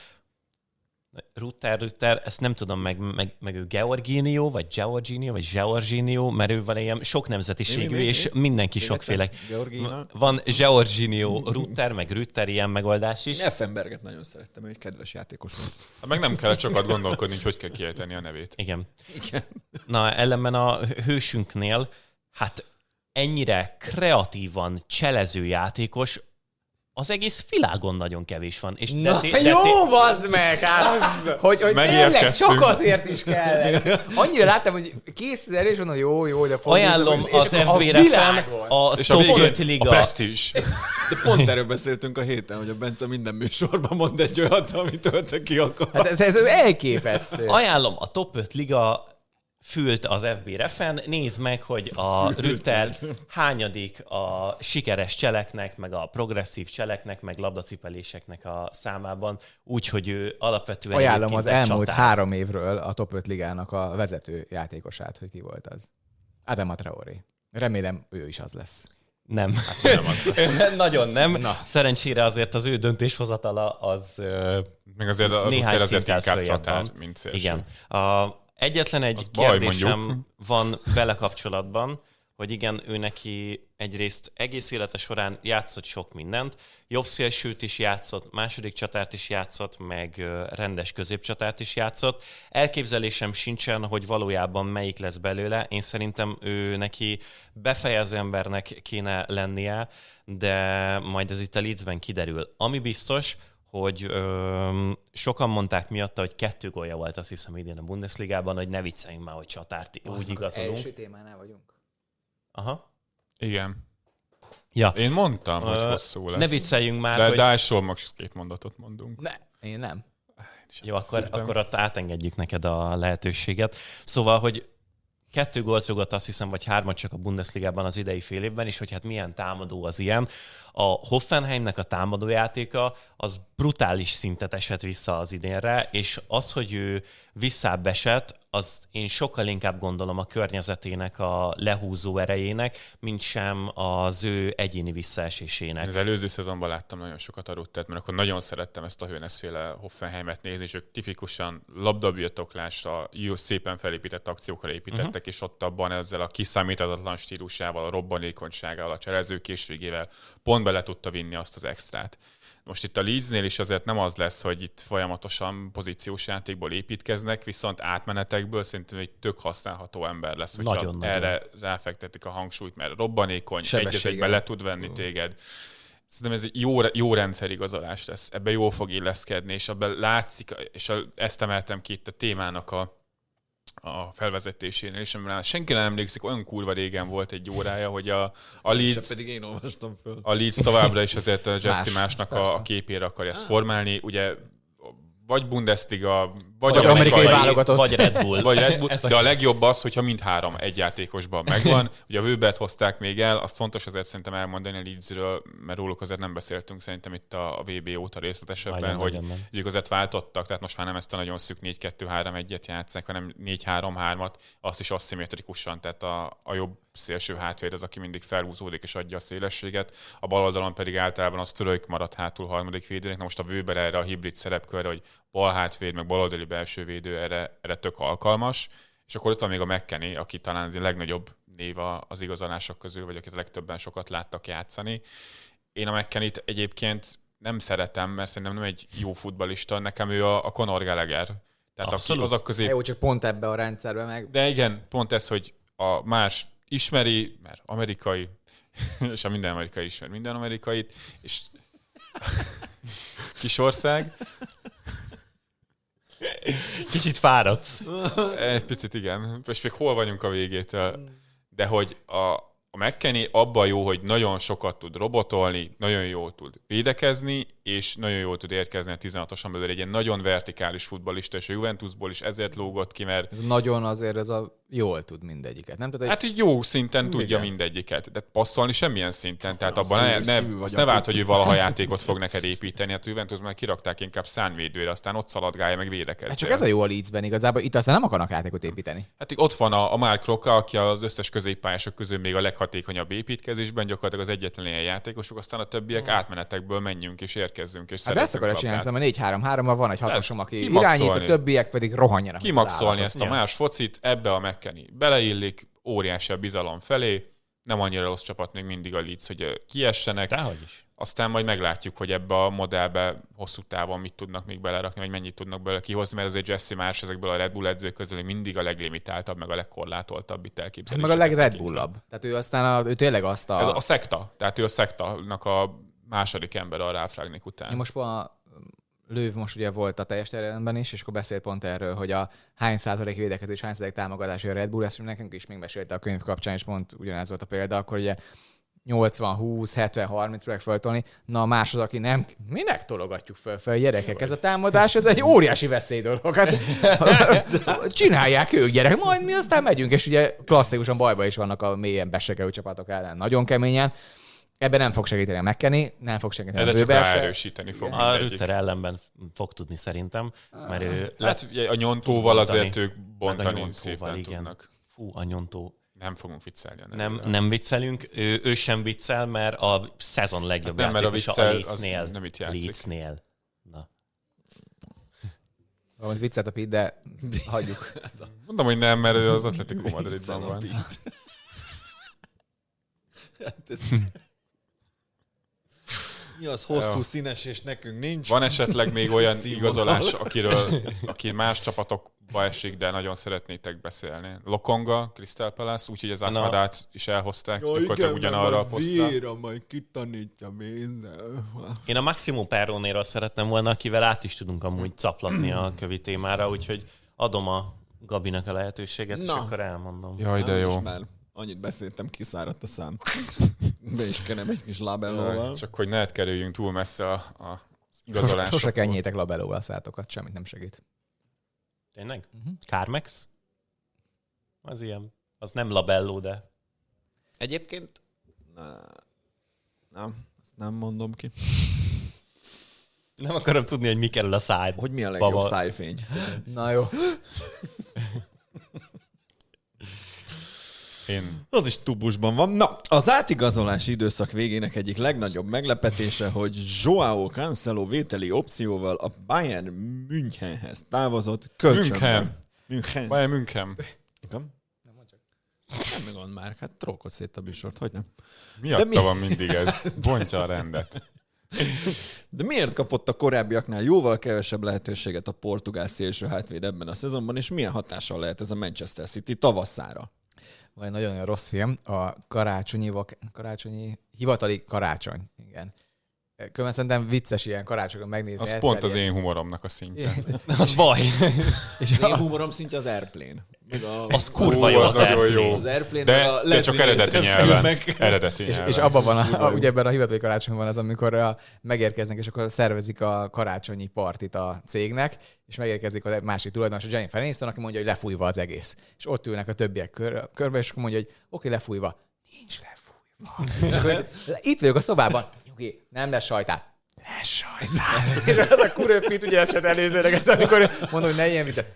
Rutter, Rutter, ezt nem tudom, meg, meg, meg ő Georginio, vagy Georginio, vagy Georginio, mert ő van ilyen sok nemzetiségű, Mi, mi, mi, és mi? mindenki Mi sokféle. lettem? Georgina? Van Georginio, Rutter, meg Rutter ilyen megoldás is. Effenberget nagyon szerettem, ő egy kedves játékos volt. Hát meg nem kellett sokat gondolkodni, hogy hogy kell kiejteni a nevét. Igen. Igen. Na, ellenben a hősünknél, hát ennyire kreatívan cselező játékos, az egész világon nagyon kevés van. És Na té- jó, bazd meg! Hát, hogy, hogy tényleg Megérkeztünk. csak azért is kell. Annyira láttam, hogy készül el, és mondom, jó, jó, de Ajánlom és az akkor a ef bé-re világon. a És a top végén öt a liga. presztízs. De pont erről beszéltünk a héten, hogy a Bence minden műsorban mond egy olyat, amit töltök ki akar. Hát ez, ez elképesztő. Ajánlom a top öt liga fült az ef bé refen, nézd meg, hogy a Rütter hányadik a sikeres cseleknek, meg a progresszív cseleknek, meg labdacipeléseknek a számában, úgyhogy ő alapvetően Ajánlom egyébként az egy elmúlt csatár. három évről a top öt ligának a vezető játékosát, hogy ki volt az. Adama Traoré. Remélem, ő is az lesz. Nem. Nem az. Nagyon nem. Na. Szerencsére azért az ő döntéshozatala az ö, Meg azért a néhány Rutter azért szinten inkább följebb csatár, van. mint szélső. Igen. A, egyetlen egy Az baj, kérdésem mondjuk. van vele kapcsolatban, hogy igen, ő neki egyrészt egész élete során játszott sok mindent, jobb szélsőt is játszott, második csatárt is játszott, meg ö, rendes középcsatárt is játszott. Elképzelésem sincsen, hogy valójában melyik lesz belőle. Én szerintem ő neki befejező embernek kéne lennie, de majd ez itt a Leedsben kiderül. Ami biztos, hogy ö, sokan mondták miatta, hogy kettő gólja volt, azt hiszem idén a Bundesligában, hogy ne vicceljünk már, hogy csatárt úgy igazolunk. Az első témánál vagyunk. Aha. Igen. Ja. Én mondtam, uh, hogy hosszú lesz. Ne vicceljünk már, de, hogy... De Dásról max két mondatot mondunk. Ne, én nem. Jó, akkor, akkor ott átengedjük neked a lehetőséget. Szóval, hogy kettő gólt rúgott, azt hiszem, vagy hármat csak a Bundesligában az idei fél évben, és hogy hát milyen támadó az ilyen. A Hoffenheimnek a támadójátéka az brutális szintet esett vissza az idénre, és az, hogy ő visszább esett, az én sokkal inkább gondolom a környezetének a lehúzó erejének, mint sem az ő egyéni visszaesésének. Az előző szezonban láttam nagyon sokat a Ruttet, mert akkor nagyon szerettem ezt a Hoeneß-féle Hoffenheimet nézni, és ők tipikusan labdabirtoklásra, jó szépen felépített akciókra építettek, uh-huh. és ott abban ezzel a kiszámíthatatlan stílusával, a robbanékonyságával, a cselezőkészségével pont bele tudta vinni azt az extrát. Most itt a Leedsnél is azért nem az lesz, hogy itt folyamatosan pozíciós játékból építkeznek, viszont átmenetekből szerintem egy tök használható ember lesz, hogyha nagyon, erre nagyon. ráfektetik a hangsúlyt, mert robbanékony, egy egyben le tud venni téged. Szerintem ez egy jó, jó rendszerigazolás lesz, ebben jól fog illeszkedni, és ebben látszik, és ezt emeltem ki itt a témának a a felvezetésénél, és amivel senki nem emlékszik, olyan kurva régen volt egy órája, hogy a, a Leeds, pedig én olvastam föl. A Leeds továbbra is azért a Jesse Más, Másnak a, a képére akarja ezt formálni, ugye vagy Bundesliga, vagy, vagy amerikai válogatott. Vagy Red Bull. Vagy Red Bull. De a legjobb az, hogyha mindhárom egy játékosban megvan. Ugye a Wöbert hozták még el, azt fontos azért szerintem elmondani a Leedsről, mert róluk azért nem beszéltünk szerintem itt a vé bé óta részletesebben, nagyon, hogy ők azért váltottak, tehát most már nem ezt a nagyon szűk négy kettő három egyet játszák, hanem négy három hármat, azt is aszimmetrikusan, tehát a, a jobb szélső hátvéd az, aki mindig felhúzódik és adja a szélességet, a bal oldalon pedig általában az Törők maradt hátul harmadik védőnek. Na most a Wöber erre a hibrid szerepkörre, hogy bal hátvéd, meg baloldali belső védő erre, erre tök alkalmas, és akkor ott van még a McKennie, aki talán az a legnagyobb név az igazolások közül, vagy akit a legtöbben sokat láttak játszani. Én a McKennie-t egyébként nem szeretem, mert szerintem nem egy jó futballista, nekem ő a, a Conor Gallagher. Tehát aki azok közé... Jó, csak pont ebbe a rendszerbe meg... De igen, pont ez, hogy a más ismeri, mert amerikai, és a minden amerikai ismer minden amerikait, és kis ország. Kicsit fáradsz. Egy picit igen, és még hol vagyunk a végétől. De hogy a, a McKennie abban jó, hogy nagyon sokat tud robotolni, nagyon jól tud védekezni, és nagyon jól tud érkezni a tizenhatoson belül. Egy ilyen nagyon vertikális futballista, és a Juventusból is ezért lógott ki, mert... Ez nagyon azért ez a jól tud mindegyiket, nem? Tehát egy... Hát így jó szinten igen. tudja mindegyiket, de passzolni semmilyen szinten, tehát abban ne, ne, azt ne vált, hogy ő valaha játékot fog neked építeni, hát a Juventus már kirakták inkább szánvédőre, aztán ott szaladgálja, meg védekezni. Hát csak ez a jó a Leedsben igazából, itt aztán nem akarnak játékot építeni. Hát ott van a, a Mark Rocca, aki az összes középpályások közül még a leghatékonyabb építkezésben, gyakorlatilag az egyetlen ilyen játékosok, aztán a többiek hmm. átmenetekből menjünk és érkezzünk. És hát ezt akarod csinálni, szóval négy három hárommal van egy hatosom, aki kimaxolni. irányít, a többiek pedig rohanjanak. Kimaxolni ezt a más focit, ebbe a McKennie beleillik, óriási a bizalom felé, nem annyira rossz csapat még mindig a Leeds, hogy kiessenek. Dehogy is. Aztán majd meglátjuk, hogy ebbe a modellbe hosszú távon mit tudnak még belerakni, vagy mennyit tudnak belőle kihozni, mert azért Jesse Marsh ezekből a Red Bull edzők közül mindig a leglimitáltabb, meg a legkorlátoltabb itt elképzelés. Meg a legred Bullabb. Tehát ő aztán a, ő tényleg azt a... Ez a szekta. Tehát ő a szektának a második ember a Ráfrágnik után. Én most a Löw most ugye volt a teljes terjedelemben is, és akkor beszélt pont erről, hogy a hány százalék védekezés, hány százalék támogatás a Red Bull, ezt nekünk is még mesélte a könyv kapcsán, és pont ugyanez volt a példa, akkor ugye nyolcvan húsz, hetven harminc próbálják föltolni. Na a másod, aki nem, minek tologatjuk föl fel, gyerekek? Ez a támadás, ez egy óriási veszély dolog. Hát, csinálják ők, gyerek, majd mi aztán megyünk. És ugye klasszikusan bajban is vannak a mélyen besegelő csapatok ellen. Nagyon keményen. Ebben nem fog segíteni a McKennie, nem fog segíteni ez a Wöber se. Erősíteni fog a Rütter ellenben fog tudni szerintem, mert ő hát a nyontóval azért ők bontani szépen igen. tudnak. Fú, a nyontó. Nem fogunk viccelni. Nem, nem viccelünk, ő, ő sem viccel, mert a szezon legjobb hát nem, játékos a, a Leedsnél. Nem itt játszik. Leedsnél. Na. Valamint viccelt a Pitt, de hagyjuk. Mondom, hogy nem, mert ő az Atletico Madridban van. Mi az hosszú, színes, és nekünk nincs? Van esetleg még olyan igazolás, akiről, aki más csapatokba esik, de nagyon szeretnétek beszélni. Lokonga, Crystal Palace, úgyhogy az Ahmadát is elhozták, gyakorlatilag ugyanarra a posztra. Véra, majd kitanítja minden. Én a Maximo Perronéról szeretném volna, akivel át is tudunk amúgy caplatni a kövi témára, úgyhogy adom a Gabinak a lehetőséget, Na. és akkor elmondom. Jaj, de jó. Már Annyit beszéltem, kiszáradt a szám. Be is kenem egy kis labellóval. Csak hogy ne kerüljünk túl messze a, a igazolásokból. Sose kenjétek labellóval a szátokat, semmit nem segít. Tényleg? Uh-huh. Carmex? Az ilyen. Az nem labelló, de... Egyébként... Na, nem, ezt nem mondom ki. Nem akarom tudni, hogy mi kerül a száj. Hogy mi a legjobb Baba. szájfény? Na jó. Én... Az is tubusban van. Na, az átigazolási időszak végének egyik legnagyobb meglepetése, hogy Joao Cancelo vételi opcióval a Bayern Münchenhez távozott kölcsönben. München. Bayern München. Igen? Nem megond már, hát trókod szét a műsort, hogy nem? Miatta mi... van mindig ez? Bontja a rendet. De miért kapott a korábbiaknál jóval kevesebb lehetőséget a portugál szélső hátvéd ebben a szezonban, és milyen hatással lehet ez a Manchester City tavaszára? Van egy nagyon rosszfilm, a karácsonyi, vak... karácsonyi, hivatali karácsony, igen. Különben szerintem vicces ilyen karácsonyon megnézni. Az pont az én humoromnak a szintje. Az baj. És az én humorom szintje az Airplane. A... Az kurva jó az, az, az Airplane. jó. Az Airplane de, a de csak eredeti nyelven. Meg... Eredeti és, nyelven. és abban van, a, a, ugye ebben a hivatali karácsonyban van az, amikor a, megérkeznek, és akkor szervezik a karácsonyi partit a cégnek, és megérkezik a másik tulajdonos, a Jennifer Aniston, aki mondja, hogy lefújva az egész. És ott ülnek a többiek kör, körbe, és akkor mondja, hogy oké, okay, lefújva. Nincs lefújva. És akkor itt vagyok a szobában. Nyugi, nem lesz sajtát. Lesz sajtát. És az a kurőpít ugye eset előzőleg, ez amikor mondom, hogy ne ilyen viccet.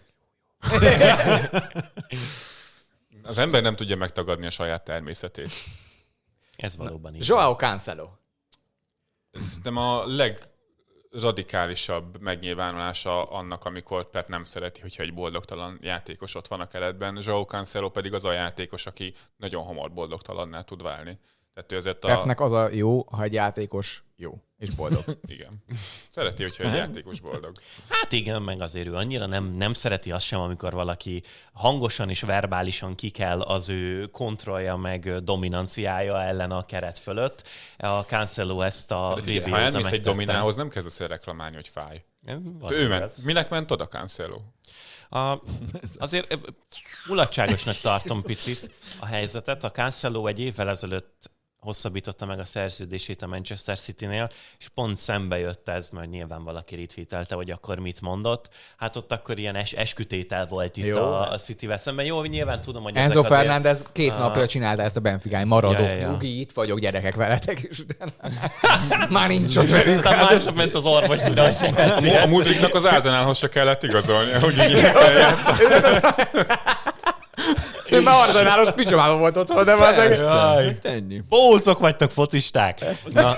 Az ember nem tudja megtagadni a saját természetét. Ez valóban így. Joao Cancelo. Ez szerintem a legradikálisabb megnyilvánulása annak, amikor Pep nem szereti, hogyha egy boldogtalan játékos ott van a keretben. Joao Cancelo pedig az a játékos, aki nagyon hamar boldogtalanná tud válni. Tehát ő azért a... Pepnek az a jó, ha egy játékos jó és boldog. Igen. Szereti, hogyha egy játékos boldog. Hát igen, meg azért ő annyira nem, nem szereti azt sem, amikor valaki hangosan és verbálisan kikel az ő kontrollja meg dominanciája ellen a keret fölött. A Cancelo ezt a vé bé Ha elmész egy megtette. dominához, nem kezdesz el reklamálni, hogy fáj. Van Ő ment. ez. Minek ment oda Cancelo? A, azért mulatságosnak tartom picit a helyzetet. A Cancelo egy évvel ezelőtt hosszabbította meg a szerződését a Manchester Citynél, és pont szembe jött ez, mert nyilván valaki retweetelte, hogy akkor mit mondott. Hát ott akkor ilyen es- eskütétel volt itt Jó. a, a Cityvel szemben. Jó, nyilván tudom, hogy Enzo ezek azért... Fernández két Ah. napja csinálta ezt a Benficán, maradok, Ja, ja, ja. Ugi, itt vagyok, gyerekek veletek, és utána már nincs ott velünk. Aztán másnap ment az orvos, hogy A Mudriknak az Arsenalhoz se kellett igazolnia, hogy így ezt Ő már arzenálos picsomában volt otthon, de már az Jaj. Ennyi. Bócok vagytok, focisták! Na,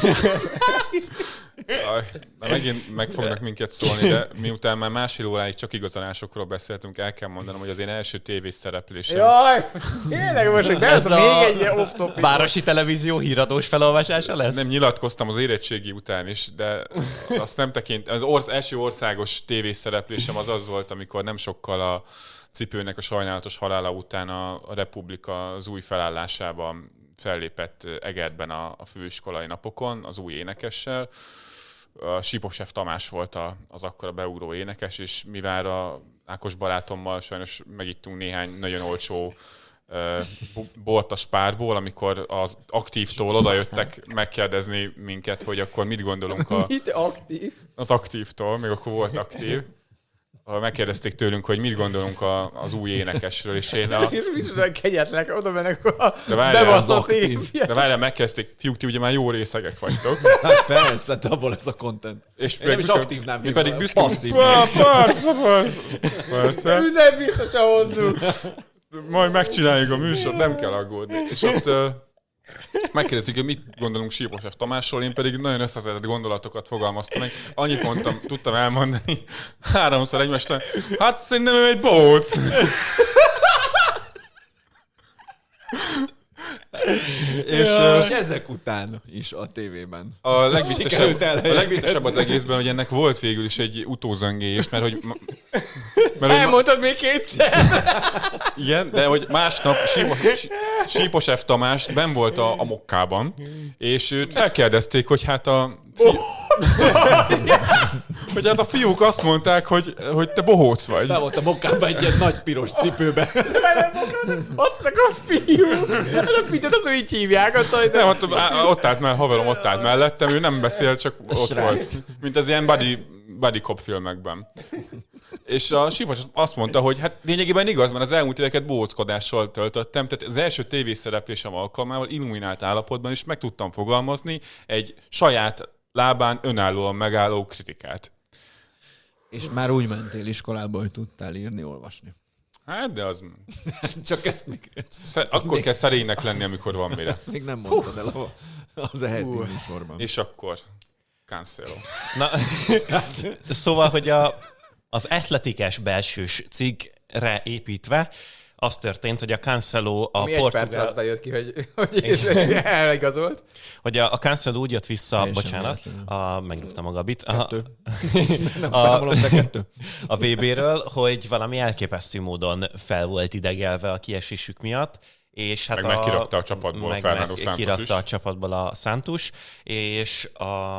Na, megint meg fognak minket szólni, de miután már másfél óráig csak igazolásokról beszéltünk, el kell mondanom, hogy az én első tévés szereplésem. Jaj, tényleg most, hogy Ez ez a- még egy ilyen off-topic. Városi Televízió híradós felolvasása lesz? Nem nyilatkoztam az érettségi után is, de azt nem tekint. Az orsz, első országos tévés szereplésem az az volt, amikor nem sokkal a Cipőnek a sajnálatos halála után a, a Republika az új felállásában fellépett Egerben a, a főiskolai napokon, az új énekessel. A Siposev Tamás volt a, az akkor a beugró énekes, és mivel a Ákos barátommal sajnos megittunk néhány nagyon olcsó uh, bort a Spárból, amikor az aktívtól odajöttek megkérdezni minket, hogy akkor mit gondolunk a, Mit aktív? az aktívtól, még akkor volt aktív. Megkérdezték tőlünk, hogy mit gondolunk a, az új énekesről, és én a... És micsoda kegyetlenek, oda mennek a De várjál, bebaszott de várjál, megkezdték, fiúk, ti ugye már jó részegek vagytok. Hát persze, de abból ez a content. És Én nem is aktívnám, mi pedig büszkék. passzív. Persze, persze, persze. Üzen biztosan hozzuk. Majd megcsináljuk a műsort, nem kell aggódni. És ott uh, megkérdezik, hogy mit gondolunk Siposev Tamásról, én pedig nagyon összeszedett gondolatokat fogalmaztam meg. Annyit mondtam, tudtam elmondani háromszor egymástán, hát szerintem ő egy bóc. És, uh, és ezek után is a tévében. A legviccesebb, Sikerült a elhelyezkedni. legviccesebb az egészben, hogy ennek volt végül is egy utózöngés, mert hogy... Mert, hogy Elmondtad még kétszer. igen, de hogy másnap Sípo- Síposev Tamás benn volt a, a mokkában, és őt felkérdezték, hogy hát a... Fi... hogy hát a fiúk azt mondták, hogy, hogy te bohóc vagy. Be volt a mokába egy ilyen nagy piros cipőbe. Azt meg a fiú. Előbb az, hogy így hívják. Nem, ott, ott állt mellett, haverom ott állt mellettem, ő nem beszél, csak ott volt. Mint az ilyen buddy, buddy cop filmekben. És a Sifas azt mondta, hogy hát lényegében igaz, mert az elmúlt éveket bohóckodással töltöttem, tehát az első tévészereplésem alkalmával illuminált állapotban is meg tudtam fogalmazni egy saját lábán önállóan megálló kritikát. És már úgy mentél iskolába, hogy tudtál írni, olvasni. Hát, de az... Csak ezt még... Akkor még... kell szerénynek lenni, amikor van mire. Ezt még nem mondtad el a, az eheti műsorban. És akkor... Cancelo. Na, szóval, hogy a, az eszletikes belsős cikkre építve az történt, hogy a Cancelo a Mi portugál... egy perccel aztán jött ki, hogy, hogy eligazolt. Hogy a, a Cancelo úgy jött vissza, Teljesen bocsánat, a, megrúgtam a Gabit. Kettő. A, Nem számolom, de kettő. A vé béről, hogy valami elképesztő módon fel volt idegelve a kiesésük miatt, és hát meg a, meg kirakta a csapatból meg, Fernando meg Santos kirakta is. a csapatból a Santos, és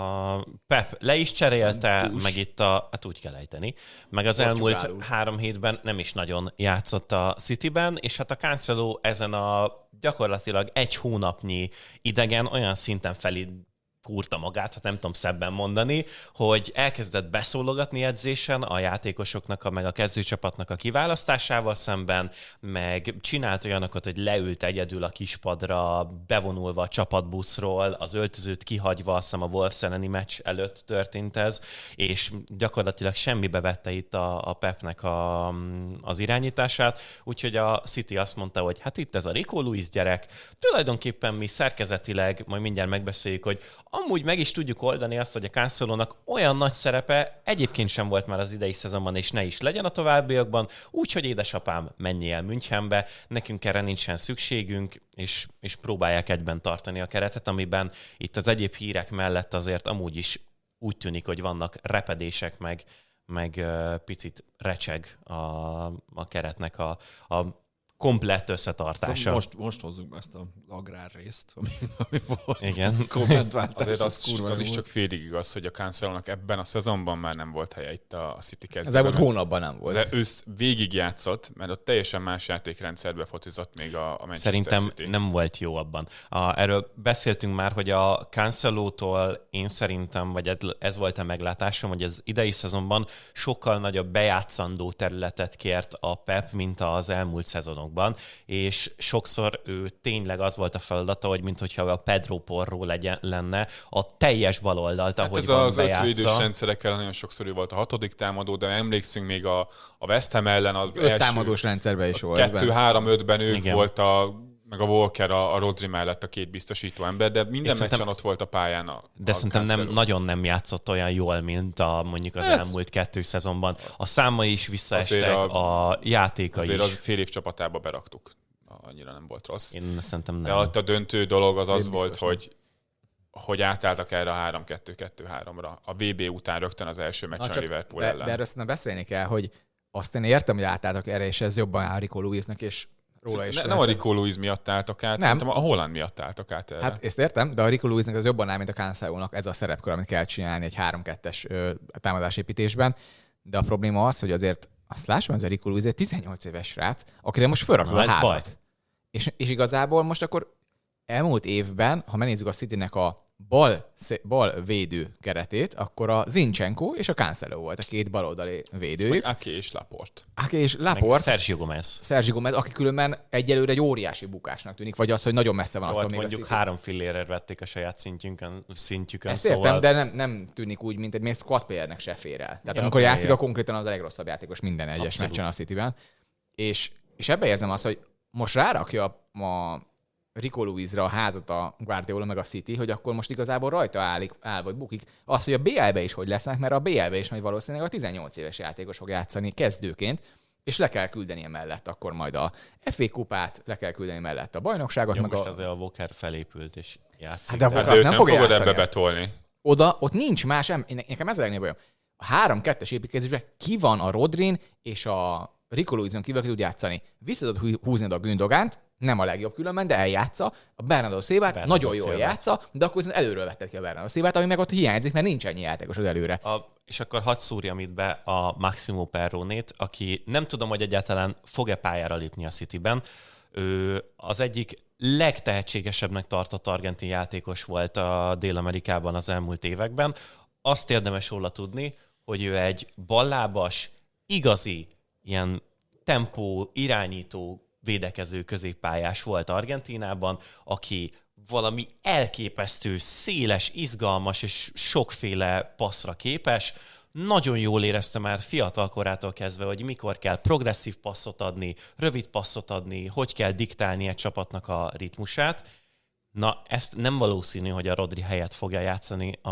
a Pep le is cserélte, Santos. Meg itt a, hát úgy kell ejteni, meg az Portugálul. Elmúlt három hétben nem is nagyon játszott a Cityben, és hát a Cancelo ezen a gyakorlatilag egy hónapnyi idegen olyan szinten felé kúrta magát, hát nem tudom szebben mondani, hogy elkezdett beszólogatni edzésen a játékosoknak, a, meg a kezdőcsapatnak a kiválasztásával szemben, meg csinált olyanokat, hogy leült egyedül a kispadra, bevonulva a csapatbuszról, az öltözőt kihagyva, azt hiszem a Wolves elleni meccs előtt történt ez, és gyakorlatilag semmibe vette itt a, a Pepnek a, az irányítását, úgyhogy a City azt mondta, hogy hát itt ez a Rico Lewis gyerek, tulajdonképpen mi szerkezetileg, majd mindjárt megbeszéljük, hogy amúgy meg is tudjuk oldani azt, hogy a Cancelónak olyan nagy szerepe egyébként sem volt már az idei szezonban, és ne is legyen a továbbiakban, úgyhogy édesapám, menjél el Münchenbe, nekünk erre nincsen szükségünk, és, és próbálják egyben tartani a keretet, amiben itt az egyéb hírek mellett azért amúgy is úgy tűnik, hogy vannak repedések, meg, meg uh, picit recseg a, a keretnek a, a komplett összetartása. Most, most hozzuk be ezt az agrár részt, ami, ami volt. Igen. Kommentváltás. Azért az, az, az is csak félig igaz, hogy a Cancelónak ebben a szezonban már nem volt helye itt a City kezdőben. Az elmúlt hónapban nem volt. Az ősz végig játszott, mert ott teljesen más játékrendszerbe focizott még a, a Manchester Szerintem City. nem volt jó abban. A, erről beszéltünk már, hogy a Cancelótól én szerintem, vagy ez, ez volt a meglátásom, hogy az idei szezonban sokkal nagyobb bejátszandó területet kért a Pep, mint az elmúlt szezonokban, és sokszor ő tényleg az volt a feladata, hogy minthogyha a Pedro Porro legyen, lenne a teljes baloldalt, hát ahogy ez van az bejátsza. ötvédős rendszerekkel nagyon sokszor ő volt a hatodik támadó, de emlékszünk még a, a West Ham ellen az öt első támadós rendszerben is volt. kettő-három-ötben ők Igen. volt a meg a Walker, a, a Rodri mellett a két biztosító ember, de minden És meccsen ott volt a pályán a De a szerintem nem, nagyon nem játszott olyan jól, mint a, mondjuk az hát, elmúlt kettő szezonban. A számai is visszaestek, a, a játéka azért is. az fél év csapatába beraktuk. Annyira nem volt rossz. Én szerintem nem. De ott a döntő dolog az az Én volt, biztos hogy hogy átálltak erre a három kettő kettő háromra. A vé bé után rögtön az első meccsen a Liverpool de, ellen. de erről szerintem beszélni kell, hogy azt én értem, hogy átálltak erre, és ez jobban áll Rico Lewisnek, és róla is. Ne, nem a Rico Lewis miatt álltak át, nem. szerintem a Holland miatt álltak át erre. Hát ezt értem, de a Rico Lewisnek az jobban áll, mint a Cancelónak ez a szerepkör, amit kell csinálni egy három kettes támadásépítésben. De a probléma az, hogy azért azt lássam, ez a Rico Lewis egy tizennyolc éves srác, akire most fölrakod a házat. És, és igazából most akkor elmúlt évben, ha megnézzük a Citynek a bal, bal védő keretét, akkor a Zinchenko és a Cancelo volt a két baloldali védőjük. Ake és Laporte. Ake és Meg Laporte. Sergio Gomez. Sergio Gomez, aki különben egyelőre egy óriási bukásnak tűnik, vagy az, hogy nagyon messze van Jó, attól hát még mondjuk a City. három fillérre vették a saját szintjükön, szintjükön Ezt szóval... értem, de nem, nem tűnik úgy, mint egy még squad playernek se fér el. Tehát Ja, amikor ja, játszik, ja. a konkrétan az a legrosszabb játékos minden egyes Abszolút. meccsen a Cityben. És, és ebbe érzem azt, hogy most rárakja a Rico Lewisra a házat a Guardiola meg a City, hogy akkor most igazából rajta állik, áll vagy bukik. Az, hogy a bé el-be is hogy lesznek, mert a bé el-be is majd valószínűleg a tizennyolc éves játékos fog játszani kezdőként, és le kell küldeni mellett akkor majd a ef á kupát, le kell küldeni mellett a bajnokságot, Jó, meg most a... azért a Walker felépült és játszik. Hát de a Tehát- Walker- Hát azt de nem őt fogja nem fogod ebbe játszani betolni. Oda, ott nincs más, em- nekem ez a legnagyobb bajom. A három kettes építkezésben ki van a Rodrin és a Rico Lewison kívül, aki tud játszani. Vissza tudod hú- húzni oda a Gündogánt, nem a legjobb különben, de eljátsza. A Bernardo Silvát Bernardo nagyon jól Silva. játsza, de akkor viszont előről vetted ki a Bernardo Silvát, ami meg ott hiányzik, mert nincs ennyi játékosod előre. A, és akkor hadd szúrjam itt be a Maximo Perronét, aki nem tudom, hogy egyáltalán fog-e pályára lépni a Cityben. Ő az egyik legtehetségesebbnek tartott argentin játékos volt a Dél-Amerikában az elmúlt években. Azt érdemes róla tudni, hogy ő egy ballábas, igazi, ilyen tempó, irányító, védekező középpályás volt Argentínában, aki valami elképesztő, széles, izgalmas és sokféle passzra képes. Nagyon jól érezte már fiatal korától kezdve, hogy mikor kell progresszív passzot adni, rövid passzot adni, hogy kell diktálni egy csapatnak a ritmusát. Na, ezt nem valószínű, hogy a Rodri helyett fogja játszani a,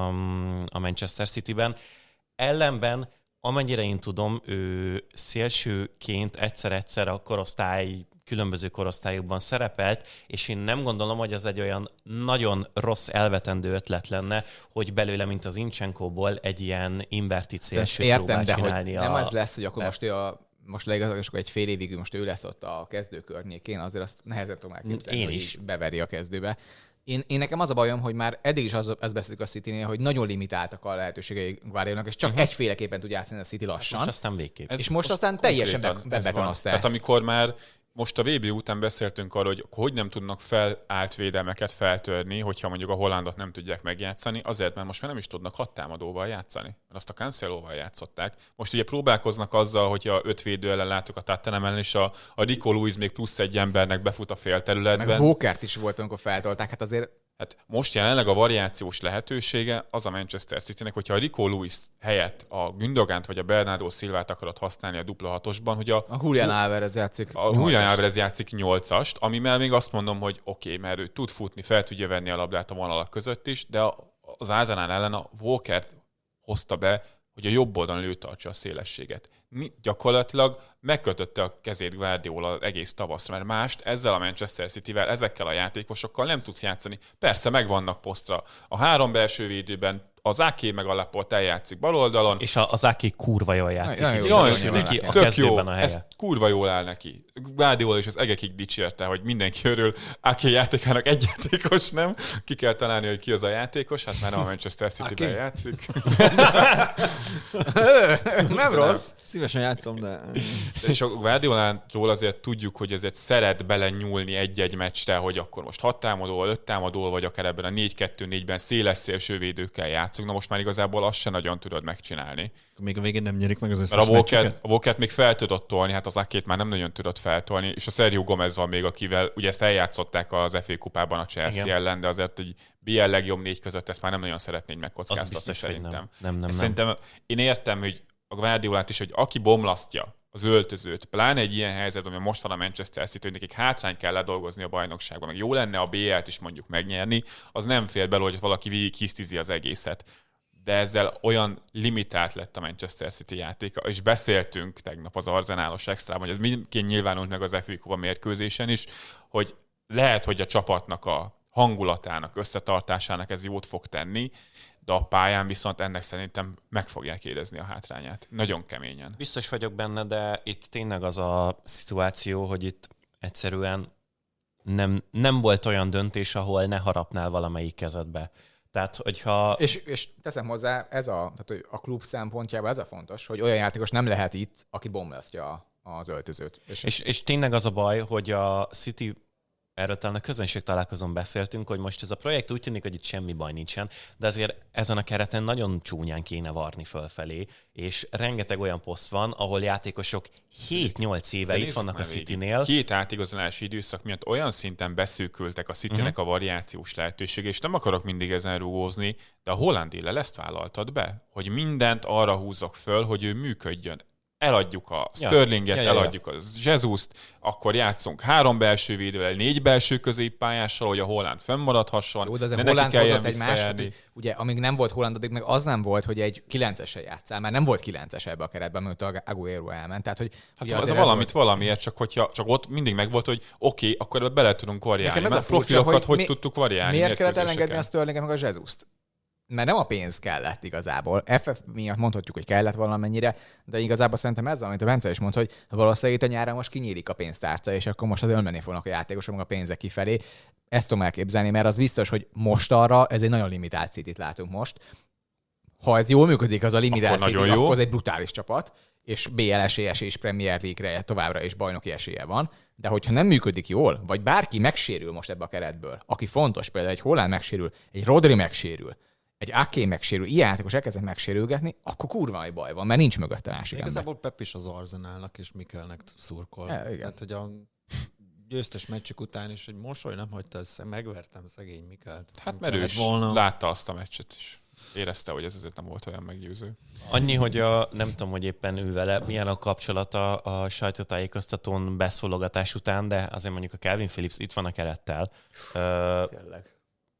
a Manchester Cityben. Ellenben, amennyire én tudom, ő szélsőként egyszer-egyszer a korosztály, különböző korosztályokban szerepelt, és én nem gondolom, hogy az egy olyan nagyon rossz elvetendő ötlet lenne, hogy belőle, mint az Incsenkóból egy ilyen invertit szélső értem, próbál de csinálni. Hogy nem a... az lesz, hogy akkor most ő a most leigazolás, akkor egy fél évig most ő lesz ott a kezdő környékén, azért azt nehezen tudom elképzelni, én hogy is. beveri a kezdőbe. Én, én nekem az a bajom, hogy már eddig is az, azt beszéltük a Citynél, hogy nagyon limitáltak a lehetőségei Guardiolnak, és csak uh-huh. egyféleképpen tud játszani a City lassan. Most aztán végképp. És most aztán teljesen be, bebetonozta ezt. Tehát amikor már most a vé bé után beszéltünk arról, hogy hogy nem tudnak felállt védelmeket feltörni, hogyha mondjuk a hollandot nem tudják megjátszani, azért, mert most már nem is tudnak hat támadóval játszani, mert azt a Cancelóval játszották. Most ugye próbálkoznak azzal, hogyha öt védő ellen látok a Tottenham ellen, és a, a Rico Lewis még plusz egy embernek befut a félterületben. Meg Walkert is volt, amikor feltolták, hát azért... Hát most jelenleg a variációs lehetősége az a Manchester Citynek, hogyha a Rico Lewis helyett a Gündogánt vagy a Bernardo Silvát akarod használni a dupla hatosban, hogy a... A Julián Álvarez játszik A Julián Álvarez játszik nyolcast, amivel még azt mondom, hogy oké, okay, mert ő tud futni, fel tudja venni a labdát a vonalak között is, de az Arsenal ellen a Walkert hozta be, hogy a jobb oldalon ő tartsa a szélességet. Gyakorlatilag megkötötte a kezét Guardiola egész tavaszra, mert mást ezzel a Manchester Cityvel, ezekkel a játékosokkal nem tudsz játszani. Persze megvannak posztra. A három belső védőben az Áké meg a Laporte eljátszik bal oldalon. És az Áké kurva jól játszik. Nagyon Jól, jó, neki a tök jó, a helye. ez kurva jól áll neki. Guardiola is az egekig dicsérte, hogy mindenki örül. Áké játékának egy játékos nem. Ki kell találni, hogy ki az a játékos, hát már nem a Manchester Cityben játszik. Nem rossz. Szívesen játszom, de... És a Guardiolától azért tudjuk, hogy ezért szeret bele nyúlni egy-egy meccsre, hogy akkor most hat támadóval, öt támadóval, vagy akár ebben a négy kettő négyben széles szélsővédőkkel játszunk. Na most már igazából azt se nagyon tudod megcsinálni. Még a végén nem nyerik meg az összes Mert a Walkert, meccsüket? a Walkert még fel tudott tolni, hát az Akét már nem nagyon tudott feltolni, és a Sergio Gomez van még, akivel ugye ezt eljátszották az ef á kupában a Chelsea Igen. ellen, de azért egy bé el legjobb négy között ezt már nem nagyon szeretnéd megkockáztatni biztos, hogy szerintem. nem. Nem, nem, nem. Szerintem én értem, hogy a Guardiolát is, hogy aki bomlasztja az öltözőt, pláne egy ilyen helyzet, ami most van a Manchester City, hogy nekik hátrány kell ledolgozni a bajnokságban, meg jó lenne a bé el-t is mondjuk megnyerni, az nem fér bele, hogy valaki végig hisztizi az egészet. De ezzel olyan limitált lett a Manchester City játéka, és beszéltünk tegnap az Arsenalos extrában, hogy ez mindként nyilvánult meg az ef á kupa mérkőzésen is, hogy lehet, hogy a csapatnak a hangulatának, összetartásának ez jót fog tenni, de a pályán viszont ennek szerintem meg fogják érezni a hátrányát. Nagyon keményen. Biztos vagyok benne, de itt tényleg az a szituáció, hogy itt egyszerűen nem, nem volt olyan döntés, ahol ne harapnál valamelyik kezedbe. Tehát, hogyha... És, és teszem hozzá, ez a, tehát, hogy a klub szempontjában ez a fontos, hogy olyan játékos nem lehet itt, aki bomlasztja az öltözőt. És, És, és tényleg az a baj, hogy a City, erről talán a közönség találkozón beszéltünk, hogy most ez a projekt úgy tűnik, hogy itt semmi baj nincsen, de azért ezen a kereten nagyon csúnyán kéne varni fölfelé, és rengeteg olyan poszt van, ahol játékosok hét-nyolc éve itt vannak a Citynél. Két átigazolási időszak miatt olyan szinten beszűkültek a Citynek uh-huh. a variációs lehetősége, és nem akarok mindig ezen rúgózni, de a holland éllel ezt vállaltad be, hogy mindent arra húzok föl, hogy ő működjön. Eladjuk a Sterlinget, ja, ja, ja, eladjuk a Jesus-t, akkor játszunk három belső védővel, négy belső középpályással, hogy a Holland fönnmaradhasson. Jó, de azért Holland hozott egy második, ugye, amíg nem volt Holland, addig meg az nem volt, hogy egy kilencesen játszál, mert nem volt kilences ebbe a keretben, mert a Aguero elment. Tehát, hogy hát ez valamit volt... valamiért, csak, hogyha, csak ott mindig megvolt, hogy oké, okay, akkor ebbe bele tudunk variálni. Nekem ez mert a furcsa, profilokat hogy, mi, tudtuk variálni? Miért kellett elengedni a Sterlinget meg a Jesus-t? mert nem a pénz kellett igazából. ef ef miatt mondhatjuk, hogy kellett valamennyire, de igazából szerintem ez, amit a Bence is mondta, hogy valószínűleg itt a nyáron most kinyílik a pénztárca, és akkor most az ölmenni fognak a játékosok meg a pénzek kifelé. Ezt tudom elképzelni, mert az biztos, hogy most arra ez egy nagyon limitált City-t látunk most. Ha ez jól működik, az a limitált City, akkor az egy brutális csapat, és bé el esélyes és Premier League-re továbbra is bajnoki esélye van. De hogyha nem működik jól, vagy bárki megsérül most ebbe a keretből, aki fontos, például egy Haaland megsérül, egy Rodri megsérül, egy Ake megsérül, ilyen játékos elkezdenek megsérülgetni, akkor kurva nagy baj van, mert nincs mögötte másik ember. Igazából Pep is az Arsenalnak és Mikelnek szurkol. Ja, igen. Hát, hogy a győztes meccsük után is, hogy mosoly nem hagyta össze, megvertem szegény Mikelt. Hát mert ő is volna. Látta azt a meccset is. Érezte, hogy ez azért nem volt olyan meggyőző. Annyi, hogy a, nem tudom, hogy éppen ő vele milyen a kapcsolata a sajtótájékoztatón beszólogatás után, de azért mondjuk a Calvin Phillips itt van a kerettel. Tényleg.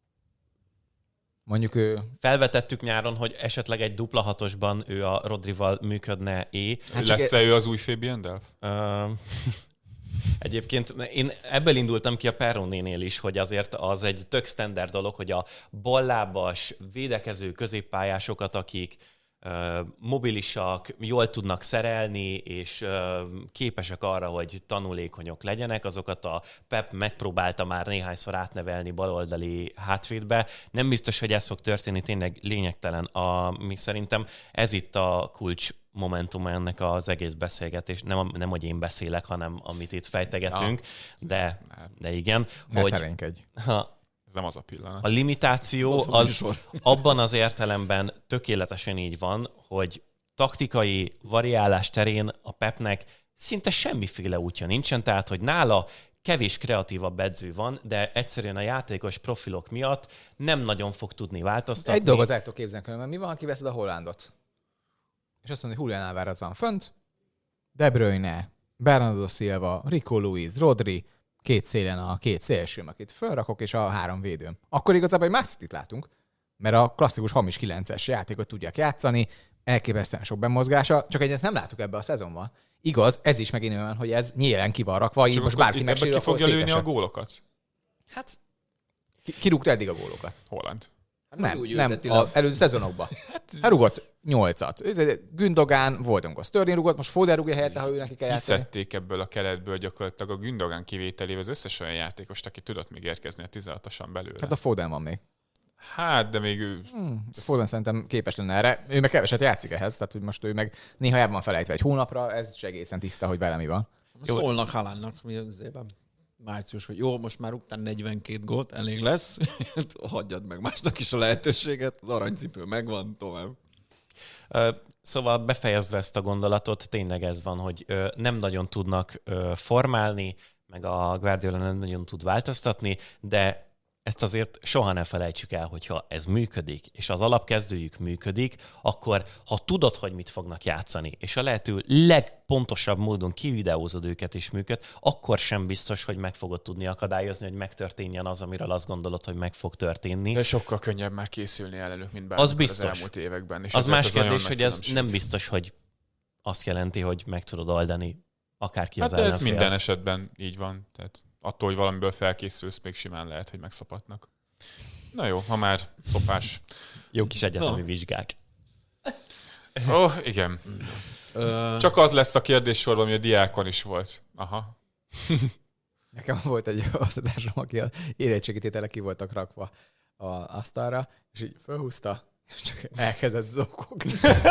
Mondjuk ő... Felvetettük nyáron, hogy esetleg egy dupla hatosban ő a Rodrival működne-é. Hát lesz-e e... ő az új Fabian Delph? Uh, Egyébként én ebből indultam ki a Perronénél is, hogy azért az egy tök standard dolog, hogy a ballábas, védekező középpályásokat, akik uh, mobilisak, jól tudnak szerelni, és uh, képesek arra, hogy tanulékonyok legyenek, azokat a Pep megpróbálta már néhányszor átnevelni baloldali hátvédbe. Nem biztos, hogy ez fog történni, tényleg lényegtelen. A, mi szerintem ez itt a kulcs momentum ennek az egész beszélgetés. Nem, nem, hogy én beszélek, hanem amit itt fejtegetünk, ja. de, de igen. Ne hogy szerénykedj. Ha, ez nem az a pillanat. A limitáció az, az abban az értelemben tökéletesen így van, hogy taktikai variálás terén a Pepnek szinte semmiféle útja nincsen, tehát hogy nála kevés kreatívabb edző van, de egyszerűen a játékos profilok miatt nem nagyon fog tudni változtatni. Egy dolgot el tudok képzelni, mert mi van, ha kiveszed a Hollandot? És azt mondja, hogy Julián Álvarez van fönt, De Bruyne, Bernardo Silva, Rico Lewis, Rodri, két szélen a két szélsőm, akit fölrakok, és a három védőm. Akkor igazából egy Mászit látunk, mert a klasszikus hamis kilences játékot tudják játszani, elképesztően sok bemozgása, csak egyet nem látunk ebbe a szezonban. Igaz, ez is megint olyan, hogy ez nyílen ki van rakva, így most bárki megsérül, ki fogja lőni a gólokat? Hát, ki, ki rúgta eddig a gólokat? Holland. Hát nem, nem, az előző szezonokban. Hát, hát rúgott nyolcat. Gündogán volt, amikor Sterling rúgott, most Foden rúgja helyette, ha ő neki kell játszani. Kiszedték ebből a keretből gyakorlatilag a Gündogán kivételével az összes olyan játékost, aki tudott még érkezni a tizenhatosan belőle. Hát a Foden van még. Hát, de még ő... Hmm, Foden szerintem képes lenne erre. Ő meg keveset játszik ehhez, tehát hogy most ő meg néha el van felejtve egy hónapra, ez is egészen tiszta, hogy vele mi van. Szólnak Haalandnak mi az évben. Március, hogy jó, most már utána negyvenkét gólt, elég lesz, hagyjad meg másnak is a lehetőséget, az aranycipő megvan, tovább. Szóval befejezve ezt a gondolatot, tényleg ez van, hogy nem nagyon tudnak formálni, meg a Guardiola nem nagyon tud változtatni, de ezt azért soha ne felejtsük el, hogyha ez működik, és az alapkezdőjük működik, akkor ha tudod, hogy mit fognak játszani, és a lehető legpontosabb módon kivideózod őket és működ, akkor sem biztos, hogy meg fogod tudni akadályozni, hogy megtörténjen az, amiről azt gondolod, hogy meg fog történni. De sokkal könnyebb már készülni előtt, mint bármikor az, az elmúlt években. És az más az kérdés, hogy ez nem biztos, hogy azt jelenti, hogy meg tudod oldani akárki hát az de ellenfél. Ez minden esetben így van. Tehát attól, hogy valamiből felkészülsz, még simán lehet, hogy megszapatnak. Na jó, ha már szopás. Jó kis egyetemi no. vizsgák. Ó, oh, igen. Csak az lesz a kérdéssorban, ami a diákon is volt. Aha. Nekem volt egy osztatásom, aki a érettségítétele ki voltak rakva a asztalra, és így felhúzta, és csak elkezdett zokogni.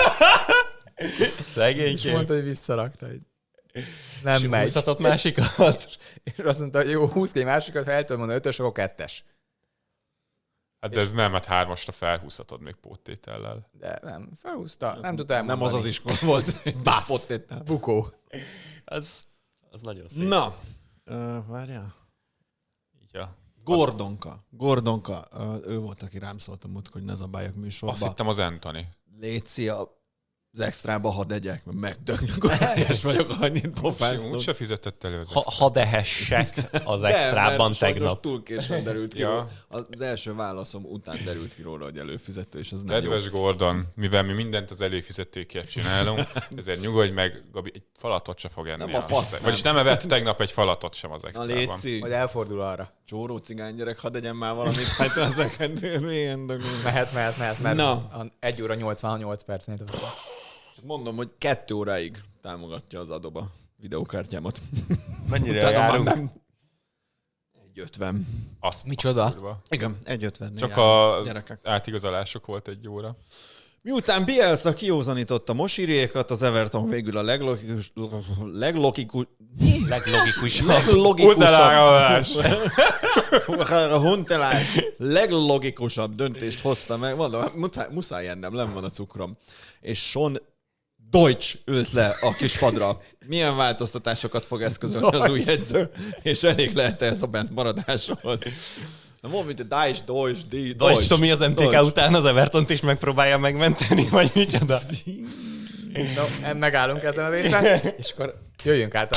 Szegénység. És mondta, hogy visszarakta. Hogy nem és megy. húzhatott másikat. És azt mondta, hogy jó, húzd ki egy másikat, ha el tudod mondani ötös, akkor kettes. Hát de ez nem, hát hármasra felhúzhatod még póttétellel. De nem, felhúzta, nem tudta elmondani. Nem az az iskola volt, bá, póttétel. Bukó. Az, az nagyon szép. Na, uh, várjál. Ja. Gordonka. Gordonka. Uh, ő volt, aki rám szólt a múlt, hogy ne zabáljak műsorba. Azt hittem az Anthony. Léci, a az extrába hadd egyek, mert megdöglök, és vagyok, annyit pofáznom. Úgyse fizetett elő az Ha, hadd ehessek az extrában tegnap. túl későn derült ki Ja. róla. Az első válaszom után derült ki róla, hogy előfizető, és az nem jó. Kedves Gordon, mivel mi mindent az előfizetőkért csinálunk, ezért nyugodj meg, Gabi, egy falatot se fog enni. Nem a fasz, nem. Vagyis nem evett tegnap egy falatot sem az Na extrában. létszi, Majd elfordul arra. csóró cigány gyerek, hadd egyen már valamit, hát ezeket milyen dögül. Mehet, mehet, mehet, mert Na. a egy óra nyolcvannyolc percnél. Csak mondom, hogy kettő óráig támogatja az Adobe videókártyámat. Mennyire Utána járunk? már nem. egy ötven. Azt Micsoda? kurva. Igen, egy ötven. Csak a gyerekek. átigazolások volt egy óra. Miután Bielsa kiózanította Mosiriékat, az Everton végül a leglogikus, leglogikus, Leglogikusabb. leglogikusabb, Utalálás! a Huntelaar leglogikusabb döntést hozta meg. Mondom, muszáj, muszáj ennem, nem van a cukrom. És Sean Deutsch ült le a kis padra. Milyen változtatásokat fog eszközölni az új edző, és elég lehet ez a bent maradáshoz. Na mondd, mint a Deutsch, Deutsch, Deutsch. Deutsch Tomi az em té ká Deutsch. után az Evertont is megpróbálja megmenteni, vagy micsoda? No, megállunk ezen a részen, és akkor jöjjünk át a...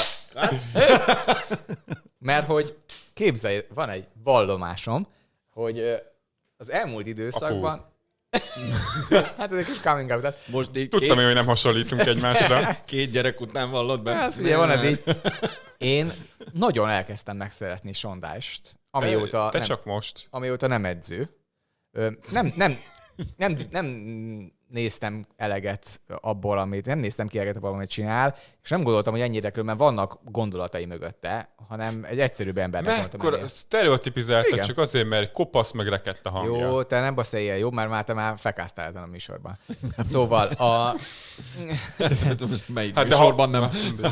Mert hogy képzelj, van egy vallomásom, hogy ö, az elmúlt időszakban... hát ez egy kis coming out. Tehát, Most így Tudtam én, két, hogy nem hasonlítunk egymásra. két gyerek után vallod be. hát figyelj, van ez így. Én nagyon elkezdtem megszeretni Sondást, amióta, Te nem, csak most. amióta nem edző. Ö, Nem, nem, nem, nem néztem eleget abból, amit, nem néztem ki eleget abból, amit csinál, és nem gondoltam, hogy ennyire körül, mert vannak gondolatai mögötte, hanem egy egyszerűbb embernek gondoltam. Mekkora ennél. sztereotipizáltad Igen. csak azért, mert kopasz meg rekedt a hangja. Jó, te nem beszélj ilyen, jó, mert már te már fekáztál ezen a műsorban. Szóval a... Melyik Hát hát de műsorban ha- nem.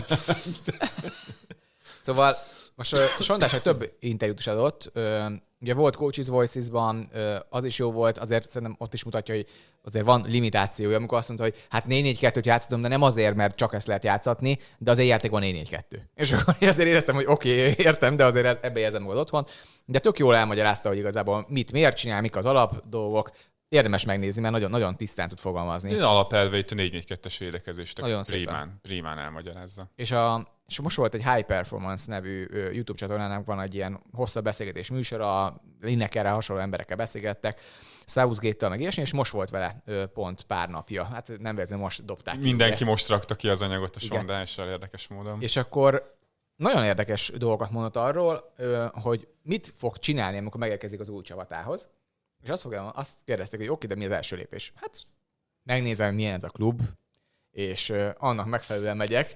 Szóval most uh, Sondásnak több interjút is adott. Uh, ugye volt Coaches Voices-ban, uh, az is jó volt, azért szerintem ott is mutatja, hogy azért van limitációja, amikor azt mondta, hogy hát négy négy kettőt játszottam, de nem azért, mert csak ezt lehet játszatni, de az egy játékban négy négy kettő. És akkor én azért éreztem, hogy oké, okay, értem, de azért ebbe érzem magad otthon. De tök jól elmagyarázta, hogy igazából mit, miért csinál, mik az alap dolgok. Érdemes megnézni, mert nagyon, nagyon tisztán tud fogalmazni. Én alapelveit a négy négy kettes védekezést Nagyon prímán, prímán elmagyarázza. És, a, és most volt egy High Performance nevű ö, YouTube csatornának van egy ilyen hosszabb beszélgetés műsora, Linekerre hasonló emberekkel beszélgettek, Southgate-tel meg ilyesmi, és most volt vele ö, pont pár napja. Hát nem véletlenül most dobták ki, Mindenki ugye. most rakta ki az anyagot a Igen. sondással érdekes módon. És akkor nagyon érdekes dolgokat mondott arról, ö, hogy mit fog csinálni, amikor megérkezik az új csapatához. És azt, fogja, azt kérdezték, hogy oké, de mi az első lépés? Hát megnézem, hogy milyen ez a klub, és ö, annak megfelelően megyek,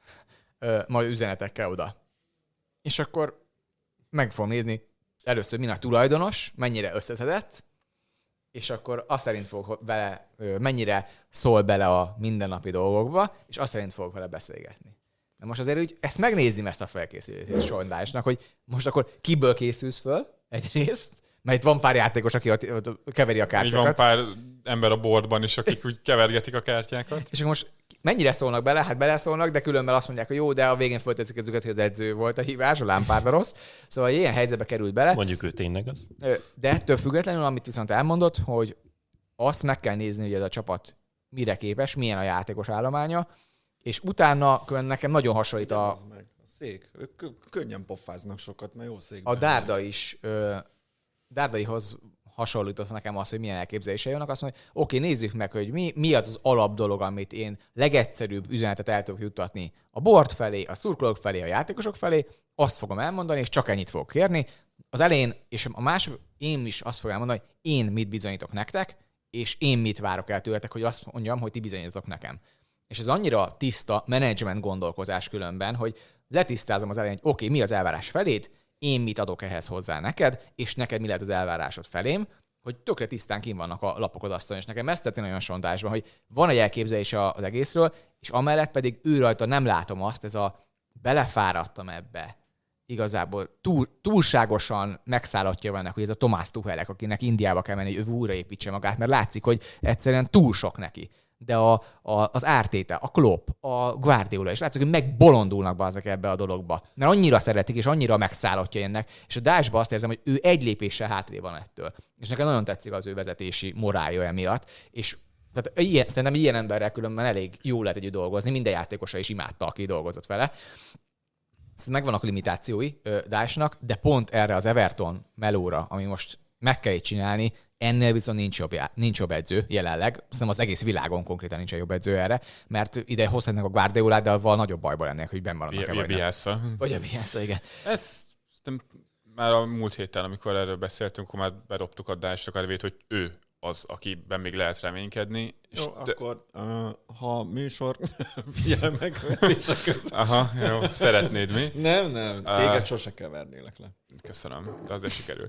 ö, majd üzenetekkel oda. És akkor meg fogom nézni először mi a tulajdonos, mennyire összeszedett, és akkor azt szerint fogok vele, ö, mennyire szól bele a mindennapi dolgokba, és azt szerint fogok vele beszélgetni. Na most azért úgy ezt megnézni ezt a felkészülést Sondásnak, hogy most akkor kiből készülsz föl egyrészt, mert itt van pár játékos, aki ott, ott keveri a Így van kártyákat. pár ember a boardban is, akik úgy kevergetik a kártyákat. És akkor most mennyire szólnak bele? Hát beleszólnak, de különben azt mondják, hogy jó, de a végén fölteszik ezüket, hogy az edző volt a hívás, a lámpárda rossz. Szóval ilyen helyzetbe került bele. Mondjuk ő tényleg az. Ö, De ettől függetlenül, amit viszont elmondott, hogy azt meg kell nézni, hogy ez a csapat mire képes, milyen a játékos állománya, és utána különben nekem nagyon hasonlít a, Az meg. A szék. Ők kö- könnyen pofáznak sokat, mert jó székben. a Dárda is, ö, Dárdaihoz hasonlított nekem az, hogy milyen elképzelései vannak. Azt mondja, hogy oké, nézzük meg, hogy mi, mi az az alap dolog, amit én legegyszerűbb üzenetet el tudok juttatni a board felé, a szurkolók felé, a játékosok felé, azt fogom elmondani, és csak ennyit fogok kérni. Az elején, és a másik, én is azt fogom elmondani, hogy én mit bizonyítok nektek, és én mit várok el tőletek, hogy azt mondjam, hogy ti bizonyítotok nekem. És ez annyira tiszta menedzsment gondolkozás különben, hogy letisztázom az elején, hogy oké, mi az elvárás feléd, én mit adok ehhez hozzá neked, és neked mi lehet az elvárásod felém, hogy tökre tisztán kint vannak a lapok az asztalon, és nekem ezt tetszik nagyon Sondásban, hogy van egy elképzelés az egészről, és amellett pedig ő rajta nem látom azt, ez a belefáradtam ebbe, igazából túl, túlságosan megszállottja vannak, hogy ez a Tomás Tuchelek, akinek Indiába kell menni, hogy ő újraépítse magát, mert látszik, hogy egyszerűen túl sok neki. De a, a, az Arteta, a Klopp, a Guardiola, és látszik, hogy megbolondulnak be azok ebbe a dologba. Mert annyira szeretik, és annyira megszállottja ennek, és a Dásba azt érzem, hogy ő egy lépéssel hátrébb van ettől. És nekem nagyon tetszik az ő vezetési morálja emiatt, és Tehát ilyen, szerintem ilyen emberrel különben elég jó lehet együtt dolgozni, minden játékosa is imádta, aki dolgozott vele. Szerintem megvannak a limitációi Dyche-nak, de pont erre az Everton melóra, ami most meg kell így csinálni, ennél viszont nincs jobb, nincs jobb edző jelenleg. Szerintem az egész világon konkrétan nincs jobb edző erre, mert ide hozhatnak a Guardiolát, de avval nagyobb bajba lennék, hogy benn maradnak-e vagy nem. Bielsa. Vagy a Bielsa, igen. Ez már a múlt héten, amikor erről beszéltünk, akkor már bedobtuk a Dyche kadvét, hogy ő az, akiben még lehet reménykedni. Jó, és de... akkor uh, ha műsor figyelmegvetése közben. Aha, jó, szeretnéd mi? Nem, nem, téged uh, sose kevernélek le. Köszönöm, de azért sikerült.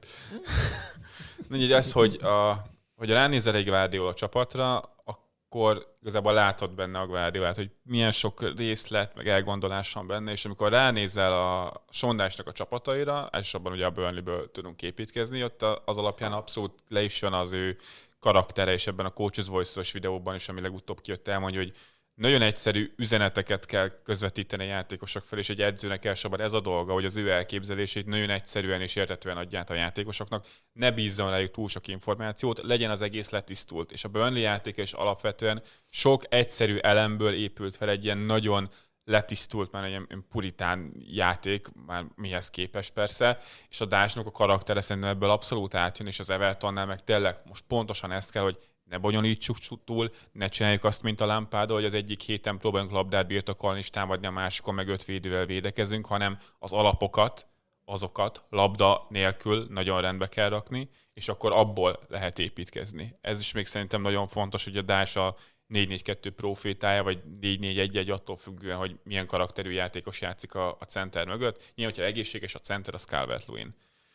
Így ez, hogy a, hogy ránézel egy Guardiola csapatra, akkor igazából látod benne a Guardiolát, hogy milyen sok részlet, meg elgondolás van benne, és amikor ránézel a Sondásnak a csapataira, elsősorban ugye a Burnleyből tudunk építkezni, ott az alapján abszolút le is jön az ő karaktere, és ebben a Coach's Voice-os videóban is, ami legutóbb kijött, elmondja, hogy nagyon egyszerű üzeneteket kell közvetíteni a játékosok fel, és egy edzőnek elsősorban ez a dolga, hogy az ő elképzelését nagyon egyszerűen és érthetően adja át a játékosoknak. Ne bízzon rájuk túl sok információt, legyen az egész letisztult. És a Burnley játéka is alapvetően sok egyszerű elemből épült fel egy ilyen nagyon letisztult, már egy ilyen puritán játék, már mihez képest persze, és a Dyche-nak a karaktere szerintem ebből abszolút átjön, és az Evertonnál meg tényleg most pontosan ezt kell, hogy ne bonyolítsuk túl, ne csináljuk azt, mint a Lampard, hogy az egyik héten próbálunk labdát birtokolni és támadni, a másikon meg öt védővel védekezünk, hanem az alapokat, azokat labda nélkül nagyon rendbe kell rakni, és akkor abból lehet építkezni. Ez is még szerintem nagyon fontos, hogy a Dyche a négy négy kettő profétája, vagy négy négy egy egy attól függően, hogy milyen karakterű játékos játszik a, a center mögött. Nyilván, hogyha egészséges a center, az Calvert-Lewin.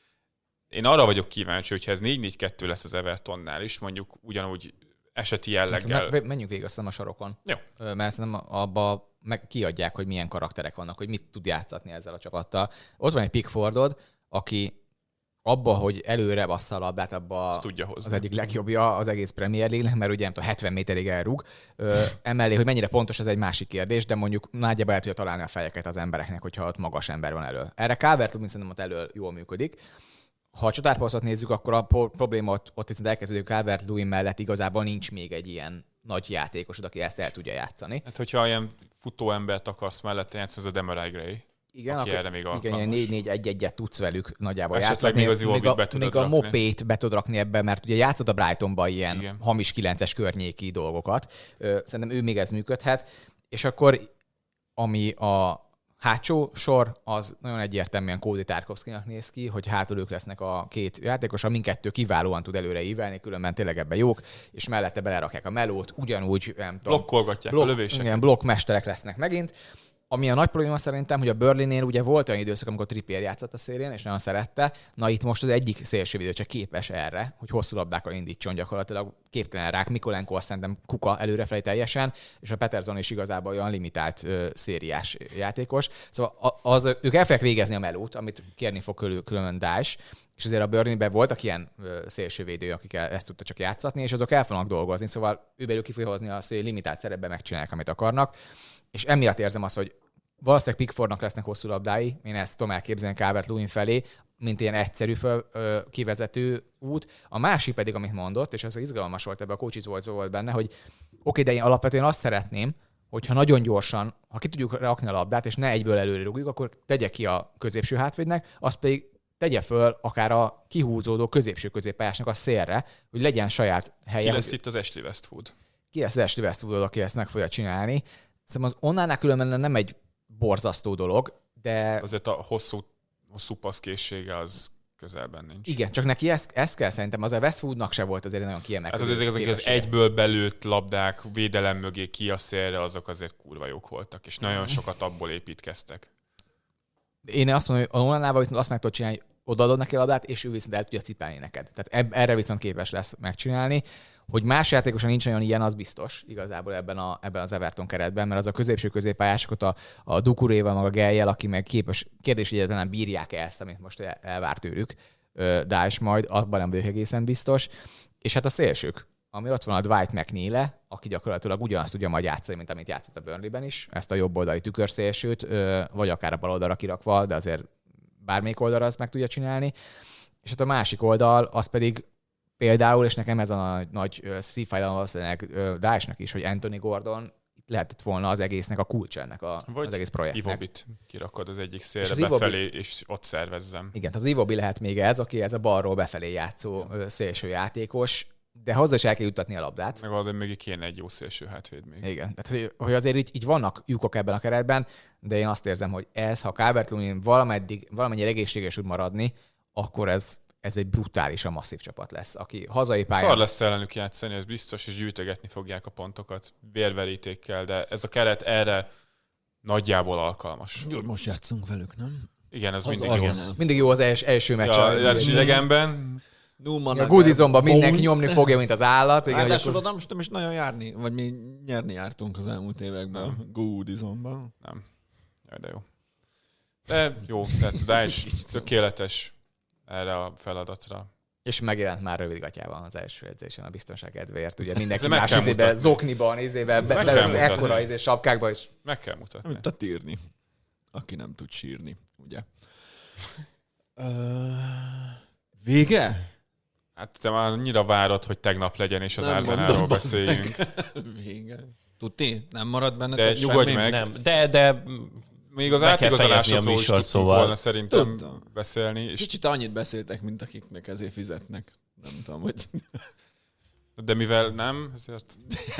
Én arra vagyok kíváncsi, hogyha ez négy négy kettő lesz az Evertonnál is, mondjuk ugyanúgy eseti jelleggel. Ezt menjünk végig aztán a sorokon. Jó. Mert szerintem abba meg kiadják, hogy milyen karakterek vannak, hogy mit tud játszatni ezzel a csapattal. Ott van egy Pickfordod, aki abba, hogy előre bassza a labdát, abba az egyik legjobbja az egész Premier League, mert ugye nem tudom, hetven méterig elrúg. Ö, emellé, hogy mennyire pontos, az egy másik kérdés, de mondjuk nagyjából el tudja találni a fejeket az embereknek, hogyha ott magas ember van elő. Erre Calvert-Lewin szerintem ott elő jól működik. Ha a csatárpasszot nézzük, akkor a probléma ott, ott viszont elkezdődik, Calvert-Lewin mellett igazából nincs még egy ilyen nagy játékosod, aki ezt el tudja játszani. Hát, hogyha ilyen futóembert akarsz mellette játszani, az a Demarai Gray. Igen, aki erre még alkalmas. Igen, négy négy egy egyet tudsz velük nagyjából játszani. Még, az még, a, be még a Mopét be tudod rakni ebbe, mert ugye játszott a Brightonban ilyen igen. hamis kilences környéki dolgokat. Szerintem ő még ez működhet. És akkor, ami a hátsó sor, az nagyon egyértelműen Cody Tarkowskinak néz ki, hogy hátul ők lesznek a két játékos, mindkettő kiválóan tud előre ívelni, különben tényleg ebben jók, és mellette belerakják a melót, ugyanúgy, nem tudom. Blokkolgatják blokk, a lövéseket. Igen, blokkmesterek lesznek megint. Ami a nagy probléma szerintem, hogy a Burnley-nél ugye volt olyan időszak, amikor Trippier játszott a szélén, és nagyon szerette. Na itt most az egyik szélsővédő csak képes erre, hogy hosszú labdákkal indítson gyakorlatilag. Képtelen rák, Mikolenko szerintem kuka előrefelé teljesen, és a Peterson is igazából olyan limitált ö, szériás játékos. Szóval az, ők el fogják végezni a melót, amit kérni fog különben Dyche, és azért a Burnley-ben voltak ilyen ö, szélsővédő, akik ezt tudta csak játszatni, és azok el fognak dolgozni, szóval ő belül ki fogja hozni azt, hogy limitált szerepben megcsinálják, amit akarnak. És emiatt érzem azt, hogy valószínűleg Pickfordnak lesznek hosszú labdái, én ezt tudom elképzelni Calvert-Lewin felé, mint ilyen egyszerű föl, ö, kivezető út. A másik pedig, amit mondott, és az izgalmas volt, ebben a Coach's Voice volt benne, hogy oké, okay, de én alapvetően azt szeretném, hogyha nagyon gyorsan, ha ki tudjuk rakni a labdát, és ne egyből előre rúgjuk, akkor tegye ki a középső hátvédnek, azt pedig tegye föl akár a kihúzódó középső középpályásnak a szélre, hogy legyen saját helye. Ki lesz hogy... itt az Ashley Westwood? Ki lesz az Ashley Westwood, aki ezt meg fogja csinálni. Szerintem az onnánál különben nem egy borzasztó dolog, de... Azért a hosszú, hosszú passzkészsége az közelben nincs. Igen, csak neki ezt, ezt kell szerintem, az a Westwoodnak se volt azért nagyon kiemelkedő. Hát azért azok az egyből belőtt labdák védelem mögé ki a szélre, azok azért kurva jók voltak, és nagyon sokat abból építkeztek. Én azt mondom, hogy a Nolánával viszont azt meg tudod csinálni, hogy odaadod neki a labdát, és ő viszont el tudja cipelni neked. Tehát erre viszont képes lesz megcsinálni. Hogy más játékosan nincs olyan ilyen, az biztos igazából ebben, a, ebben az Everton keretben, mert az a középső középpályásokat a, a Dukuréval, meg a Gejjel, aki meg képes, kérdés, hogy egyáltalán bírják-e ezt, amit most el, elvár tőlük, Dyche majd, abban nem vagyok egészen biztos. És hát a szélsők, ami ott van a Dwight McNeil, aki gyakorlatilag ugyanazt tudja majd játszani, mint amit játszott a Burnleyben is, ezt a jobb oldali tükörszélsőt, vagy akár a bal oldalra kirakva, de azért bármelyik oldalra azt meg tudja csinálni. És hát a másik oldal, az pedig például, és nekem ez a nagy, nagy szívfájdalom valószínűleg Daesh-nek is, hogy Anthony Gordon lehetett volna az egésznek a kulcs ennek a, az egész projektnek. Ivobit kirakod az egyik szélre az befelé, Iwobi... és ott szervezzem. Igen, az Iwobi lehet még ez, aki ez a balról befelé játszó szélső játékos, de hozzá is el kell juttatni a labdát. Meg valahogy még kéne egy jó szélső hátvéd még. Igen, tehát hogy azért így, így vannak lyukok ebben a keretben, de én azt érzem, hogy ez, ha Calvert-Lewin valameddig, valamennyire egészséges tud maradni, akkor ez, ez egy brutálisan masszív csapat lesz, aki hazai pályán... Szar lesz ellenük játszani, ez biztos, és gyűjtögetni fogják a pontokat vérverítékkel, de ez a keret erre nagyjából alkalmas. Jó, most játszunk velük, nem? Igen, ez Az mindig az jó. az. Mindig jó az els, első meccs. Ja, ja, idegenben. A Goodisonban mindenki nyomni fogja, mint az állat. Igen, Ráadásul akkor... oda most nem is nagyon járni, vagy mi nyerni jártunk az elmúlt években. Goodisonban. Nem. Jaj, de jó. De jó, tehát Daesh tökéletes erre a feladatra. És megjelent már rövidgatjában az első edzésen a biztonság kedvéért. Ugye mindenki meg más kell izébe, mutatni. zokniban, izébe, be, Meg be, kell az mutatni. ekkora izé, sapkákba is. Meg kell mutatni. Mint a tírni. Aki nem tud sírni, ugye? Ö... Vége? Hát te már annyira várod, hogy tegnap legyen, és az Nem Arsenalról mondom, bazd beszéljünk. Vége. Tudti? Nem marad benne De nyugodj meg. Nem, de, de Még az be kell fejezni a átigazolásokról is műsor, tudtunk szóval. volna szerintem Tudom. beszélni. És Kicsit annyit beszéltek, mint akiknek ezért fizetnek. Nem tudom, hogy... de mivel nem, ezért...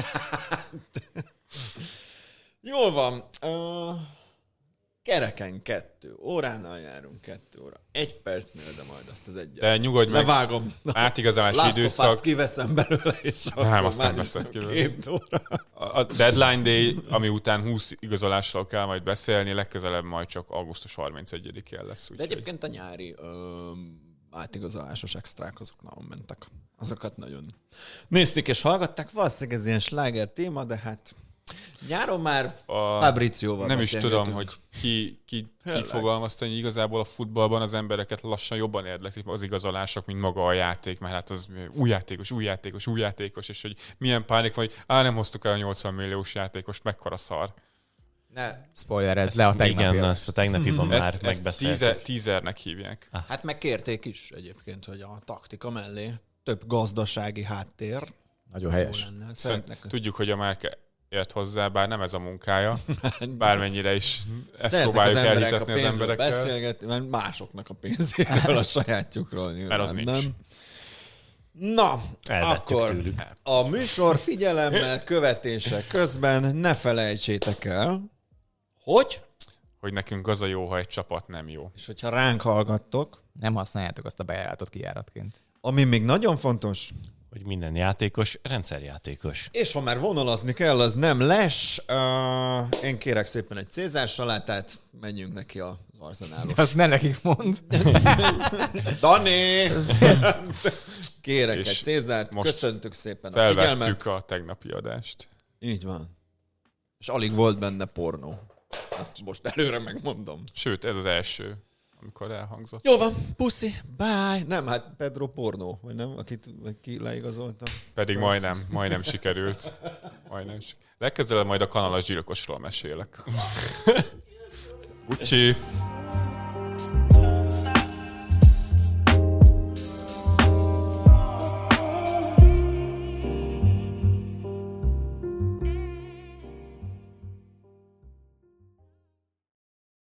Jól van. Uh, kereken kettő óránál járunk, kettő óra. Egy percnél, de majd azt az egyet. De nyugodj meg, Levágom. átigazolási Last of időszak. Us-t kiveszem belőle, és Nem, akkor azt nem már veszed is ki két óra. A deadline day, ami után húsz igazolásról kell majd beszélni, legközelebb majd csak augusztus harmincegyedikén lesz. De Úgyhogy egyébként a nyári ö, átigazolásos extrák azok nagyon mentek. Azokat nagyon nézték és hallgatták. Valószínűleg ez ilyen sláger téma, de hát nyáron már a, Fabricióval nem is tudom, beszélgetünk. hogy ki, ki, ki Tényleg. fogalmazta, hogy igazából a futballban az embereket lassan jobban érdeklik az igazolások, mint maga a játék, mert hát az új játékos, új játékos, új játékos, és hogy milyen pánik van, hogy á, nem hoztuk el a nyolcvan milliós játékost, mekkora szar. Ne spoilerezz le a tegnapi. igen, ezt a tegnapiban már Ezt, ezt megbeszéltük. tízer, tízernek hívják. Hát megkérték is egyébként, hogy a taktika mellé több gazdasági háttér. Nagyon Jó helyes. lenne. Szóval Szeretnek. tudjuk, hogy a Márke ért hozzá, bár nem ez a munkája, bármennyire is ezt Szeretnek próbáljuk az emberek elhitetni a az pénzről emberekkel. beszélgetni, mert másoknak a pénzéről, a sajátjukról nyilván, Mert az nincs. nem. Na, Elvettük akkor tőlük. a műsor figyelemmel követése közben ne felejtsétek el, hogy, Hogy nekünk az a jó, ha egy csapat nem jó. és hogyha ránk hallgattok, Nem használjátok azt a bejáratot kijáratként. ami még nagyon fontos, Hogy minden játékos rendszerjátékos. és ha már vonalazni kell, az nem les. Uh, én kérek szépen egy Cézár salátát, menjünk neki az Arzenálhoz. Azt ne nekik mondd. Dani! Kérek És egy Cézárt, most köszöntük szépen a figyelmet. Felvettük a tegnapi adást. Így van. És alig volt benne pornó. Ezt most előre megmondom. Sőt, ez az első, amikor elhangzott. Jó van, puszi, bye. Nem, hát Pedro pornó, vagy nem? Akit vagy ki leigazolta. Pedig majdnem, majdnem sikerült. Majdnem sikerült. Legközelebb majd a kanalas gyilkosról mesélek. Gucci!